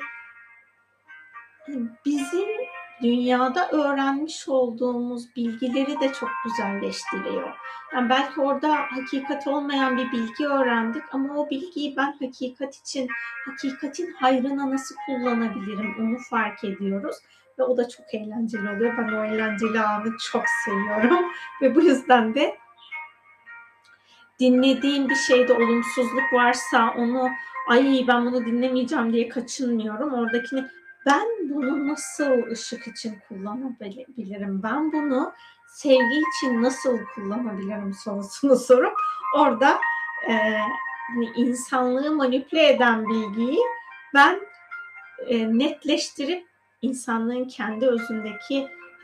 bizim dünyada öğrenmiş olduğumuz bilgileri de çok güzelleştiriyor. Yani belki orada hakikat olmayan bir bilgi öğrendik ama o bilgiyi ben hakikatin hayrına nasıl kullanabilirim onu fark ediyoruz. Ve o da çok eğlenceli oluyor. Ben o eğlenceli anı çok seviyorum. Ve bu yüzden de dinlediğim bir şeyde olumsuzluk varsa onu ben bunu dinlemeyeceğim diye kaçınmıyorum. Oradakini ben bunu nasıl ışık için kullanabilirim? Ben bunu sevgi için nasıl kullanabilirim sorusunu sorup orada hani insanlığı manipüle eden bilgiyi ben netleştirip insanlığın kendi özündeki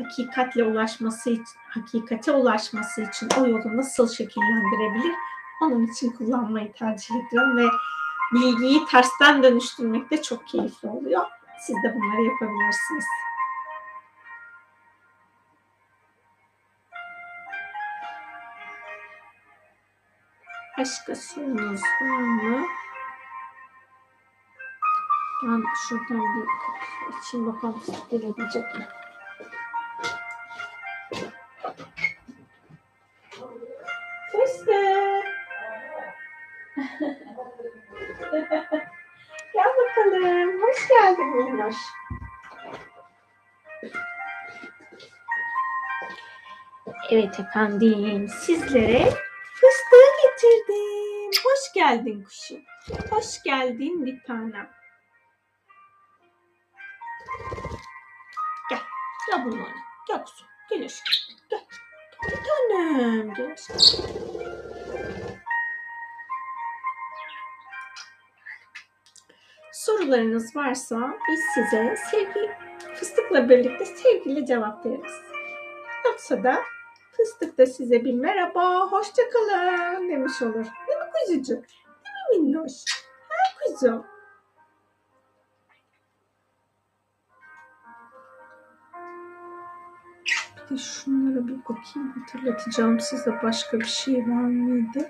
hakikate ulaşması için o yolu nasıl şekillendirebilir? Onun için kullanmayı tercih ediyorum ve bilgiyi tersten dönüştürmek de çok keyifli oluyor. Siz de bunları yapabilirsiniz. Başka sorunuz var mı? Ben şuradan bir kapı açayım bakalım gelebilecek mi? Fıstık. Gel bakalım. Hoş geldin Minnoş. Evet efendim. Sizlere fıstığı getirdim. Hoş geldin kuşum. Hoş geldin bir tanem. Gel. Gel bunlarla. Gel kuzum. Gel aşkım. Gel. Bir tanem. Gel aşkım. Sorularınız varsa biz size fıstıkla birlikte sevgiyle cevap veririz. Yoksa da fıstık da size bir merhaba, hoşça kalın demiş olur. Değil mi kuzucuk? Değil mi minnoş? Ha kuzum? Bir de şunlara bir bakayım, hatırlatacağım size, başka bir şey var mıydı?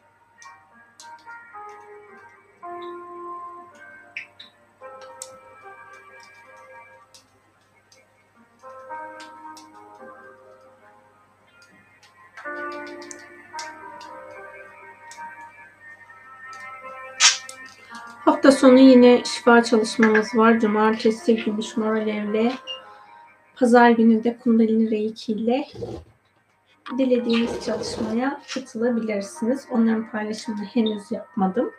Hafta sonu yine şifa çalışmamız var. Cumartesi Gümüş Mor Alev'le, Pazar günü de Kundalini Reiki ile dilediğiniz çalışmaya katılabilirsiniz. Onların paylaşımını henüz yapmadım.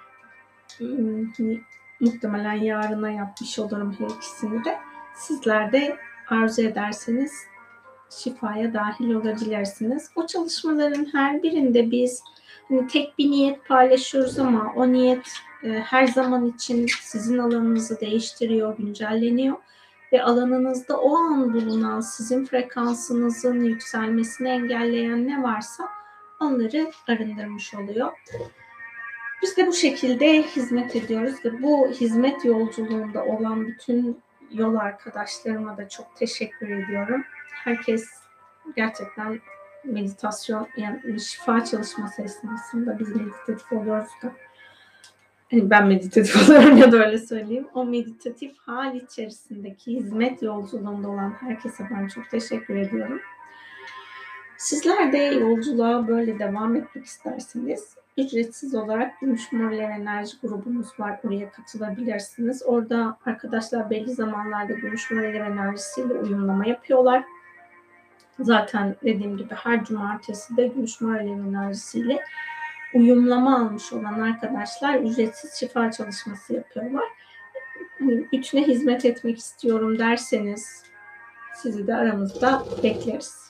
Muhtemelen yarına yapmış olurum her ikisini de. Sizler de arzu ederseniz şifaya dahil olabilirsiniz. O çalışmaların her birinde biz tek bir niyet paylaşıyoruz ama o niyet her zaman için sizin alanınızı değiştiriyor, güncelleniyor ve alanınızda o an bulunan sizin frekansınızın yükselmesini engelleyen ne varsa onları arındırmış oluyor. Biz de bu şekilde hizmet ediyoruz ve bu hizmet yolculuğunda olan bütün yol arkadaşlarıma da çok teşekkür ediyorum. Herkes gerçekten meditasyon, yani şifa çalışması esnasında biz meditatif oluyoruz da. Yani ben meditatif oluyorum ya da öyle söyleyeyim. O meditatif hal içerisindeki hizmet yolculuğunda olan herkese ben çok teşekkür ediyorum. Sizler de yolculuğa böyle devam etmek isterseniz ücretsiz olarak Gümüş Mor Alev Enerji grubumuz var. Oraya katılabilirsiniz. Orada arkadaşlar belli zamanlarda Gümüş Mor Alev enerjisiyle uyumlama yapıyorlar. Zaten dediğim gibi her cumartesi de Gümüş Mor Alev enerjisiyle uyumlama almış olan arkadaşlar ücretsiz şifa çalışması yapıyorlar. Bütüne hizmet etmek istiyorum derseniz sizi de aramızda bekleriz.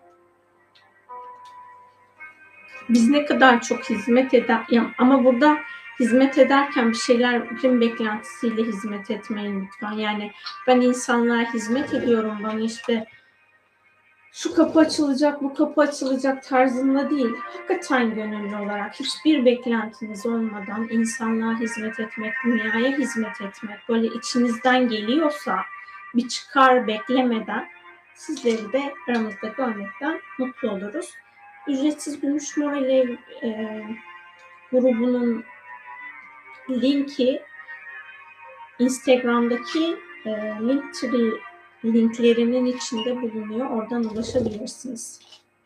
Biz ne kadar çok hizmet eder ama burada hizmet ederken bir şeylerin beklentisiyle hizmet etmeyin lütfen. Yani ben insanlara hizmet ediyorum, bana işte şu kapı açılacak, bu kapı açılacak tarzında değil. Hakikaten gönüllü olarak hiçbir beklentiniz olmadan insanlığa hizmet etmek, dünyaya hizmet etmek böyle içinizden geliyorsa bir çıkar beklemeden sizleri de aramızda görmekten mutlu oluruz. Ücretsiz Gümüş Mor Alev grubunun linki Instagram'daki Linktree linklerinin içinde bulunuyor. Oradan ulaşabilirsiniz.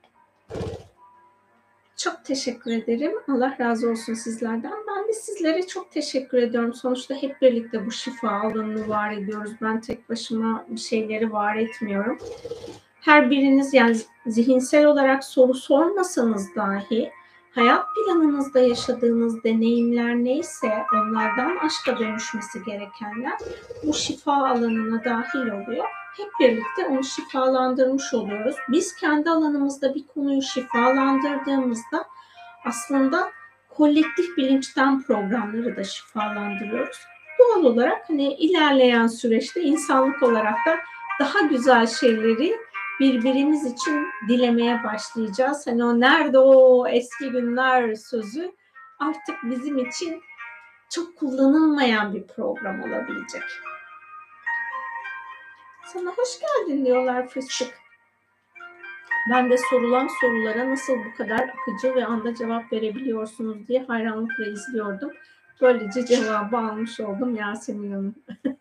Çok teşekkür ederim. Allah razı olsun sizlerden. Ben de sizlere çok teşekkür ediyorum. Sonuçta hep birlikte bu şifa alanını var ediyoruz. Ben tek başıma bir şeyleri var etmiyorum. Her biriniz yani zihinsel olarak soru sormasanız dahi hayat planınızda yaşadığınız deneyimler neyse onlardan aşka dönüşmesi gerekenler bu şifa alanına dahil oluyor. Hep birlikte onu şifalandırmış oluyoruz. Biz kendi alanımızda bir konuyu şifalandırdığımızda aslında kolektif bilinçten programları da şifalandırıyoruz. Doğal olarak ilerleyen süreçte insanlık olarak da daha güzel şeyleri birbirimiz için dilemeye başlayacağız. O nerede o eski günler sözü artık bizim için çok kullanılmayan bir program olabilecek. Sana hoş geldin diyorlar fıstık. Ben de sorulan sorulara nasıl bu kadar akıcı ve anda cevap verebiliyorsunuz diye hayranlıkla izliyordum. Böylece cevabı almış oldum Yasemin Hanım.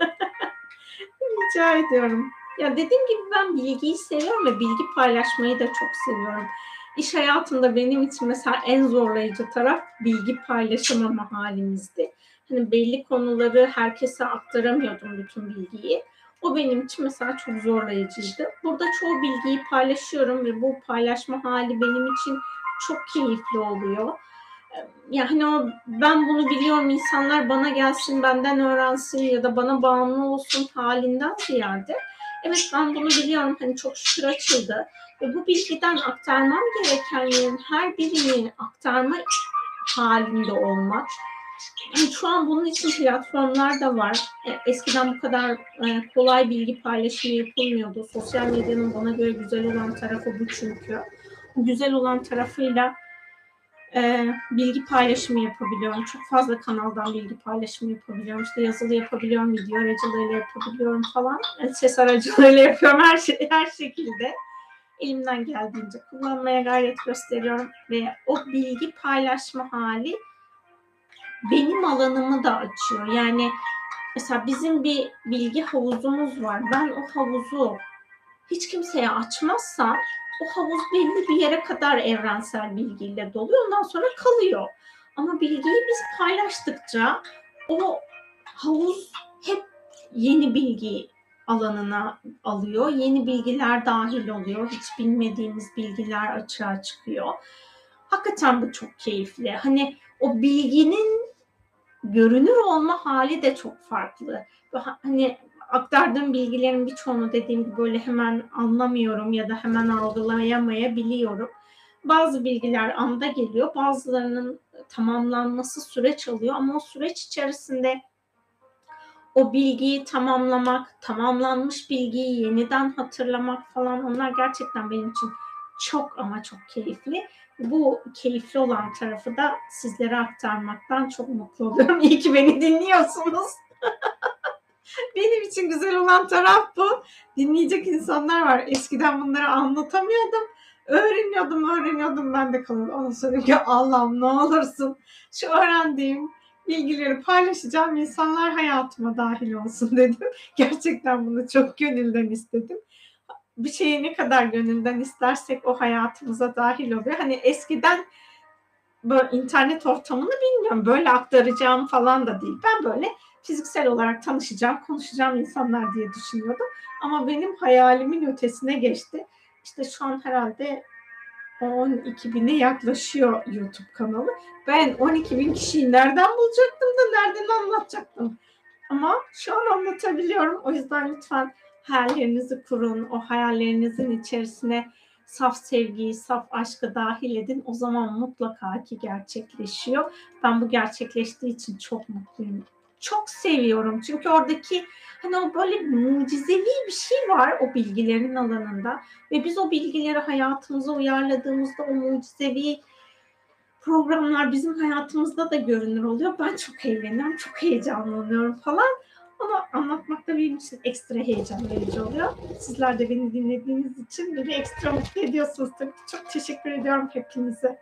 Rica ediyorum. Ya dediğim gibi ben bilgiyi seviyorum ve bilgi paylaşmayı da çok seviyorum. İş hayatında benim için mesela en zorlayıcı taraf bilgi paylaşamama halimizdi. Hani belli konuları herkese aktaramıyordum bütün bilgiyi. O benim için mesela çok zorlayıcıydı. Burada çoğu bilgiyi paylaşıyorum ve bu paylaşma hali benim için çok keyifli oluyor. Yani ben bunu biliyorum, insanlar bana gelsin, benden öğrensin ya da bana bağımlı olsun halinden ziyade, evet ben bunu biliyorum, hani çok şükür açıldı ve bu bilgiden aktarmam gerekenlerin her birini aktarma halinde olmak. Yani şu an bunun için platformlar da var. Eskiden bu kadar kolay bilgi paylaşımı yapılmıyordu. Sosyal medyanın bana göre güzel olan tarafı bu çünkü. Güzel olan tarafıyla bilgi paylaşımı yapabiliyorum. Çok fazla kanaldan bilgi paylaşımı yapabiliyorum. İşte yazılı yapabiliyorum, video aracılığıyla yapabiliyorum falan. Ses aracılığıyla yapıyorum her şekilde. Elimden geldiğince kullanmaya gayret gösteriyorum ve o bilgi paylaşma hali benim alanımı da açıyor. Yani mesela bizim bir bilgi havuzumuz var. Ben o havuzu hiç kimseye açmazsam o havuz belli bir yere kadar evrensel bilgiyle doluyor. Ondan sonra kalıyor. Ama bilgiyi biz paylaştıkça o havuz hep yeni bilgi alanına alıyor. Yeni bilgiler dahil oluyor. Hiç bilmediğimiz bilgiler açığa çıkıyor. Hakikaten bu çok keyifli. Hani o bilginin görünür olma hali de çok farklı. Hani aktardığım bilgilerin birçoğunu dediğim gibi böyle hemen anlamıyorum ya da hemen algılayamayabiliyorum. Bazı bilgiler anda geliyor, bazılarının tamamlanması süreç alıyor ama o süreç içerisinde o bilgiyi tamamlamak, tamamlanmış bilgiyi yeniden hatırlamak falan, onlar gerçekten benim için çok ama çok keyifli. Bu keyifli olan tarafı da sizlere aktarmaktan çok mutlu oluyorum. İyi ki beni dinliyorsunuz. Benim için güzel olan taraf bu. Dinleyecek insanlar var. Eskiden bunları anlatamıyordum. Öğreniyordum ben de kalıyordum. Ondan sonra ki Allah'ım ne olursun şu öğrendiğim bilgileri paylaşacağım, insanlar hayatıma dahil olsun dedim. Gerçekten bunu çok gönülden istedim. Bir şeyi ne kadar gönülden istersek o hayatımıza dahil oluyor. Hani eskiden böyle internet ortamını bilmiyorum, böyle aktaracağım falan da değil. Ben böyle fiziksel olarak tanışacağım, konuşacağım insanlar diye düşünüyordum. Ama benim hayalimin ötesine geçti. İşte şu an herhalde 12 bine yaklaşıyor YouTube kanalı. Ben 12 bin kişiyi nereden bulacaktım da nereden anlatacaktım? Ama şu an anlatabiliyorum. O yüzden lütfen hayallerinizi kurun. O hayallerinizin içerisine saf sevgiyi, saf aşkı dahil edin. O zaman mutlaka ki gerçekleşiyor. Ben bu gerçekleştiği için çok mutluyum. Çok seviyorum. Çünkü oradaki hani o böyle mucizevi bir şey var o bilgilerin alanında. Ve biz o bilgileri hayatımıza uyarladığımızda o mucizevi programlar bizim hayatımızda da görünür oluyor. Ben çok eğleniyorum, çok heyecanlanıyorum falan. Ama anlatmak da benim için ekstra heyecan verici oluyor. Sizler de beni dinlediğiniz için beni ekstra mutlu ediyorsunuz tabii. Çok teşekkür ediyorum hepinize.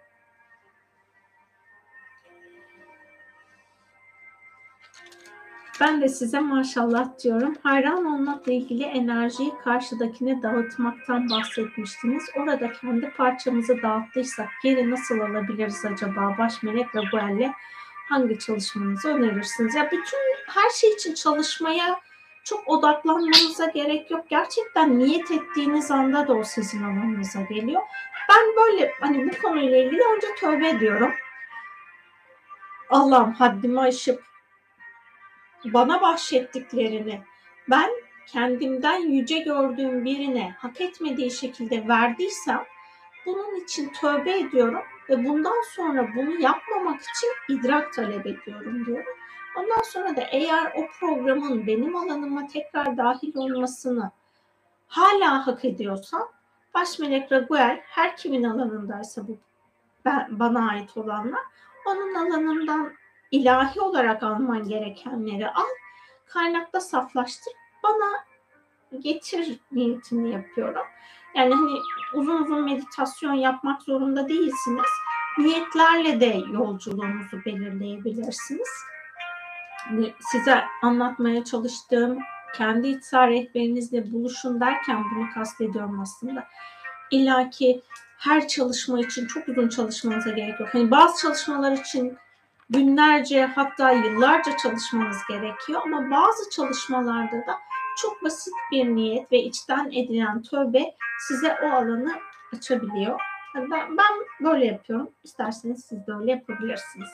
Ben de size maşallah diyorum. Hayran olmakla ilgili enerjiyi karşıdakine dağıtmaktan bahsetmiştiniz. Orada kendi parçamızı dağıttıysak geri nasıl alabiliriz acaba? Baş melek ve Raguel'le hangi çalışmanızı önerirsiniz? Ya bütün her şey için çalışmaya çok odaklanmanıza gerek yok. Gerçekten niyet ettiğiniz anda da o sizin alanınıza geliyor. Ben böyle hani bu konuyla ilgili önce tövbe ediyorum. Allah'ım haddimi aşıp bana bahşettiklerini ben kendimden yüce gördüğüm birine hak etmediği şekilde verdiysem bunun için tövbe ediyorum ve bundan sonra bunu yapmamak için idrak talep ediyorum diyorum. Ondan sonra da eğer o programın benim alanıma tekrar dahil olmasını hala hak ediyorsam, baş melek Raguel her kimin alanındaysa bu bana ait olanlar, onun alanından ilahi olarak alman gerekenleri al, kaynakta saflaştır, bana getir niyetini yapıyorum. Yani hani uzun uzun meditasyon yapmak zorunda değilsiniz. Niyetlerle de yolculuğunuzu belirleyebilirsiniz. Size anlatmaya çalıştığım kendi içsel rehberinizle buluşun derken bunu kastediyorum aslında. İlla ki her çalışma için çok uzun çalışmanıza gerek yok. Hani bazı çalışmalar için günlerce hatta yıllarca çalışmanız gerekiyor ama bazı çalışmalarda da çok basit bir niyet ve içten edilen tövbe size o alanı açabiliyor. Ben böyle yapıyorum. İsterseniz siz de öyle yapabilirsiniz.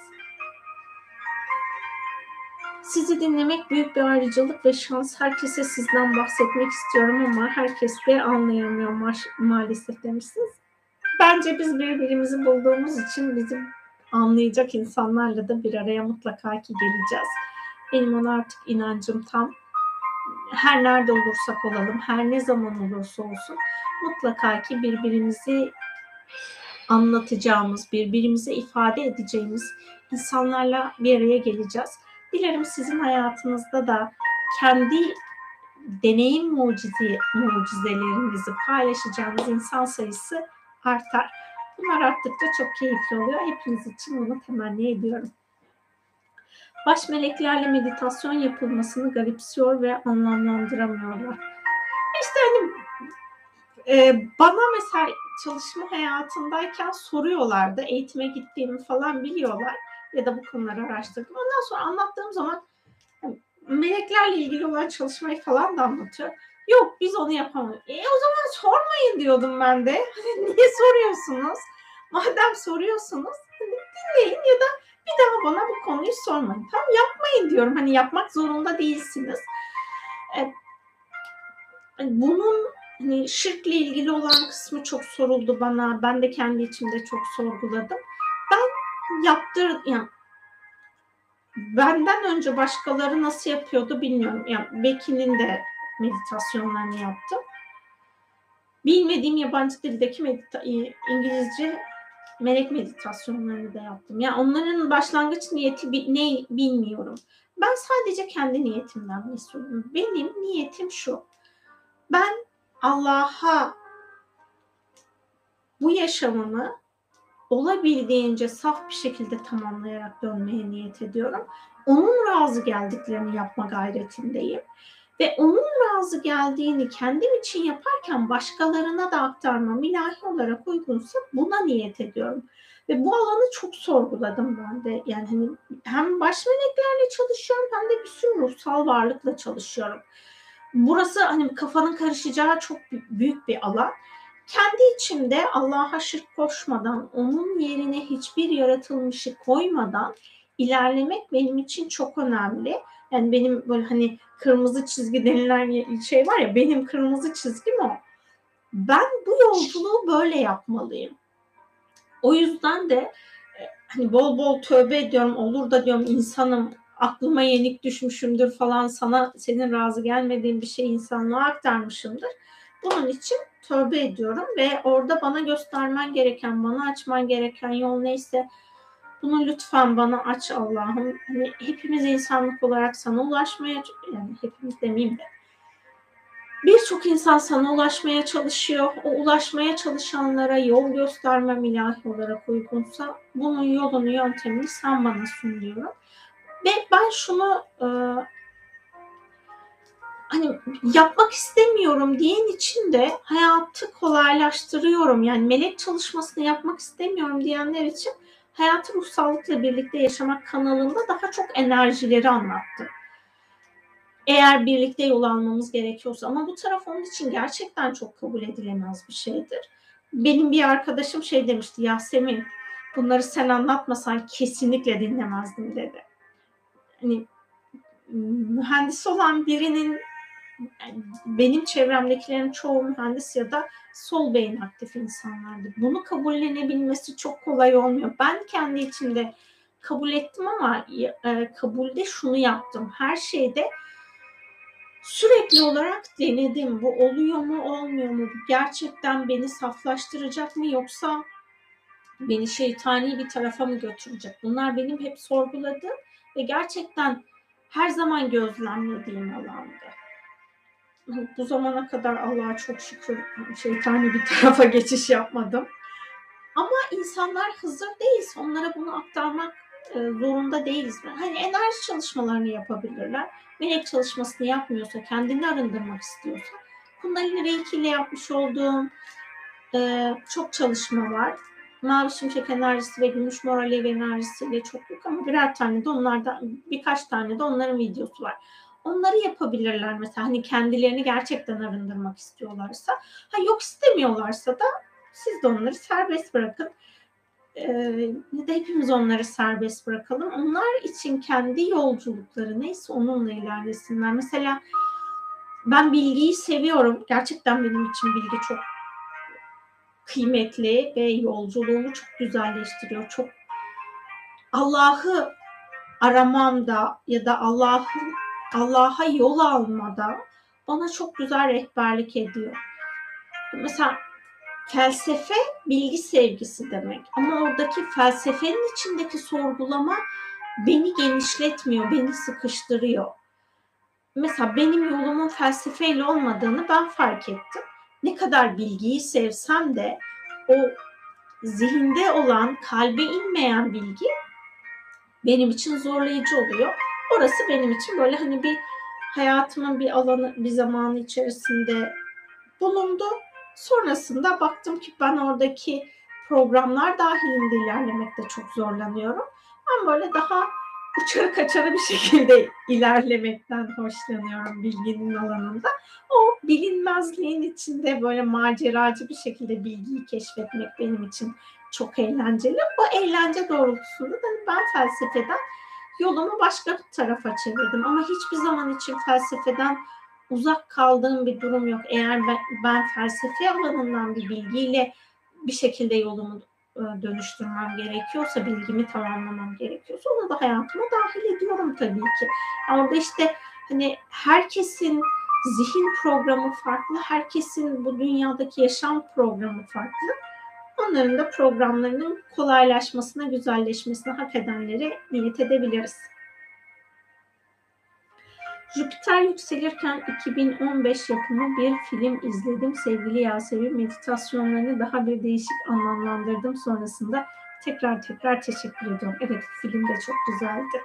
Sizi dinlemek büyük bir ayrıcalık ve şans. Herkese sizden bahsetmek istiyorum ama herkes de anlayamıyor maalesef demişsiniz. Bence biz birbirimizi bulduğumuz için bizim anlayacak insanlarla da bir araya mutlaka ki geleceğiz. Benim ona artık inancım tam. Her nerede olursak olalım, her ne zaman olursa olsun mutlaka ki birbirimizi anlatacağımız, birbirimize ifade edeceğimiz insanlarla bir araya geleceğiz. Dilerim sizin hayatınızda da kendi deneyim mucizelerinizi paylaşacağınız insan sayısı artar. Bunlar arttıkça çok keyifli oluyor. Hepiniz için bunu temenni ediyorum. Baş meleklerle meditasyon yapılmasını garipsiyor ve anlamlandıramıyorlar. İşte hani bana mesela çalışma hayatındayken soruyorlardı. Eğitime gittiğimi falan biliyorlar. Ya da bu konuları araştırdım. Ondan sonra anlattığım zaman meleklerle ilgili olan çalışmayı falan da anlatıyor. Yok biz onu yapamayız. O zaman sormayın diyordum ben de. Niye soruyorsunuz? Madem soruyorsunuz dinleyin ya da bir daha bana bu konuyu sormayın. Tamam yapmayın diyorum. Hani yapmak zorunda değilsiniz. Bunun hani şirkle ilgili olan kısmı çok soruldu bana. Ben de kendi içimde çok sorguladım. Yani benden önce başkaları nasıl yapıyordu bilmiyorum. Yani Becky'nin de meditasyonlarını yaptım. Bilmediğim yabancı dildeki İngilizce melek meditasyonlarını da yaptım. Yani onların başlangıç niyeti ne bilmiyorum. Ben sadece kendi niyetimden mesulüm. Benim niyetim şu. Ben Allah'a bu yaşamımı olabildiğince saf bir şekilde tamamlayarak dönmeye niyet ediyorum. Onun razı geldiklerini yapma gayretindeyim. Ve onun razı geldiğini kendim için yaparken başkalarına da aktarmam ilahi olarak uygunsa buna niyet ediyorum. Ve bu alanı çok sorguladım ben de. Yani hani hem baş meleklerle çalışıyorum hem de bir sürü ruhsal varlıkla çalışıyorum. Burası hani kafanın karışacağı çok büyük bir alan. Kendi içimde Allah'a şirk koşmadan, onun yerine hiçbir yaratılmışı koymadan ilerlemek benim için çok önemli. Yani benim böyle hani kırmızı çizgi denilen şey var ya, benim kırmızı çizgim o. Ben bu yolculuğu böyle yapmalıyım. O yüzden de hani bol bol tövbe ediyorum, olur da diyorum insanım, aklıma yenik düşmüşümdür falan, senin razı gelmediğin bir şey insanlığa aktarmışımdır. Bunun için tövbe ediyorum ve orada bana göstermen gereken, bana açman gereken yol neyse bunu lütfen bana aç Allah'ım. Hani hepimiz insanlık olarak sana ulaşmaya, yani hepimiz demeyeyim de birçok insan sana ulaşmaya çalışıyor. O ulaşmaya çalışanlara yol göstermem ilahi olarak uygunsa bunun yolunu, yöntemini sen bana sun diyorum. Ve ben şunu hani yapmak istemiyorum diyen için de hayatı kolaylaştırıyorum. Yani melek çalışmasını yapmak istemiyorum diyenler için Hayatı Ruhsallıkla Birlikte Yaşamak kanalında daha çok enerjileri anlattım. Eğer birlikte yol almamız gerekiyorsa, ama bu taraf onun için gerçekten çok kabul edilemez bir şeydir. Benim bir arkadaşım şey demişti, Yasemin bunları sen anlatmasan kesinlikle dinlemezdim dedi. Hani mühendis olan birinin, yani benim çevremdekilerin çoğu mühendis ya da sol beyin aktif insanlardı. Bunu kabullenebilmesi çok kolay olmuyor. Ben kendi içimde kabul ettim ama kabulde şunu yaptım. Her şeyde sürekli olarak denedim. Bu oluyor mu, olmuyor mu? Bu gerçekten beni saflaştıracak mı, yoksa beni şeytani bir tarafa mı götürecek? Bunlar benim hep sorguladığım ve gerçekten her zaman gözlemlediğim alandı. bu zamana kadar Allah'a çok şükür şeytani bir tarafa geçiş yapmadım. Ama insanlar hazır değiliz. Onlara bunu aktarmak zorunda değiliz. Hani enerji çalışmalarını yapabilirler. Melek çalışmasını yapmıyorsa, kendini arındırmak istiyorsa, Kundalini Reiki ile yapmış olduğum çok çalışma var. Mavi şimşek enerjisi ve gümüş mor alev enerjisiyle çok yok ama birkaç tane de onların videosu var. Onları yapabilirler mesela, hani kendilerini gerçekten arındırmak istiyorlarsa. Yok istemiyorlarsa da siz de onları serbest bırakın. Ya da hepimiz onları serbest bırakalım. Onlar için kendi yolculukları neyse onunla ilerlesinler. Mesela ben bilgiyi seviyorum. Gerçekten benim için bilgi çok kıymetli ve yolculuğumu çok güzelleştiriyor. Çok Allah'ı aramamda ya da Allah'a yol almada bana çok güzel rehberlik ediyor. Mesela felsefe bilgi sevgisi demek. Ama oradaki felsefenin içindeki sorgulama beni genişletmiyor, beni sıkıştırıyor. Mesela benim yolumun felsefeyle olmadığını ben fark ettim. Ne kadar bilgiyi sevsem de o zihinde olan, kalbe inmeyen bilgi benim için zorlayıcı oluyor. Orası benim için böyle hani bir hayatımın bir alanı, bir zamanı içerisinde bulundu. Sonrasında baktım ki ben oradaki programlar dahilinde ilerlemekte çok zorlanıyorum. Ben böyle daha uçarı kaçarı bir şekilde ilerlemekten hoşlanıyorum bilginin alanında. O bilinmezliğin içinde böyle maceracı bir şekilde bilgiyi keşfetmek benim için çok eğlenceli. O eğlence doğrultusunda da ben felsefeden yolumu başka bir tarafa çevirdim. Ama hiçbir zaman için felsefeden uzak kaldığım bir durum yok. Eğer ben felsefe alanından bir bilgiyle bir şekilde yolumu dönüştürmem gerekiyorsa, bilgimi tamamlamam gerekiyorsa onu da hayatıma dahil ediyorum tabii ki. Orada işte hani herkesin zihin programı farklı, herkesin bu dünyadaki yaşam programı farklı. Onların da programlarının kolaylaşmasına, güzelleşmesine hak edenleri niyet edebiliriz. Jüpiter yükselirken 2015 yapımı bir film izledim. Sevgili Yasemin, meditasyonlarını daha bir değişik anlamlandırdım sonrasında. Tekrar teşekkür ediyorum. Evet, film de çok güzeldi.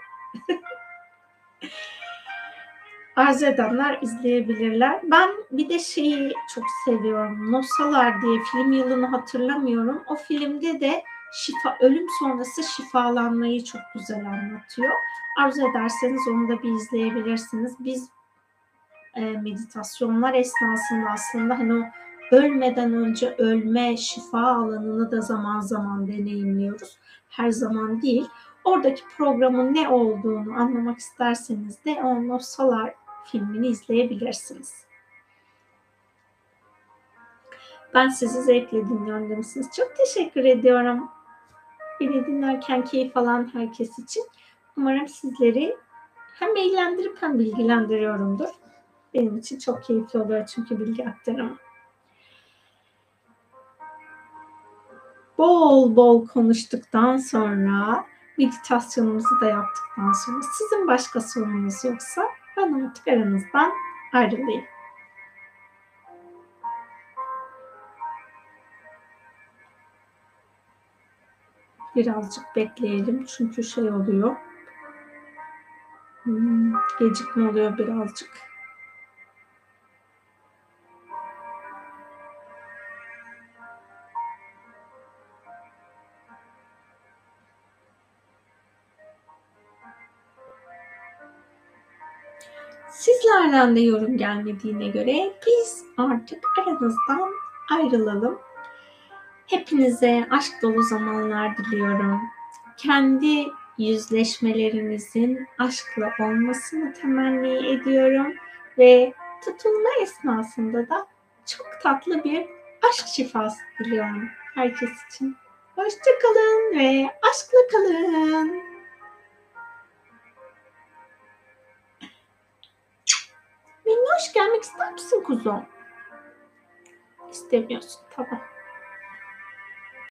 Arzu edenler izleyebilirler. Ben bir de şeyi çok seviyorum. Nosalar diye, film yılını hatırlamıyorum. O filmde de ölüm sonrası şifalanmayı çok güzel anlatıyor. Arzu ederseniz onu da bir izleyebilirsiniz. Biz meditasyonlar esnasında aslında hani o ölmeden önce ölme şifa alanını da zaman zaman deneyimliyoruz. Her zaman değil. Oradaki programın ne olduğunu anlamak isterseniz de o Nosalar filmini izleyebilirsiniz. Ben sizi zevkle dinliyorum demişsiniz. Çok teşekkür ediyorum. Beni dinlerken keyif alan herkes için. Umarım sizleri hem eğlendirip hem bilgilendiriyorumdur. Benim için çok keyifli oluyor çünkü bilgi aktarımı. Bol bol konuştuktan sonra, meditasyonumuzu da yaptıktan sonra sizin başka sorunuz yoksa ben artık aranızdan ayrılayım. Birazcık bekleyelim çünkü şey oluyor. Gecikme oluyor birazcık. Sizlerden de yorum gelmediğine göre biz artık aranızdan ayrılalım. Hepinize aşk dolu zamanlar diliyorum. Kendi yüzleşmelerinizin aşkla olmasını temenni ediyorum ve tutulma esnasında da çok tatlı bir aşk şifası diliyorum herkes için. Hoşça kalın ve aşkla kalın. Minnoş, gelmek ister misin kuzum? İstemiyorsun, tamam.